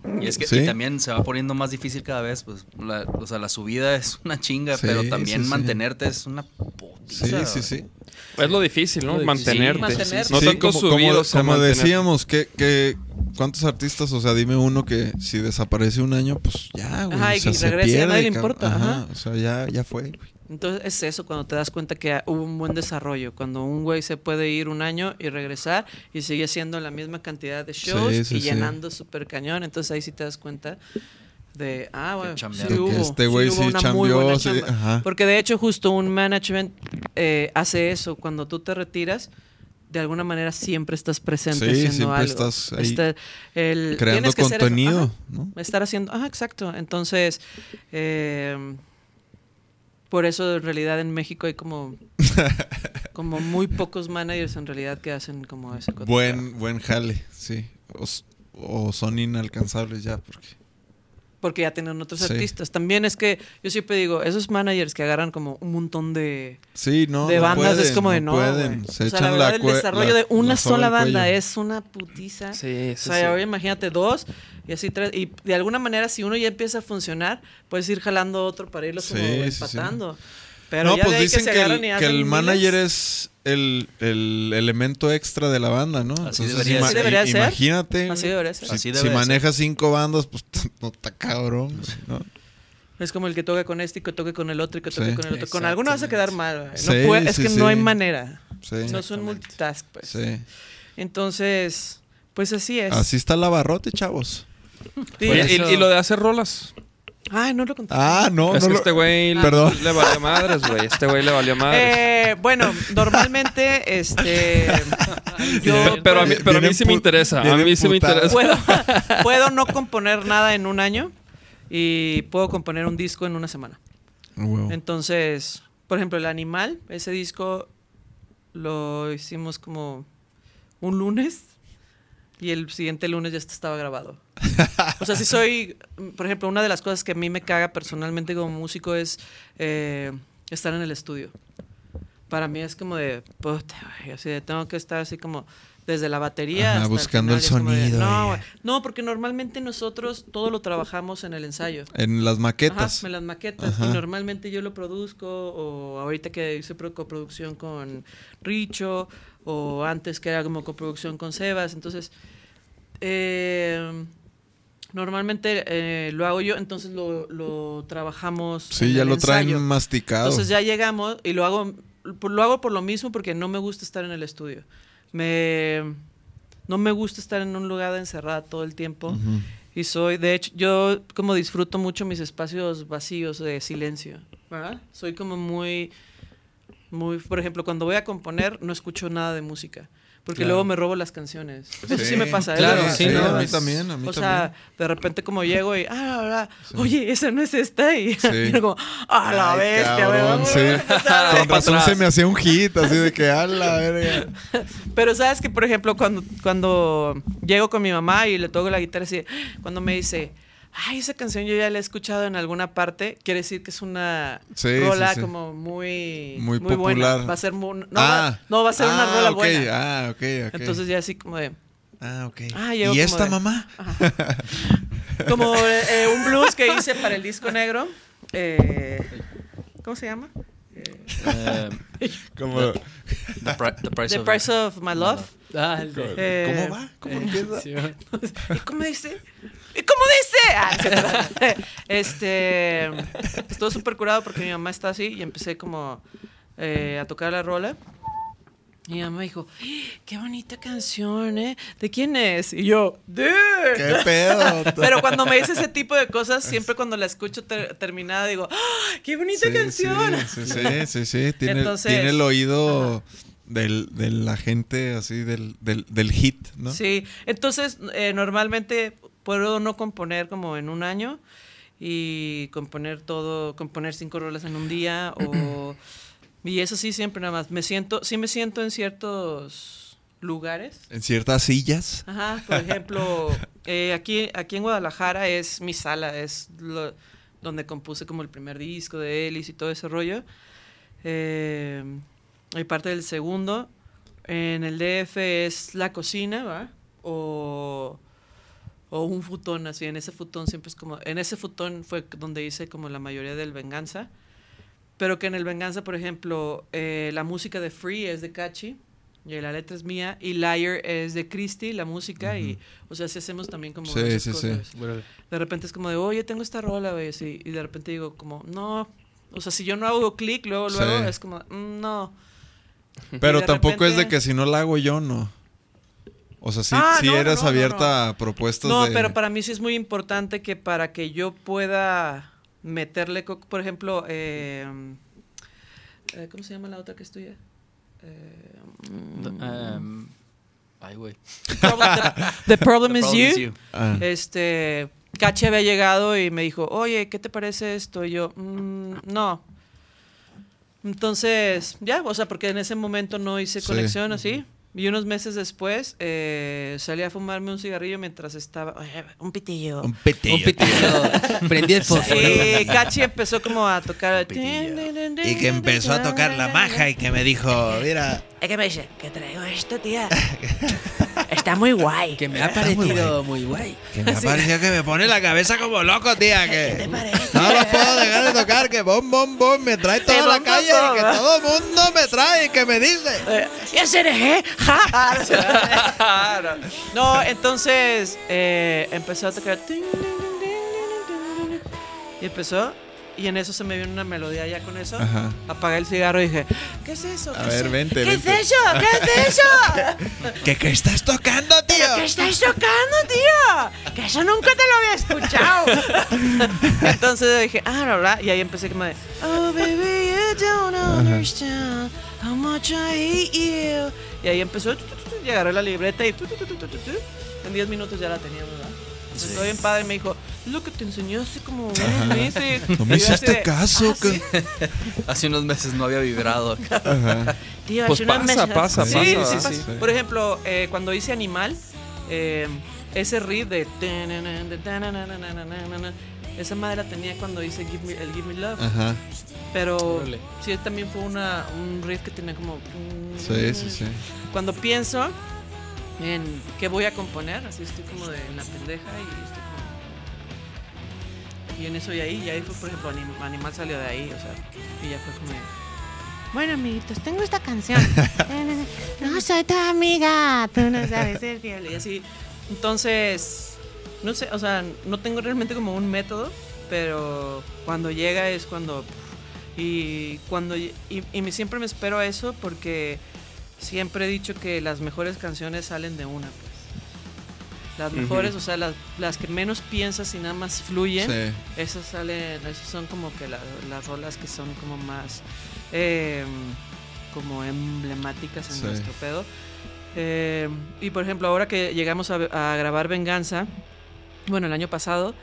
Y es que Sí. y también se va poniendo más difícil cada vez, pues, o sea, la subida es una chinga, Sí, pero también sí, sí. mantenerte es una putiza. Sí. Es lo difícil, ¿no? Lo difícil. Mantenerte. Sí, mantenerte. No Sí, tanto subir, o sea, como mantenerte. decíamos, que ¿cuántos artistas? O sea, dime uno que si desaparece un año, pues ya, güey. Ajá, o sea, y se regresa y a pierde, nadie le cabrón. importa, ajá. O sea, ya fue, güey. Entonces es eso cuando te das cuenta que hubo un buen desarrollo, cuando un güey se puede ir un año y regresar y sigue haciendo la misma cantidad de shows Sí, sí, y sí. llenando súper cañón, entonces ahí sí te das cuenta de, bueno, sí chambearon. hubo, Que este güey hubo sí una muy chambeó, buena sí, chamba. ajá. Porque de hecho justo un management hace eso, cuando tú te retiras, de alguna manera siempre estás presente Sí, haciendo siempre algo. estás ahí Creando creando contenido, ¿no? estar haciendo, exacto. Entonces, por eso en realidad en México hay como muy pocos managers en realidad que hacen como ese cotorreo. Buen jale, sí. O son inalcanzables ya, Porque ya tienen otros Sí. artistas. También es que yo siempre digo, esos managers que agarran como un montón de sí, no, de no bandas pueden, es como de no no, pueden. güey. Se O sea, echan la verdad, la el cue- desarrollo la- de una la soga sola al banda cuello. es una putiza. Sí, O sea, ahora imagínate dos y así tres. Y de alguna manera, si uno ya empieza a funcionar, puedes ir jalando otro para irlos Sí, como sí, sí. empatando. Pero No, ya pues de ahí dicen se que agarran y el hacen miles. manager es el elemento extra de la banda, ¿no? Así debería ser. Así debería ser. Imagínate. Así debería ser. Si, Así si debe de manejas 5 bandas, pues no está cabrón, ¿no? Es como el que toca con este y que toque con el otro y que toque Sí. con el otro. Con alguno vas a quedar mal. Güey. No Sí, puede- es sí, que sí. no hay manera. Sí. No son multitask, pues. Sí. Entonces, pues así es. Así está el abarrote, chavos. Sí. Oye, eso- y lo de hacer rolas. Ay, no lo conté. Ah, no, es no que lo- este güey Perdón. le valió madres, güey. Este güey le valió madres. Bueno, normalmente, yo pero a mí Vienen sí me pu- interesa. A vienen mí sí me putadas. interesa. puedo no componer nada en un año y puedo componer un disco en una semana. Huevo. Entonces, por ejemplo, El Animal, ese disco lo hicimos como un lunes y el siguiente lunes ya estaba grabado. O sea, si soy, por ejemplo, una de las cosas que a mí me caga personalmente como músico es estar en el estudio. Para mí es como de, puta, güey, así de, tengo que estar así como desde la batería Ajá, hasta buscando el final, y es como de, sonido, no, güey. güey. No, porque normalmente nosotros todo lo trabajamos en el ensayo. En las maquetas. Ajá, en las maquetas. Ajá. Y normalmente yo lo produzco, o ahorita que hice coproducción con Richo, o antes que era como coproducción con Sebas. Entonces, normalmente lo hago yo, entonces lo trabajamos. Sí, en ya el lo traen ensayo. masticado. Entonces ya llegamos y lo hago por lo mismo, porque no me gusta estar en el estudio. No me gusta estar en un lugar encerrada todo el tiempo. Ujú. Y de hecho, yo como disfruto mucho mis espacios vacíos de silencio, ¿verdad? Soy como muy, por ejemplo, cuando voy a componer no escucho nada de música, porque Claro. luego me robo las canciones. Eso sí me pasa. Claro, es lo que- sí, ¿no? a mí es- también, O sea, de repente como llego y, oye, esa no es esta, y, Sí. y uno como, la Ay, bestia, güey, cabrón, vamos sí. a empezar". Con razón se me hacía un hit, así de que, a la verga. Pero sabes que, por ejemplo, cuando llego con mi mamá y le toco la guitarra así, cuando me dice, ay, esa canción yo ya la he escuchado en alguna parte, quiere decir que es una Sí, rola sí, sí. como muy Muy buena. popular. Va a ser va a ser una rola ok. buena. Ok. Entonces ya así como de, Ok. llego ¿Y como esta de- mamá? como un blues que hice para el disco negro. ¿Cómo se llama? Como, The Price The of... Price of My Love. Ah, el de- ¿Cómo va? ¿Cómo empieza? Sí, ¿Y cómo dice? ¿Y cómo dice? Estuvo súper curado porque mi mamá está así y empecé como a tocar la rola. Y mi mamá dijo, qué bonita canción, ¿eh? ¿De quién es? Y yo, ¡dude! ¿Qué pedo? Pero cuando me dice ese tipo de cosas, siempre cuando la escucho terminada, digo, ¡qué bonita canción! Sí. Tiene, Entonces, tiene el oído de la gente así, del hit, ¿no? Sí, entonces normalmente puedo no componer como en un año y componer 5 rolas en un día y eso sí siempre nada más. Me siento en ciertos lugares. En ciertas sillas. Ajá, por ejemplo, aquí en Guadalajara es mi sala, es donde compuse como el primer disco de Ellis y todo ese rollo. Hay parte del segundo. En el DF es la cocina, ¿va? O o un futón, así. En ese futón siempre es como... En ese futón fue donde hice como la mayoría del Venganza. Pero que en el Venganza, por ejemplo, la música de Free es de Cachi. Y la letra es mía. Y Liar es de Christy, la música. Y, o sea, si hacemos también como esas cosas. De repente es como de, oye, tengo esta rola, güey. Sí. Y de repente digo como, no. O sea, si yo no hago clic, luego es como, no. Pero tampoco es de que si no la hago yo, no. O sea, sí eres abierta a propuestas No, pero para mí sí es muy importante que para que yo pueda meterle, por ejemplo, ¿cómo se llama la otra que es tuya? Ay, güey. The Problem is You. Ah. Cachi había llegado y me dijo, oye, ¿qué te parece esto? Y yo, no. Entonces, ya, o sea, porque en ese momento no hice conexión así. Y unos meses después salí a fumarme un cigarrillo mientras estaba... un pitillo. Un pitillo. Prendí el fósforo. Y Cachi empezó como a tocar... Y que empezó a tocar la maja y que me dijo, mira... Es que me dice, ¿qué traigo esto, tía? Está muy guay. Que me ha parecido muy guay. Que me ha parecido que me pone la cabeza como loco, tía. ¿Qué te parece? No lo puedo dejar de tocar, que bom, bom, bom, me trae toda la calle y que todo el mundo me trae y que me dice. ¡Ya se dejé! No, entonces empezó a tocar. Y empezó. Y en eso se me vino una melodía ya con eso. Ajá. Apagué el cigarro y dije, ¿qué es eso? A ver, vente, ¿Qué vente. es eso? ¿Qué es eso? ¿Qué estás tocando, tío? ¿Qué estás tocando, tío? Que eso nunca te lo había escuchado. Entonces dije, bla, bla. Y ahí empecé como de, oh, baby, you don't understand how much I hate you. Y ahí empezó, y agarré la libreta y en 10 minutos ya la teníamos, ¿verdad? Entonces, estoy bien padre y me dijo, lo que te enseñó hace como unos meses. No me Y yo así hiciste de, caso. ¿sí? Hace unos meses no había vibrado. Ajá. Tío, Pues hace unos meses. pasa. Sí. Sí. Por ejemplo, cuando hice Animal, ese riff de... Esa madre la tenía cuando hice Give Me Love. Ajá. Pero sí, también fue un riff que tenía como... Sí. Cuando pienso en qué voy a componer, así estoy como de en la pendeja y estoy como... Y en eso y ahí fue, por ejemplo, Animal salió de ahí, o sea, y ya fue como de, bueno, amiguitos, tengo esta canción. No soy tu amiga, tú no sabes ser fiel. Y así, entonces, no sé, o sea, no tengo realmente como un método, pero cuando llega es cuando... Y siempre me espero a eso porque siempre he dicho que las mejores canciones salen de una, pues. Las mejores, o sea, las que menos piensas y nada más fluyen, esas son como que las rolas que son como más como emblemáticas en nuestro pedo. Y por ejemplo, ahora que llegamos a grabar Venganza, bueno, el año pasado,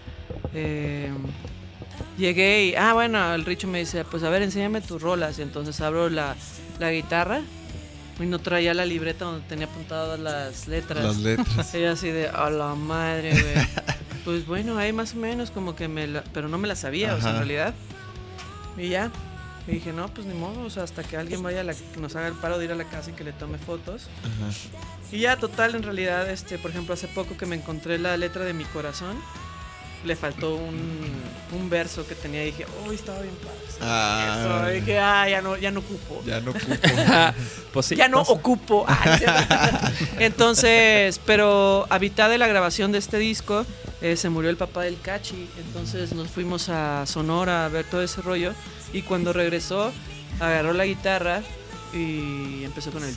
llegué y, bueno, el Richo me dice, pues a ver, enséñame tus rolas. Y entonces abro la guitarra y no traía la libreta donde tenía apuntadas las letras. Y así de, a la madre, güey. Pues bueno, ahí más o menos como que pero no me la sabía, o sea, en realidad. Y ya, y dije, no, pues ni modo, o sea, hasta que alguien vaya, que nos haga el paro de ir a la casa y que le tome fotos. Ajá. Y ya, total, en realidad, por ejemplo, hace poco que me encontré la letra de Mi Corazón, le faltó un verso que tenía y dije, estaba bien padre. Y dije, ya no ocupo. Ya no ocupo. Pues sí, ya no ocupo. Entonces, pero a mitad de la grabación de este disco se murió el papá del Cachi. Entonces nos fuimos a Sonora a ver todo ese rollo. Y cuando regresó, agarró la guitarra y empezó con el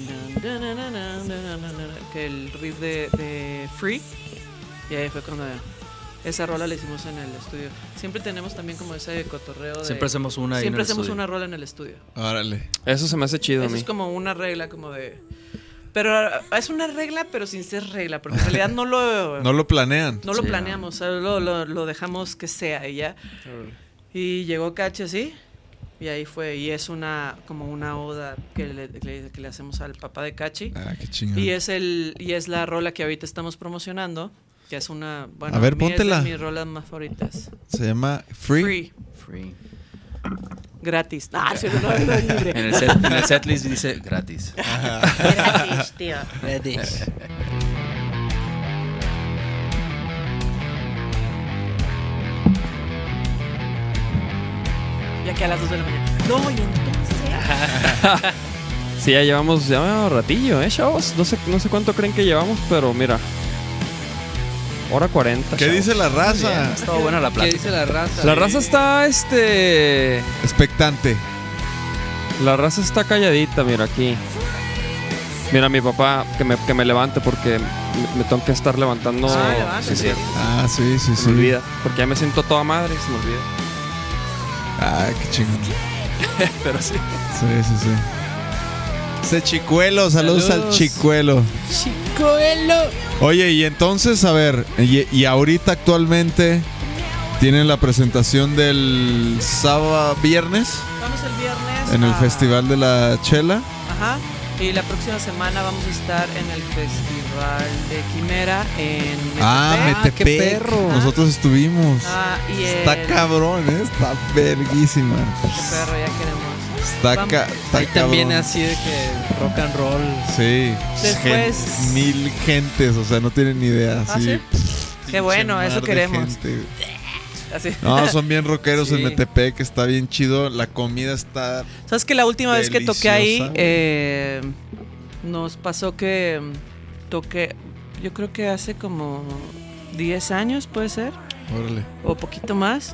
que el riff de Free. Y ahí fue cuando esa rola la hicimos en el estudio. Siempre tenemos también como ese cotorreo de... Siempre hacemos una ahí Siempre en el hacemos estudio. una rola en el estudio. Órale. Eso se me hace chido a Eso mí. es como una regla, como de... Pero es una regla, pero sin ser regla, porque en realidad no lo planean. No lo planeamos, solo lo dejamos que sea y ya. Y llegó Cachi así, y ahí fue, y es como una oda que le hacemos al papá de Cachi. Qué chingón. Y es la rola que ahorita estamos promocionando, que es una, bueno, a ver, a mí póntela. es de mis rolas más favoritas. Se llama Free. Gratis. Sí, no, libre. En el setlist dice gratis. Gratis, tío. Gratis. Ya que a las 2 de la mañana. No, y entonces. Sí, ya llevamos un ratillo, chavos. No sé cuánto creen que llevamos, pero mira. Hora 40. ¿Qué chavos. dice la raza? Estuvo buena la ¿Qué plática. dice la raza? La raza está, Expectante. La raza está calladita, mira, aquí. Mira, mi papá, que me levante porque me tengo que estar levantando. Ah, levántese. Sí, Ah, sí, sí, se sí. me olvida. Porque ya me siento toda madre y se me olvida. Ay, qué chingón. Pero sí. Sí, sí, sí. Ese chicuelo, saludos al chicuelo. Oye, y entonces, a ver, y ahorita actualmente tienen la presentación del sábado, viernes, Vamos el viernes. en el a- Festival de la Chela. Ajá. Y la próxima semana vamos a estar en el Festival de Quimera en Metepec. Metepec. qué perro. Nosotros estuvimos. Y Está cabrón, está verguísima. Qué perro, ya queremos. Está, Vamos. está Ahí también cabrón. así de que rock and roll. Sí. Después- Mil gentes, o sea, no tienen ni idea. ¿Ah, Sí. sí? Pinche Qué bueno, mar eso de queremos. gente. Así. No, son bien rockeros en Sí. Metepec, está bien chido. La comida está. ¿Sabes que la última vez que toqué ahí Deliciosa, nos pasó que toqué, yo creo que hace como 10 años, puede ser, Órale. o poquito más,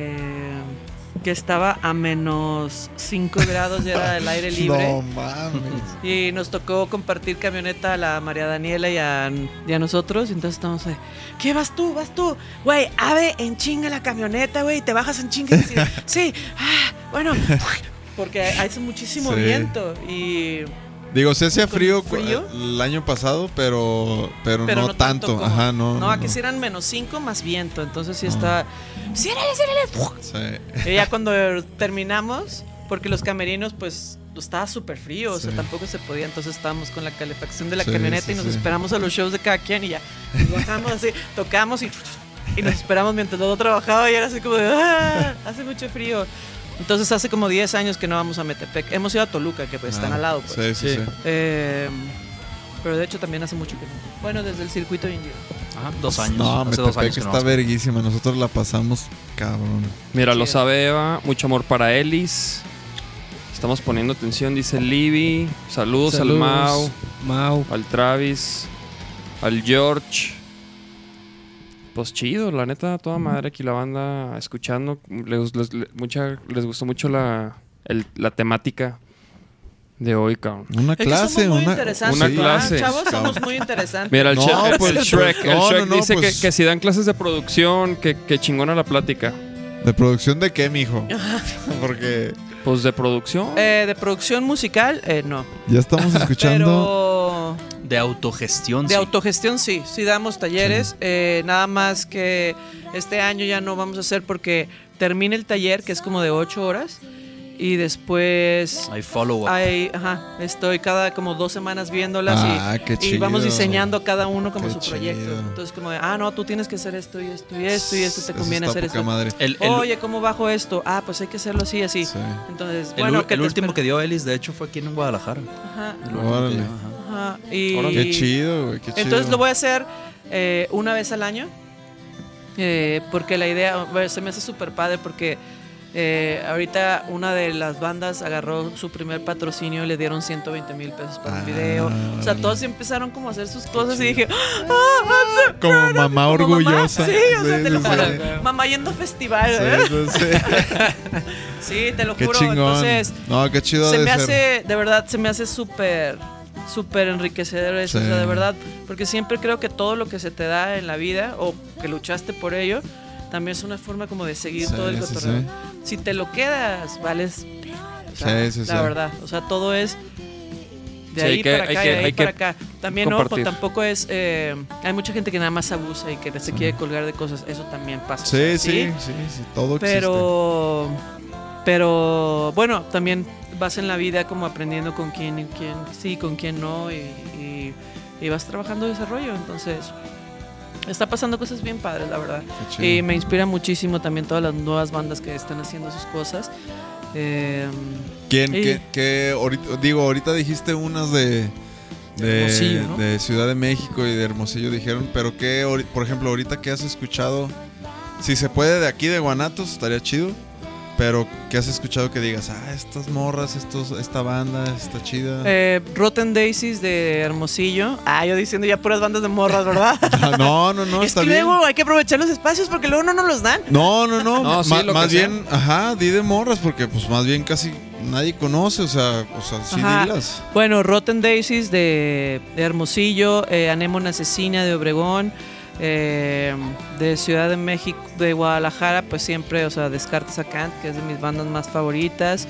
que estaba a menos 5 grados y era el aire libre. No mames. Y nos tocó compartir camioneta a la María Daniela y a nosotros. Y entonces estamos ahí. ¿Qué vas tú? ¿Vas tú? Güey, abre en chinga la camioneta, güey. Te bajas en chinga. Y dices, sí, bueno. Porque hace muchísimo Sí. viento. Y. Digo, se hacía ¿Con frío, frío? El año pasado, pero Pero no tanto. como- Ajá, no. No, aquí sí eran menos 5 más viento. Entonces sí está. ¡Ciérrale, ciérrale! Sí. Y ya cuando terminamos, porque los camerinos, pues, estaba súper frío, o sea, Sí. tampoco se podía. Entonces estábamos con la calefacción de la Sí, camioneta sí, y nos sí. esperamos a los shows de cada quien y ya. Nos bajamos así, tocamos y nos esperamos mientras todo trabajaba y era así como de, ¡ah! Hace mucho frío. Entonces hace como 10 años que no vamos a Metepec. Hemos ido a Toluca, que pues están al lado, pues. Sí, sí, sí. Pero de hecho también hace mucho que no. Bueno, desde el circuito indio. Ajá, 2 años. No, Hace 2 Metepec años que no está vamos. verguísima. Nosotros la pasamos cabrón. Mira, lo Chido. sabe Eva. Mucho amor para Elis. Estamos poniendo atención, dice Libby. Saludos al Mau, Mau. al Travis, al George. Pues chido, la neta, toda madre aquí la banda escuchando. Les gustó mucho la temática de hoy, cabrón. Una Es que clase, somos muy una interesantes, una ¿verdad? clase. Chavos, somos muy interesantes. Mira, el, No, Shrek, pues, el Shrek, no, dice pues. que si dan clases de producción, que chingona la plática. ¿De producción de qué, mijo? Porque Pues de producción. De producción musical, no. ya estamos escuchando. Pero De autogestión. de sí. autogestión sí damos talleres. Nada más que este año ya no vamos a hacer porque termina el taller, que es como de 8 horas. Y después Hay follow-up. estoy cada como 2 semanas viéndolas Qué y chido. vamos diseñando cada uno como Qué su proyecto. chido. Entonces como de, no, tú tienes que hacer esto y esto y esto y esto te Eso conviene está hacer poca esto. madre. Oye, ¿cómo bajo esto? Pues hay que hacerlo así, así. Sí. Entonces, El, bueno, el último que dio Ellis, de hecho, fue aquí en Guadalajara. Ajá, El último que Órale. dio, ajá. ajá. Y Qué chido, güey. Qué chido. entonces lo voy a hacer una vez al año. Porque la idea bueno, se me hace súper padre porque ahorita una de las bandas agarró su primer patrocinio y le dieron 120,000 pesos para un video. O sea, todos empezaron como a hacer sus cosas y dije, Como mamá como orgullosa. mamá. Sí, o sea, te lo sí, juro. sí. Mamá yendo a festival. Sí, sí, sí. Sí, te lo Qué juro. chingón. Entonces, No, qué chido se de me ser. hace, de verdad, se me hace súper enriquecedor eso, Sí. o sea, de verdad, porque siempre creo que todo lo que se te da en la vida o que luchaste por ello, también es una forma como de seguir Sí, todo el sí, cotorreo. sí. Si te lo quedas, vales, o sea, Sí, sí, la sí. verdad, o sea, todo es de Sí, ahí hay que- para hay acá que- y de ahí hay que para acá. También, ojo, compartir. tampoco es, hay mucha gente que nada más abusa y que se quiere colgar de cosas, eso también pasa. o Sí, sea, sí, todo pero bueno, también vas en la vida como aprendiendo con quién sí, con quién no y vas trabajando desarrollo, entonces está pasando cosas bien padres, la verdad. existe. Qué Y chido. me inspira muchísimo también todas las nuevas bandas que están haciendo sus cosas. ¿Quién? y- ¿Qué ahorita dijiste unas de Hermosillo, ¿no? de Ciudad de México y de Hermosillo dijeron, pero por ejemplo, ahorita que has escuchado, si se puede de aquí de Guanatos, estaría chido. Pero, ¿qué has escuchado que digas? Estas morras, esta banda está chida. Rotten Daisies de Hermosillo. Yo diciendo ya puras bandas de morras, ¿verdad? No, Es está que bien. luego hay que aprovechar los espacios porque luego no nos los dan. No, sí, lo más que sea. bien, di de morras, porque pues más bien casi nadie conoce, o sea, sí Ajá. dilas. Bueno, Rotten Daisies de Hermosillo, Anémona Asesina de Obregón, de Ciudad de México, de Guadalajara, pues siempre, o sea, Descartes a Kant, que es de mis bandas más favoritas.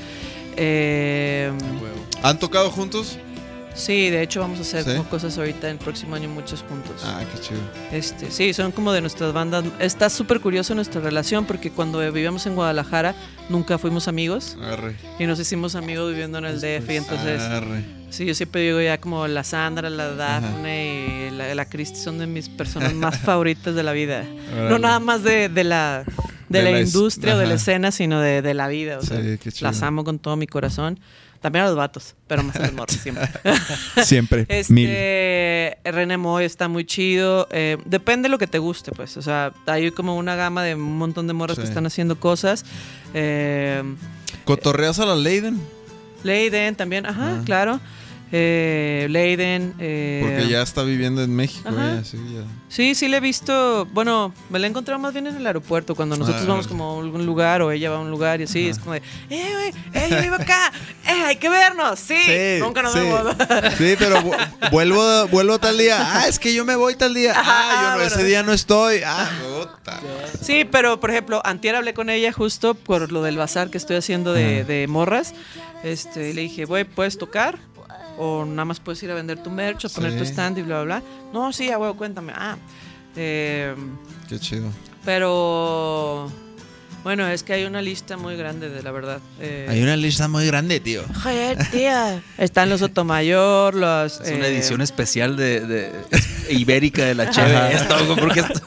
¿Han tocado juntos? Sí, de hecho vamos a hacer ¿Sí? como cosas ahorita el próximo año muchos juntos. Qué chido. Sí, son como de nuestras bandas. Está súper curioso nuestra relación porque cuando vivíamos en Guadalajara nunca fuimos amigos Arre. y nos hicimos amigos viviendo en el DF y entonces Arre. sí, yo siempre digo ya como la Sandra, la Dafne y la Cristi son de mis personas más favoritas de la vida. Órale. No nada más de la industria o de la ajá. escena, sino de la vida. O Sí, sea, qué chido. las amo con todo mi corazón. También a los vatos, pero más a los morros siempre. Siempre. René Moy está muy chido. Depende de lo que te guste, pues. O sea, hay como una gama de un montón de morras Sí. que están haciendo cosas. ¿Cotorreas a la Leiden? Leiden también, claro. Leiden. Porque ya está viviendo en México. Ajá. Ella, sí, ya. Sí, le he visto. Bueno, me la he encontrado más bien en el aeropuerto. Cuando nosotros vamos como a algún lugar o ella va a un lugar y así, es como de, güey, yo vivo acá, hay que vernos. Sí, nunca nos vemos. Sí, pero vuelvo tal día. Es que yo me voy tal día. Ese día no estoy. Puta. Sí, pero por ejemplo, antier hablé con ella justo por lo del bazar que estoy haciendo de morras. Y le dije, güey, ¿puedes tocar? O nada más puedes ir a vender tu merch o poner tu stand y bla, bla, bla. No, sí, a huevo, cuéntame. Qué chido. Pero bueno, es que hay una lista muy grande de la verdad. Hay una lista muy grande, tío. Joder, tía. Están los Sotomayor, los... Es una edición especial de ibérica de la cheve. Esto, porque esto...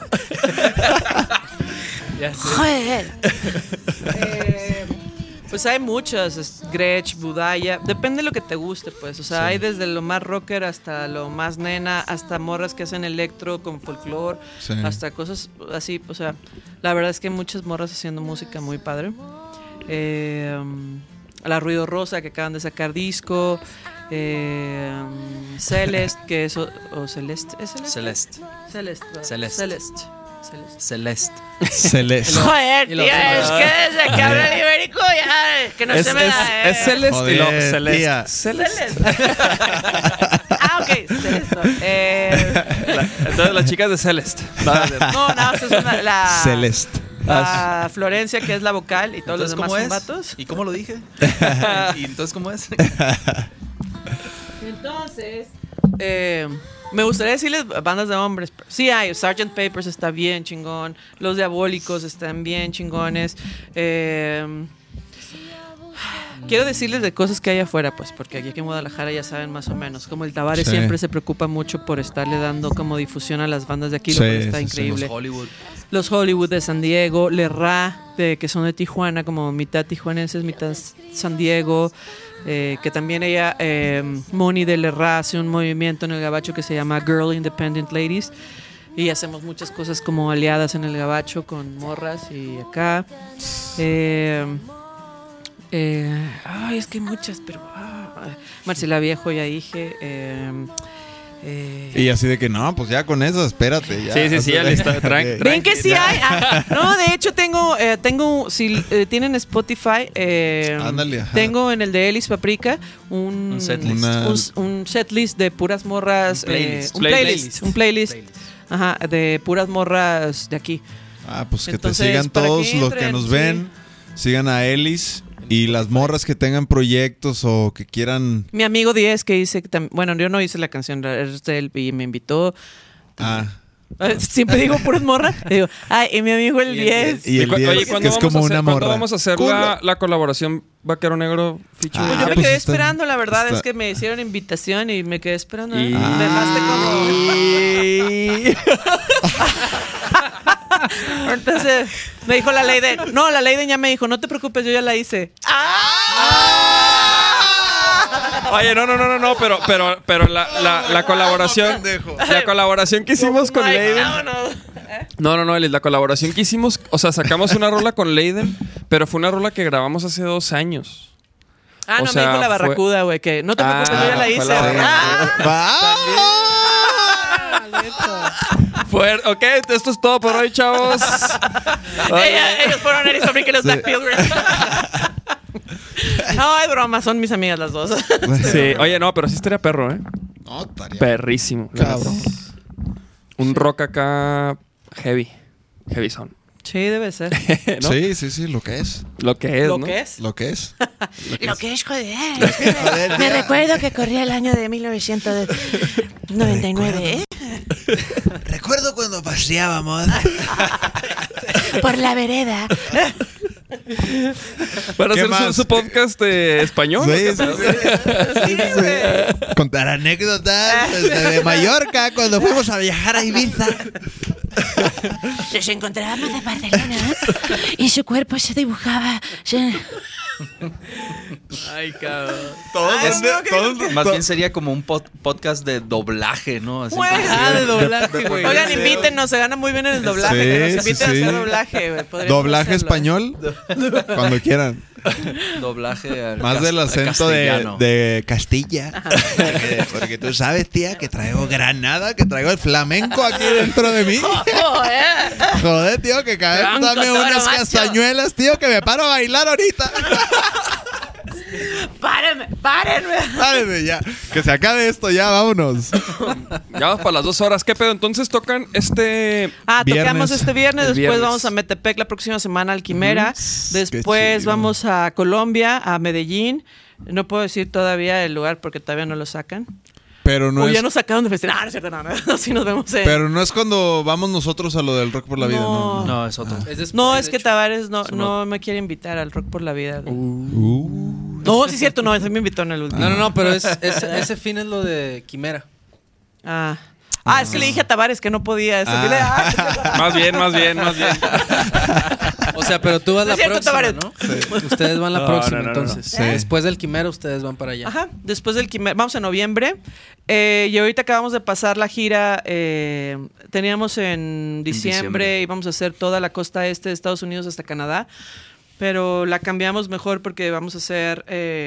Joder. Pues hay muchas, Gretsch, Budaya, depende de lo que te guste, pues. O sea, hay desde lo más rocker hasta lo más nena, hasta morras que hacen electro con folclore, hasta cosas así. O sea, la verdad es que hay muchas morras haciendo música muy padre. La Ruido Rosa, que acaban de sacar disco. Celeste, que es... ¿O Celeste? ¿Es Celeste? Celeste. Joder, tío, es que desde que habla el ibérico ya, que no se me da. Es Celeste y luego Joder, Celeste. tía. Celeste. Ok, Celeste. Entonces las chicas de Celeste. No, eso es la Celeste. la Florencia, que es la vocal, y todos los demás ¿cómo son es? vatos. ¿Y cómo lo dije? ¿Y entonces cómo es? Entonces, me gustaría decirles bandas de hombres. Sí hay, Sgt. Papers está bien chingón, Los Diabólicos están bien chingones. Quiero decirles de cosas que hay afuera, pues, porque aquí en Guadalajara ya saben más o menos. Como el Tavares Sí. siempre se preocupa mucho por estarle dando como difusión a las bandas de aquí, lo cual está increíble. Los Hollywood. Los Hollywood de San Diego, Lerra, que son de Tijuana, como mitad tijuanenses, mitad San Diego. Que también ella, Moni de Lerra, hace un movimiento en el gabacho que se llama Girl Independent Ladies. Y hacemos muchas cosas como aliadas en el gabacho con morras y acá. Es que hay muchas, pero... Marcela Viejo, ya dije. Y así de que no, pues ya con eso, espérate. Ya. Sí, ya listo. Ven que sí hay. No, de hecho tengo si tienen Spotify, Ándale, ajá. tengo en el de Elis Paprika un setlist. un setlist de puras morras, Un playlist. un playlist, ajá, de puras morras de aquí. Pues que Entonces, te sigan para todos que los que entren, nos sí. ven. Sigan a Elis. Y las morras que tengan proyectos o que quieran... Mi amigo 10 que dice, bueno, yo no hice la canción, es de él y me invitó. Siempre digo puras morras. Digo, y mi amigo el 10. Y el 10, Oye, que es como una ¿cuándo morra. vamos a hacer la colaboración Vaquero Negro feature? Pues yo me pues quedé está- esperando, la verdad está- es que me hicieron invitación y me quedé esperando. Y- Me dejaste como... Entonces me dijo la Leiden. No, la Leiden ya me dijo, no te preocupes, yo ya la hice. Oye, no, pero la colaboración. La colaboración que hicimos con Leiden. No, Eli, la colaboración que hicimos, o sea, sacamos una rola con Leiden, pero fue una rola que grabamos hace 2 años. Ah, O no, sea, me dijo la fue- Barracuda, güey, que no te preocupes, yo ya la fue hice. Ok, esto es todo por hoy, chavos. Ellos fueron Eris Fabric y los Black Pilgrims. No, es broma, son mis amigas las dos. Sí, oye, no, pero sí estaría perro, ¿eh? No, estaría Perrísimo. la cabrón. neta. Un rock acá heavy son. Sí, debe ser. ¿No? Sí, lo que es. Lo que es, ¿Lo ¿no? que es? Lo que es. Lo que es joder. Me recuerdo que corría el año de 1999, ¿eh? Recuerdo cuando paseábamos. Por la vereda. Para ¿Qué hacer más? su podcast español. ¿no? Sí. Contar anécdotas de Mallorca cuando fuimos a viajar a Ibiza. Nos encontrábamos de Barcelona y su cuerpo se dibujaba. Ay, cabrón. Más bien sería como un podcast de doblaje, ¿no? Así De doblaje, güey. Oigan, invítenos, se gana muy bien en el doblaje. Sí, que nos sí, inviten a sí. hacer doblaje, güey. Podríamos Doblaje hacerlo. español. Cuando quieran. doblaje al Más del acento castellano. De Castilla. Porque tú sabes, tía, que traigo Granada, que traigo el flamenco aquí dentro de mí. Joder, tío, que cada vez Franco, dame toro, unas macho. castañuelas, tío, que me paro a bailar ahorita. Párenme. Párenme ya. Que se acabe esto ya, vámonos. Ya vamos para las 2 horas. ¿Qué pedo? Entonces tocan Viernes. Tocamos este viernes, El después viernes. vamos a Metepec la próxima semana al Quimera, Qué después chido. vamos a Colombia, a Medellín. No puedo decir todavía el lugar porque todavía no lo sacan. Pero no O es. ya nos sacaron de festival. No es cierto, no. Así nos vemos en... Pero no es cuando vamos nosotros a lo del Rock por la Vida, No. ¿no? No, es otro. No, es que Tavares no me quiere invitar al Rock por la Vida. güey. No, sí es cierto, no, ese me invitó en el último. No, pero ese fin es lo de Quimera. Es que le dije a Tavares que no podía. Ese fin de- Más bien. O sea, pero tú vas No la es cierto, próxima, Tavares. ¿no? Ustedes van la No, próxima, no. entonces. Sí. Después del Quimera, ustedes van para allá. Ajá, después del Quimera. Vamos en noviembre. Y ahorita acabamos de pasar la gira. Teníamos en diciembre, íbamos a hacer toda la costa este de Estados Unidos hasta Canadá. Pero la cambiamos mejor porque vamos a hacer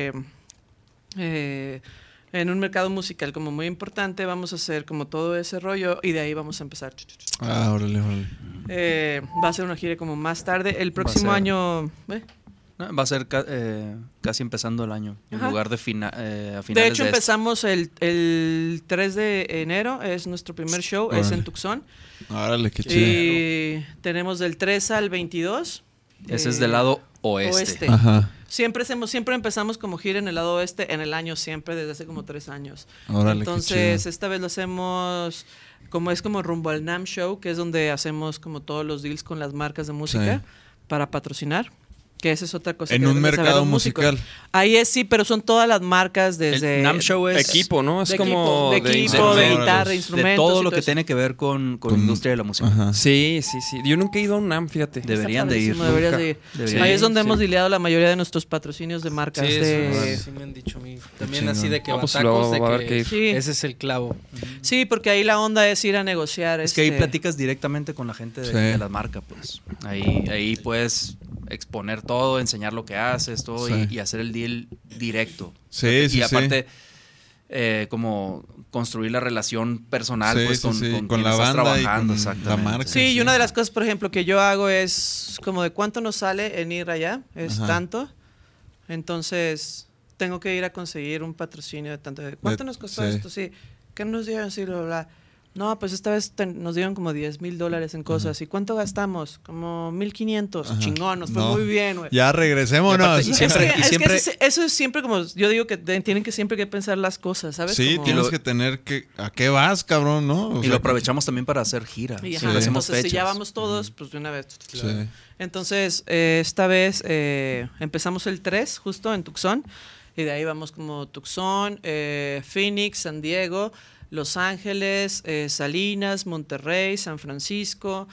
en un mercado musical como muy importante. Vamos a hacer como todo ese rollo y de ahí vamos a empezar. Órale. Va a ser una gira como más tarde. El próximo ser- año... No, va a ser casi empezando el año. En Ajá. lugar de a finales De hecho, este. empezamos el 3 de enero, es nuestro primer show, es Órale. en Tucson. Órale, qué chido. Y tenemos del 3 al 22. Ese es del lado oeste. Ajá. Siempre empezamos como gira en el lado oeste en el año siempre, desde hace como 3 años. Órale, qué Entonces, chido. esta vez lo hacemos como rumbo al NAMM Show, que es donde hacemos como todos los deals con las marcas de música Sí. para patrocinar. Que esa es otra cosa. En que un deben de saber mercado los músicos. musical. Ahí es sí, pero son todas las marcas desde... El NAMM Show es Equipo, ¿no? Es de como... equipo, de instrumentos. guitarra, de instrumentos. todo y lo que eso. tiene que ver con Con- industria de la música. Ajá. Sí. Yo nunca he ido a un NAMM, fíjate. Deberían de ir. Padrísimo, deberías nunca. de ir. Deberían Ahí de es ir, donde sí. hemos dileado la mayoría de nuestros patrocinios de marcas. Sí, de... Sí me han dicho a mí. También chingón. así de que No, pues batacos, luego de va a haber que que ir. Sí. ese es el clavo. Sí, porque ahí la onda es ir a negociar. Es que ahí platicas directamente con la gente Sí. de la marca, pues. Ahí puedes exponer todo, enseñar lo que haces, todo Sí. y hacer el deal directo. Sí, y sí, aparte, como construir la relación personal Sí, pues, sí, con, sí, con con quien la estás banda y trabajando, con exactamente. la marca. Sí, y una de las cosas, por ejemplo, que yo hago es como de cuánto nos sale en ir allá, es Ajá. tanto. Entonces, tengo que ir a conseguir un patrocinio de tanto. ¿Cuánto nos costó sí. esto? Sí. ¿Qué nos dieron? Sí, bla, bla. No, pues esta vez nos dieron como $10,000 en cosas. ¿Y cuánto gastamos? Como 1,500. Ajá. Chingón, nos fue No. muy bien, güey. Ya regresémonos. Y siempre- Eso es siempre como, yo digo que tienen que siempre que pensar las cosas, ¿sabes? Sí, Como- tienes que tener que... ¿A qué vas, cabrón, no? O Y sea, lo aprovechamos también para hacer gira. Y, Sí. ajá, Hacemos entonces, si ya fechas. vamos todos, pues de una vez. Sí. Entonces, esta vez empezamos el 3 justo en Tucson. Y de ahí vamos como Tucson, Phoenix, San Diego, Los Ángeles, Salinas, Monterrey, San Francisco,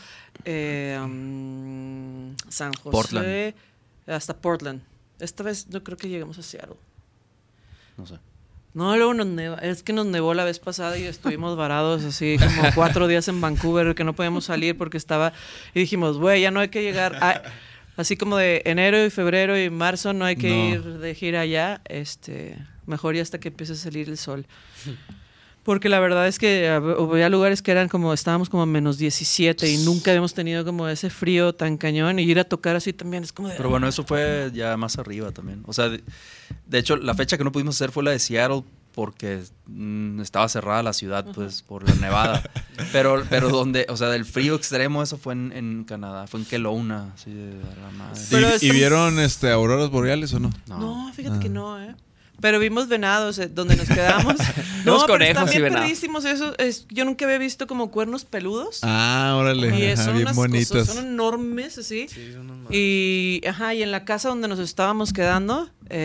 San José, Portland. hasta Portland. Esta vez no creo que lleguemos a Seattle. No sé. No, luego nos neva. Es que nos nevó la vez pasada y estuvimos varados así como 4 días en Vancouver que no podíamos salir porque estaba... Y dijimos, güey, ya no hay que llegar... así como de enero y febrero y marzo no hay que ir de gira allá. Mejor ya hasta que empiece a salir el sol. Porque la verdad es que había lugares que eran como... Estábamos como a menos 17 y nunca habíamos tenido como ese frío tan cañón. Y ir a tocar así también es como de... Pero bueno, eso fue ya más arriba también. O sea, de hecho, la fecha que no pudimos hacer fue la de Seattle porque estaba cerrada la ciudad, pues, por la nevada. Pero donde, o sea, del frío extremo, eso fue en Canadá. Fue en Kelowna, así de la madre. ¿Y vieron auroras boreales o no? No, fíjate que no, Pero vimos venados donde nos quedamos. Vimos pero conejos están bien y venados. perrísimos eso. Yo nunca había visto como cuernos peludos. Ah, órale. Y Ajá, son bien unas bonitos. cosas, son enormes, así. Sí, son unos Y en la casa donde nos estábamos quedando,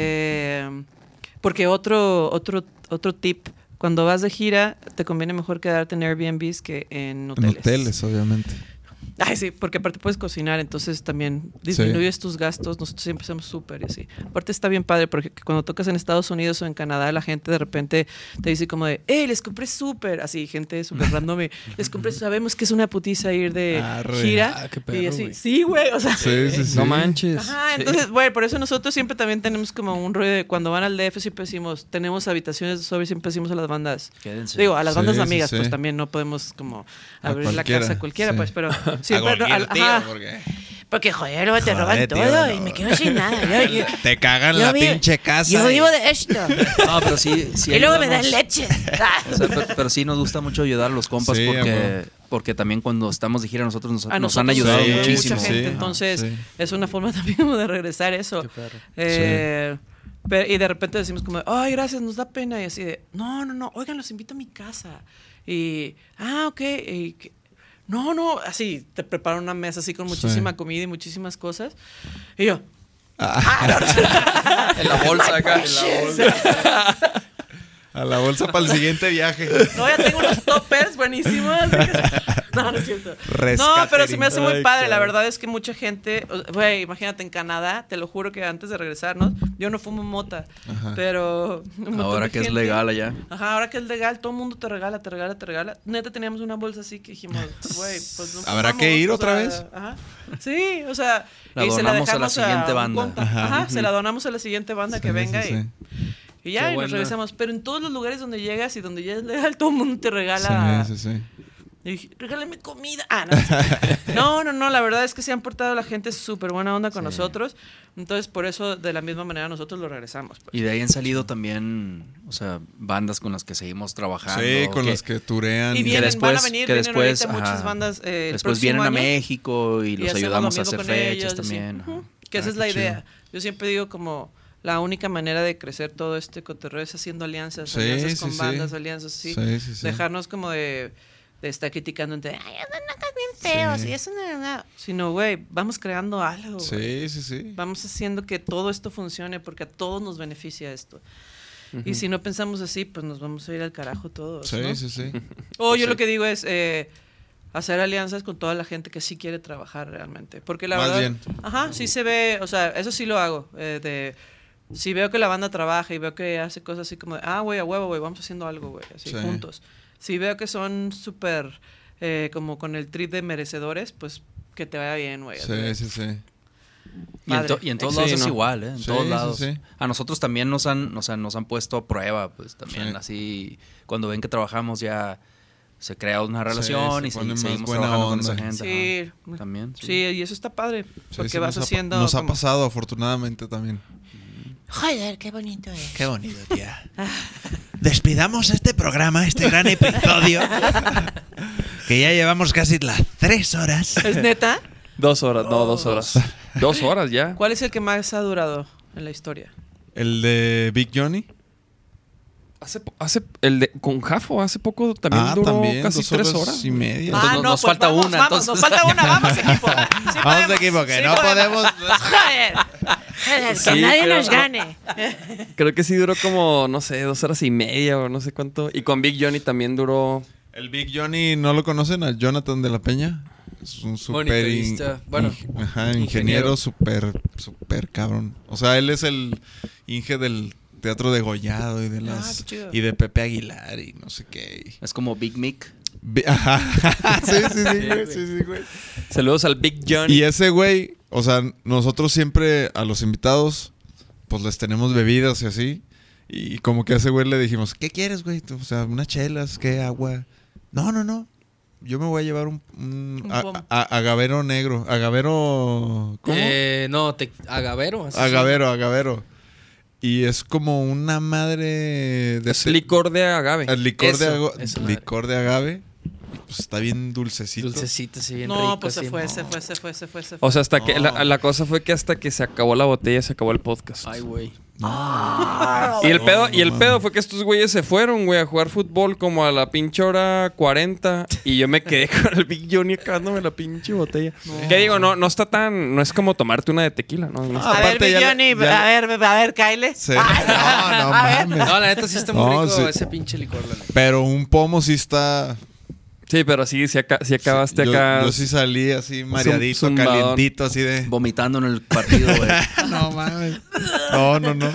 porque otro tip, cuando vas de gira, te conviene mejor quedarte en Airbnbs que en hoteles. En hoteles, obviamente. Ay, sí, porque aparte puedes cocinar, entonces también disminuyes tus gastos. Nosotros siempre hacemos súper y así. Aparte está bien padre porque cuando tocas en Estados Unidos o en Canadá, la gente de repente te dice como de, les compré súper, así, gente súper random, les compré, sabemos que es una putiza ir de gira. qué perro, y así, güey. sí, güey, o sea. Sí, sí, sí. No manches. Ajá, entonces, güey, por eso nosotros siempre también tenemos como un rollo de cuando van al DF siempre decimos, tenemos habitaciones de sobre, siempre decimos a las bandas. Quédense. Digo, a las bandas Sí, amigas, sí, pues sí. también no podemos como A abrir la cualquiera, casa a cualquiera, sí. pues, pero siempre A cualquier tío, ajá. Porque, joder, luego te roban Joder, todo tío, y no. me quedo sin nada. Yo Te cagan yo la vivo- pinche casa. Yo vivo de esto. No, pero sí Y luego me ayudamos. dan leche. O sea, pero sí nos gusta mucho ayudar a los compas Sí, porque también cuando estamos de gira nosotros nos A han nosotros ayudado sí, muchísimo. mucha gente, Sí, entonces sí. es una forma también como de regresar eso. Qué perro. Y de repente decimos como, ay, gracias, nos da pena. Y así de, no, oigan, los invito a mi casa. Y, ok. No, así, te preparan una mesa así con muchísima comida y muchísimas cosas. Y yo, En la bolsa acá. A la bolsa para el siguiente viaje. no, ya tengo unos toppers buenísimos. No es cierto. No, pero se me hace muy Ay, padre. La cabrón. verdad es que mucha gente, güey, imagínate en Canadá, te lo juro que antes de regresarnos, yo no fumo mota, pero un montón Ahora de que es gente- legal allá. Ajá, ahora que es legal, todo el mundo te regala. Neta teníamos una bolsa así que dijimos, güey, pues no ¿Habrá fumamos, que ir o otra sea, vez? Ajá. Sí, o sea, La y se donamos a la dejamos siguiente un banda. compa. Ajá. Ajá, se la donamos a la siguiente banda que Sí, venga sí, sí. y ya, Qué y nos buena. regresamos. Pero en todos los lugares donde llegas y donde ya es legal, todo el mundo te regala. Sí, sí, sí. Y dije, regálame comida. No, la verdad es que se han portado la gente súper buena onda con nosotros. Entonces, por eso, de la misma manera, nosotros lo regresamos. Pues. Y de ahí han salido también, o sea, bandas con las que seguimos trabajando. Sí, con las que turean. Y vienen, que después, van a venir, que vienen después, ahorita muchas ajá, bandas. El después próximo vienen a año, México y los hacemos lo ayudamos a mismo hacer con fechas ellos, así. también. Ujú. ajá. Que esa es qué la chido. idea. Yo siempre digo como la única manera de crecer todo este cotorreo es haciendo alianzas, Sí, alianzas sí, con sí. bandas, alianzas así. Sí, sí, sí. Dejarnos como de estar criticando entre, Ay, andan bien feos Sí. y eso no. sino, güey, vamos creando algo. güey. Sí, sí, sí. Vamos haciendo que todo esto funcione porque a todos nos beneficia esto. Y si no pensamos así, pues nos vamos a ir al carajo todos. Sí, ¿no? sí, sí. O yo lo que digo es hacer alianzas con toda la gente que sí quiere trabajar realmente. Porque la Más verdad. bien. Ajá, sí se ve, o sea, eso sí lo hago. Si veo que la banda trabaja y veo que hace cosas así como de, güey, a huevo, güey, vamos haciendo algo, güey, así Sí. juntos. Si veo que son súper como con el trip de merecedores, pues que te vaya bien, güey. Sí, sí, sí. Y en todos Sí, lados es no. igual, ¿eh? En Sí, todos sí, lados. sí. A nosotros también nos han puesto a prueba, pues también Sí. así, cuando ven que trabajamos ya se crea una relación se y pone más seguimos buena trabajando con onda. esa gente. Sí. ajá. También. Sí, y eso está padre, Sí, porque sí, vas nos haciendo... Nos ha como- pasado, afortunadamente, también. Joder, qué bonito es. Qué bonito, tía. Despidamos este programa, este gran episodio. Que ya llevamos casi las 3 horas. ¿Es neta? 2 horas, no, 2 horas. 2 horas ya. ¿Cuál es el que más ha durado en la historia? El de Big Johnny. El de con Jafo hace poco también duró casi 3 horas. y media. Entonces nos falta vamos, una, vamos, entonces. nos falta una, vamos equipo. Sí Vamos podemos, equipo, que sí no podemos. Joder, que Sí, nadie creo- nos gane. Creo que sí duró como, no sé, 2 horas y media o no sé cuánto. Y con Big Johnny también duró. El Big Johnny, ¿no lo conocen? A Jonathan de la Peña. Es un súper Monitorista. Bueno, ingeniero súper cabrón. O sea, él es el Inge Teatro Degollado y de qué las chido. y de Pepe Aguilar y no sé qué. Es como Big Mick. Ajá. Sí, güey. Sí, güey. Saludos al Big Johnny. Y ese güey, o sea, nosotros siempre a los invitados, pues les tenemos bebidas y así. Y como que a ese güey le dijimos, ¿qué quieres, güey? O sea, unas chelas, ¿qué? Agua. No. Yo me voy a llevar un pomo. agavero negro. Agavero... ¿Cómo? No, agavero. así Agavero. Y es como una madre de... Es licor de agave. El licor, Eso, esa madre. licor de agave. Y pues está bien dulcecito. Dulcecito, sí, bien rico. No, pues se así. fue. O sea, hasta que la cosa fue que hasta que se acabó la botella se acabó el podcast. Ay, güey. Y el pedo fue que estos güeyes se fueron, güey, a jugar fútbol como a la pinche hora 40 y yo me quedé con el Big Johnny acabándome la pinche botella. Que digo, no está tan, no es como tomarte una de tequila, ¿no? No está- A ver, Aparte, ya Johnny, ya- a ver, Kyle. Sí. No mames. No, la neta sí está muy No, rico sí. ese pinche licor, la neta. Pero un pomo sí está... Sí, pero sí acabaste acá. Yo sí salí así mareadito, zumbadón. calientito, así de... Vomitando en el partido, güey. No mames. No.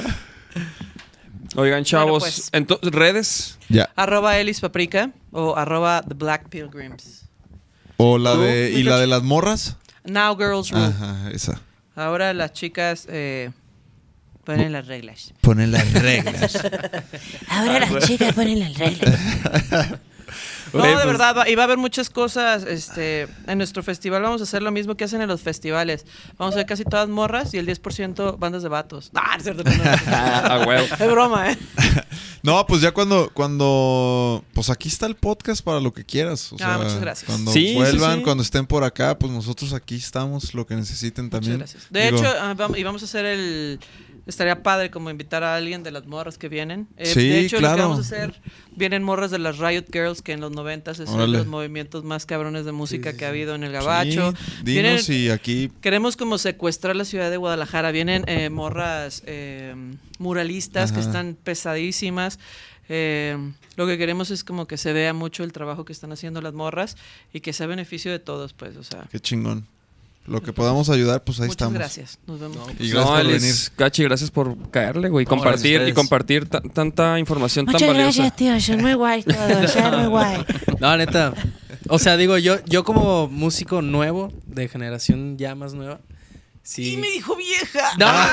Oigan, chavos, pues. entonces, redes. Ya. @Elis Paprika o @The Black Pilgrims. O la de... ¿Y la de las morras? Now Girls Rule. Ajá, esa. Ahora las chicas ponen las reglas. Ponen las reglas. Ahora las chicas ponen las reglas. No, Oye, de pues- verdad, y va a haber muchas cosas. En nuestro festival vamos a hacer lo mismo que hacen en los festivales. Vamos a ver casi todas morras y el 10% bandas de vatos. No es cierto. Ah, huevo. Es broma, ¿eh? No, pues ya cuando... Pues aquí está el podcast para lo que quieras. O sea, muchas gracias. Cuando Sí, vuelvan, sí. cuando estén por acá, pues nosotros aquí estamos, lo que necesiten también. Muchas gracias. De Digo, hecho, vamos a hacer estaría padre como invitar a alguien de las morras que vienen. Sí, de hecho, lo claro. que vamos a hacer, vienen morras de las Riot Girls, que en los 90s es uno de Órale. los movimientos más cabrones de música que ha habido en el gabacho. sí, Vienen- dinos y aquí... Queremos como secuestrar la ciudad de Guadalajara. Vienen morras muralistas que Ajá. están pesadísimas. Lo que queremos es como que se vea mucho el trabajo que están haciendo las morras y que sea beneficio de todos, pues, o sea. Qué chingón. Lo que podamos ayudar, pues ahí Muchas estamos. gracias. Nos vemos. Y gracias No, por Elis, venir. Cachi, gracias por caerle, güey. No, Compartir gracias a y compartir tanta información Muchas tan valiosa. gracias, tío. Son muy guay todos. Son muy guay. No, neta. O sea, digo, yo como músico nuevo, de generación ya más nueva, sí. Y me dijo vieja.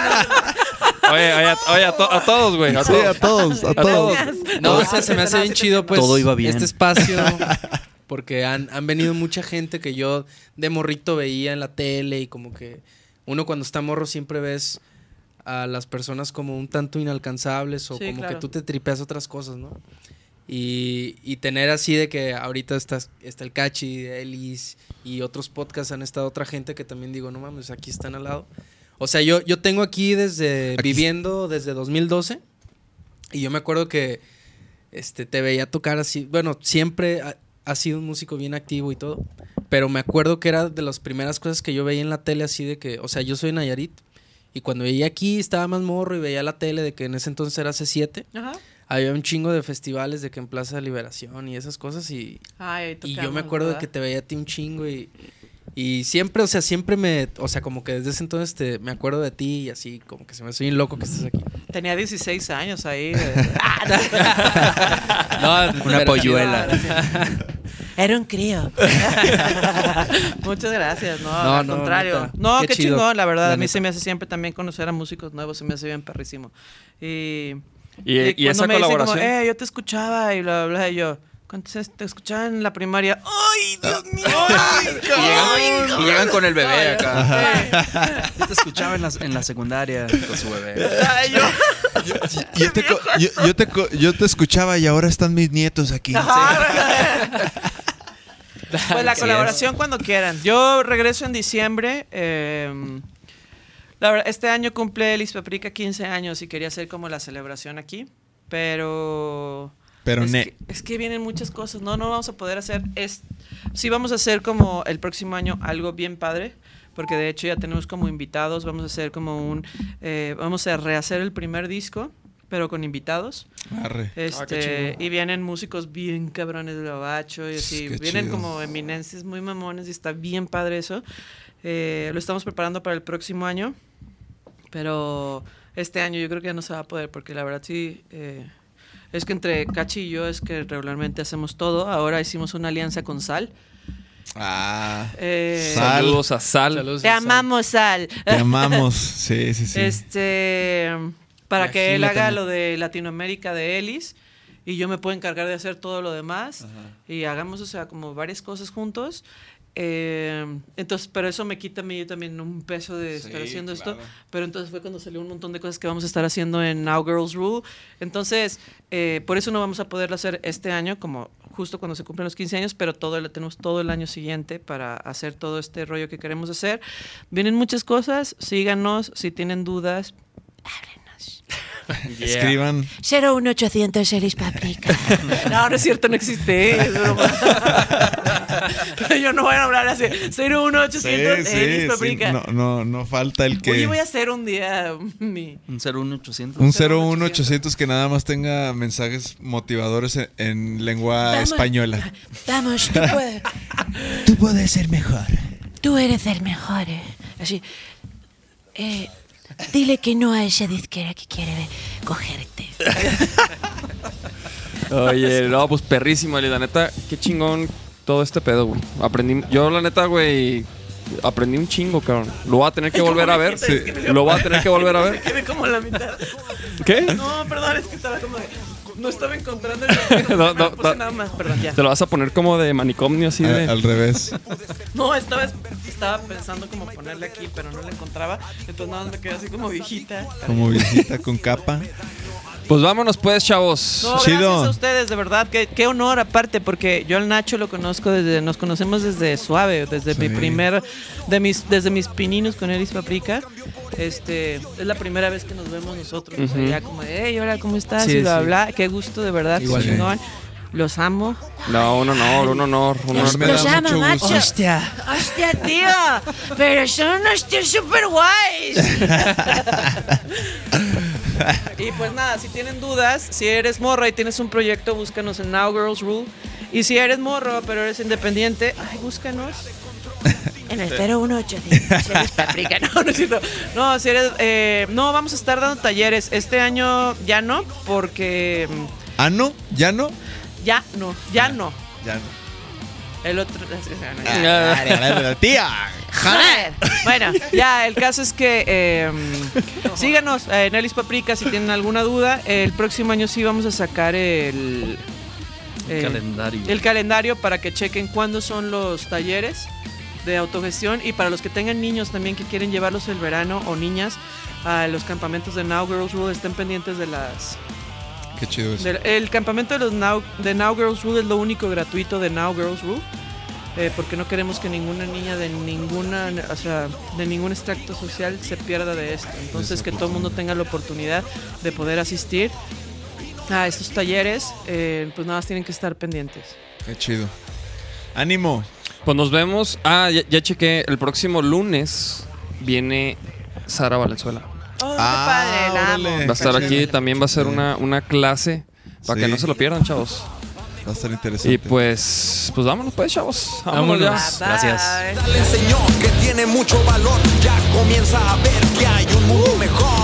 No, Oye, a todos, güey. A Sí, todos. a todos, a A todos. todos. no, o sea, se me hace bien chido, pues. Todo iba bien. Este espacio. Porque han venido mucha gente que yo de morrito veía en la tele y como que uno cuando está morro siempre ves a las personas como un tanto inalcanzables o Sí, como claro. que tú te tripeas otras cosas, ¿no? Y tener así de que ahorita está el Cachi, Elis y otros podcasts han estado otra gente que también digo, no mames, aquí están al lado. O sea, yo tengo aquí viviendo desde 2012 y yo me acuerdo que te veía tocar así, bueno, siempre ha sido un músico bien activo y todo, pero me acuerdo que era de las primeras cosas que yo veía en la tele así de que, o sea, yo soy de Nayarit y cuando veía aquí estaba más morro y veía la tele de que en ese entonces era C7, Ajá. había un chingo de festivales de que en Plaza de Liberación y esas cosas y Ay, yo me tocamos, acuerdo de ¿verdad? que te veía a ti un chingo y siempre, o sea, o sea, como que desde ese entonces me acuerdo de ti y así, como que se me hace bien loco que estés aquí. Tenía 16 años ahí. No, Una polluela. Era un crío. Muchas gracias, no, No, al no, contrario. neta. No, Qué qué chido, chingón, la verdad. la A mí neta. se me hace siempre también conocer a músicos nuevos, se me hace bien perrísimo. Y Y cuando esa me dicen colaboración. como, yo te escuchaba y bla, bla, bla, y yo, ¿cuántos te escuchaba en la primaria? ¡Ay, Dios mío! Y llegan con el bebé acá. acá. Yo te escuchaba en la secundaria con su bebé. Ay, Yo te escuchaba y ahora están mis nietos aquí. Pues la Así colaboración cuando quieran. Yo regreso en diciembre. La verdad, este año cumple Elis Paprika 15 años y quería hacer como la celebración aquí. Pero es que vienen muchas cosas. No vamos a poder hacer. Sí vamos a hacer como el próximo año algo bien padre. Porque de hecho ya tenemos como invitados. Vamos a hacer como vamos a rehacer el primer disco, pero con invitados. Arre. qué chingón. Y vienen músicos bien cabrones de gabacho y así. Qué Vienen chido. como eminencias muy mamones y está bien padre eso. Lo estamos preparando para el próximo año. Pero este año yo creo que ya no se va a poder porque la verdad sí, es que entre Cachi y yo es que regularmente hacemos todo. Ahora hicimos una alianza con Sal. Sal. Saludos a Sal. Saludos, Te Sal. amamos, Sal. Te amamos. Sí. Para La que él Gila haga también. lo de Latinoamérica de Ellis y yo me puedo encargar de hacer todo lo demás y hagamos, o sea, como varias cosas juntos. Entonces, pero eso me quita a mí también un peso de estar haciendo esto. Pero entonces fue cuando salió un montón de cosas que vamos a estar haciendo en Now Girls Rule. Entonces, por eso no vamos a poderlo hacer este año, como justo cuando se cumplen los 15 años, pero tenemos todo el año siguiente para hacer todo este rollo que queremos hacer. Vienen muchas cosas, síganos, si tienen dudas, háblenos. Escriban. 01800 Ellis Paprika. No, no es cierto, no existe. Es broma. Yo no voy a hablar así. 01800 Ellis Paprika. No falta el que... Oye, voy a hacer un día mi... Un 01800. Un 01800 que nada más tenga mensajes motivadores en lengua española. Vamos, tú puedes. Tú puedes ser mejor. Tú eres el mejor. Así. Dile que no a esa disquera que quiere cogerte. Oye, no, pues perrísimo, Eli. La neta, qué chingón todo este pedo, güey. Yo, la neta, güey, aprendí un chingo, cabrón. Lo voy a tener que volver a ver. Sí. Lo voy a tener que volver a ver. Quedé como en la mitad. ¿Qué? No, perdón, es que estaba como de... No estaba encontrando el... No, puse nada más, perdón, ya. Te lo vas a poner como de manicomio, así de... Al revés. No, estaba pensando como ponerle aquí, pero no la encontraba. Entonces nada más me quedé así como viejita. Como viejita con capa. Pues vámonos pues, chavos. No, Chido. gracias a ustedes, de verdad. Qué honor aparte, porque yo al Nacho lo conozco nos conocemos desde Suave, desde desde mis pininos con Ellis Paprika. Es la primera vez que nos vemos nosotros. O sea, ya como de, hey, hola, ¿cómo estás? Sí, y bla, sí. bla. Qué gusto, de verdad. Igual. Qué chingón. Los amo. No, un honor. Me Los da ama, mucho macho. gusto. Hostia, tío. Pero son unos tíos súper guays. Y pues nada, si tienen dudas, si eres morra y tienes un proyecto, búscanos en Now Girls Rule. Y si eres morro, pero eres independiente, búscanos. En el 01800 Ellis Paprika. No, no es cierto. No, si eres. No, vamos a estar dando talleres. Este año ya no, porque. ¿Ah, no? ¿Ya no? Ya no. Ya no. El otro. ¡Tía! Joder. Bueno, ya, el caso es que síganos en Ellis Paprika si tienen alguna duda. El próximo año sí vamos a sacar el Calendario. El calendario para que chequen cuándo son los talleres de autogestión y para los que tengan niños también que quieren llevarlos el verano o niñas a los campamentos de Now Girls Rule, estén pendientes de las... Qué chido eso. El campamento de Now Girls Rule es lo único gratuito de Now Girls Rule, porque no queremos que ninguna niña de ningún extracto social se pierda de esto. Entonces que todo el mundo tenga la oportunidad de poder asistir a estos talleres, pues nada más tienen que estar pendientes. Qué chido. ¡Ánimo! Pues nos vemos. Ya chequé. El próximo lunes viene Sara Valenzuela. Oh, qué padre, la amo. órale. Va a estar Qué aquí. chido. También va a ser Sí. una clase para Sí. que no se lo pierdan, chavos. Va a estar interesante. Y pues vámonos pues, chavos. Vámonos. ya. Bye. Gracias. Le enseñó que tiene mucho valor. Ya comienza a ver que hay un mundo mejor.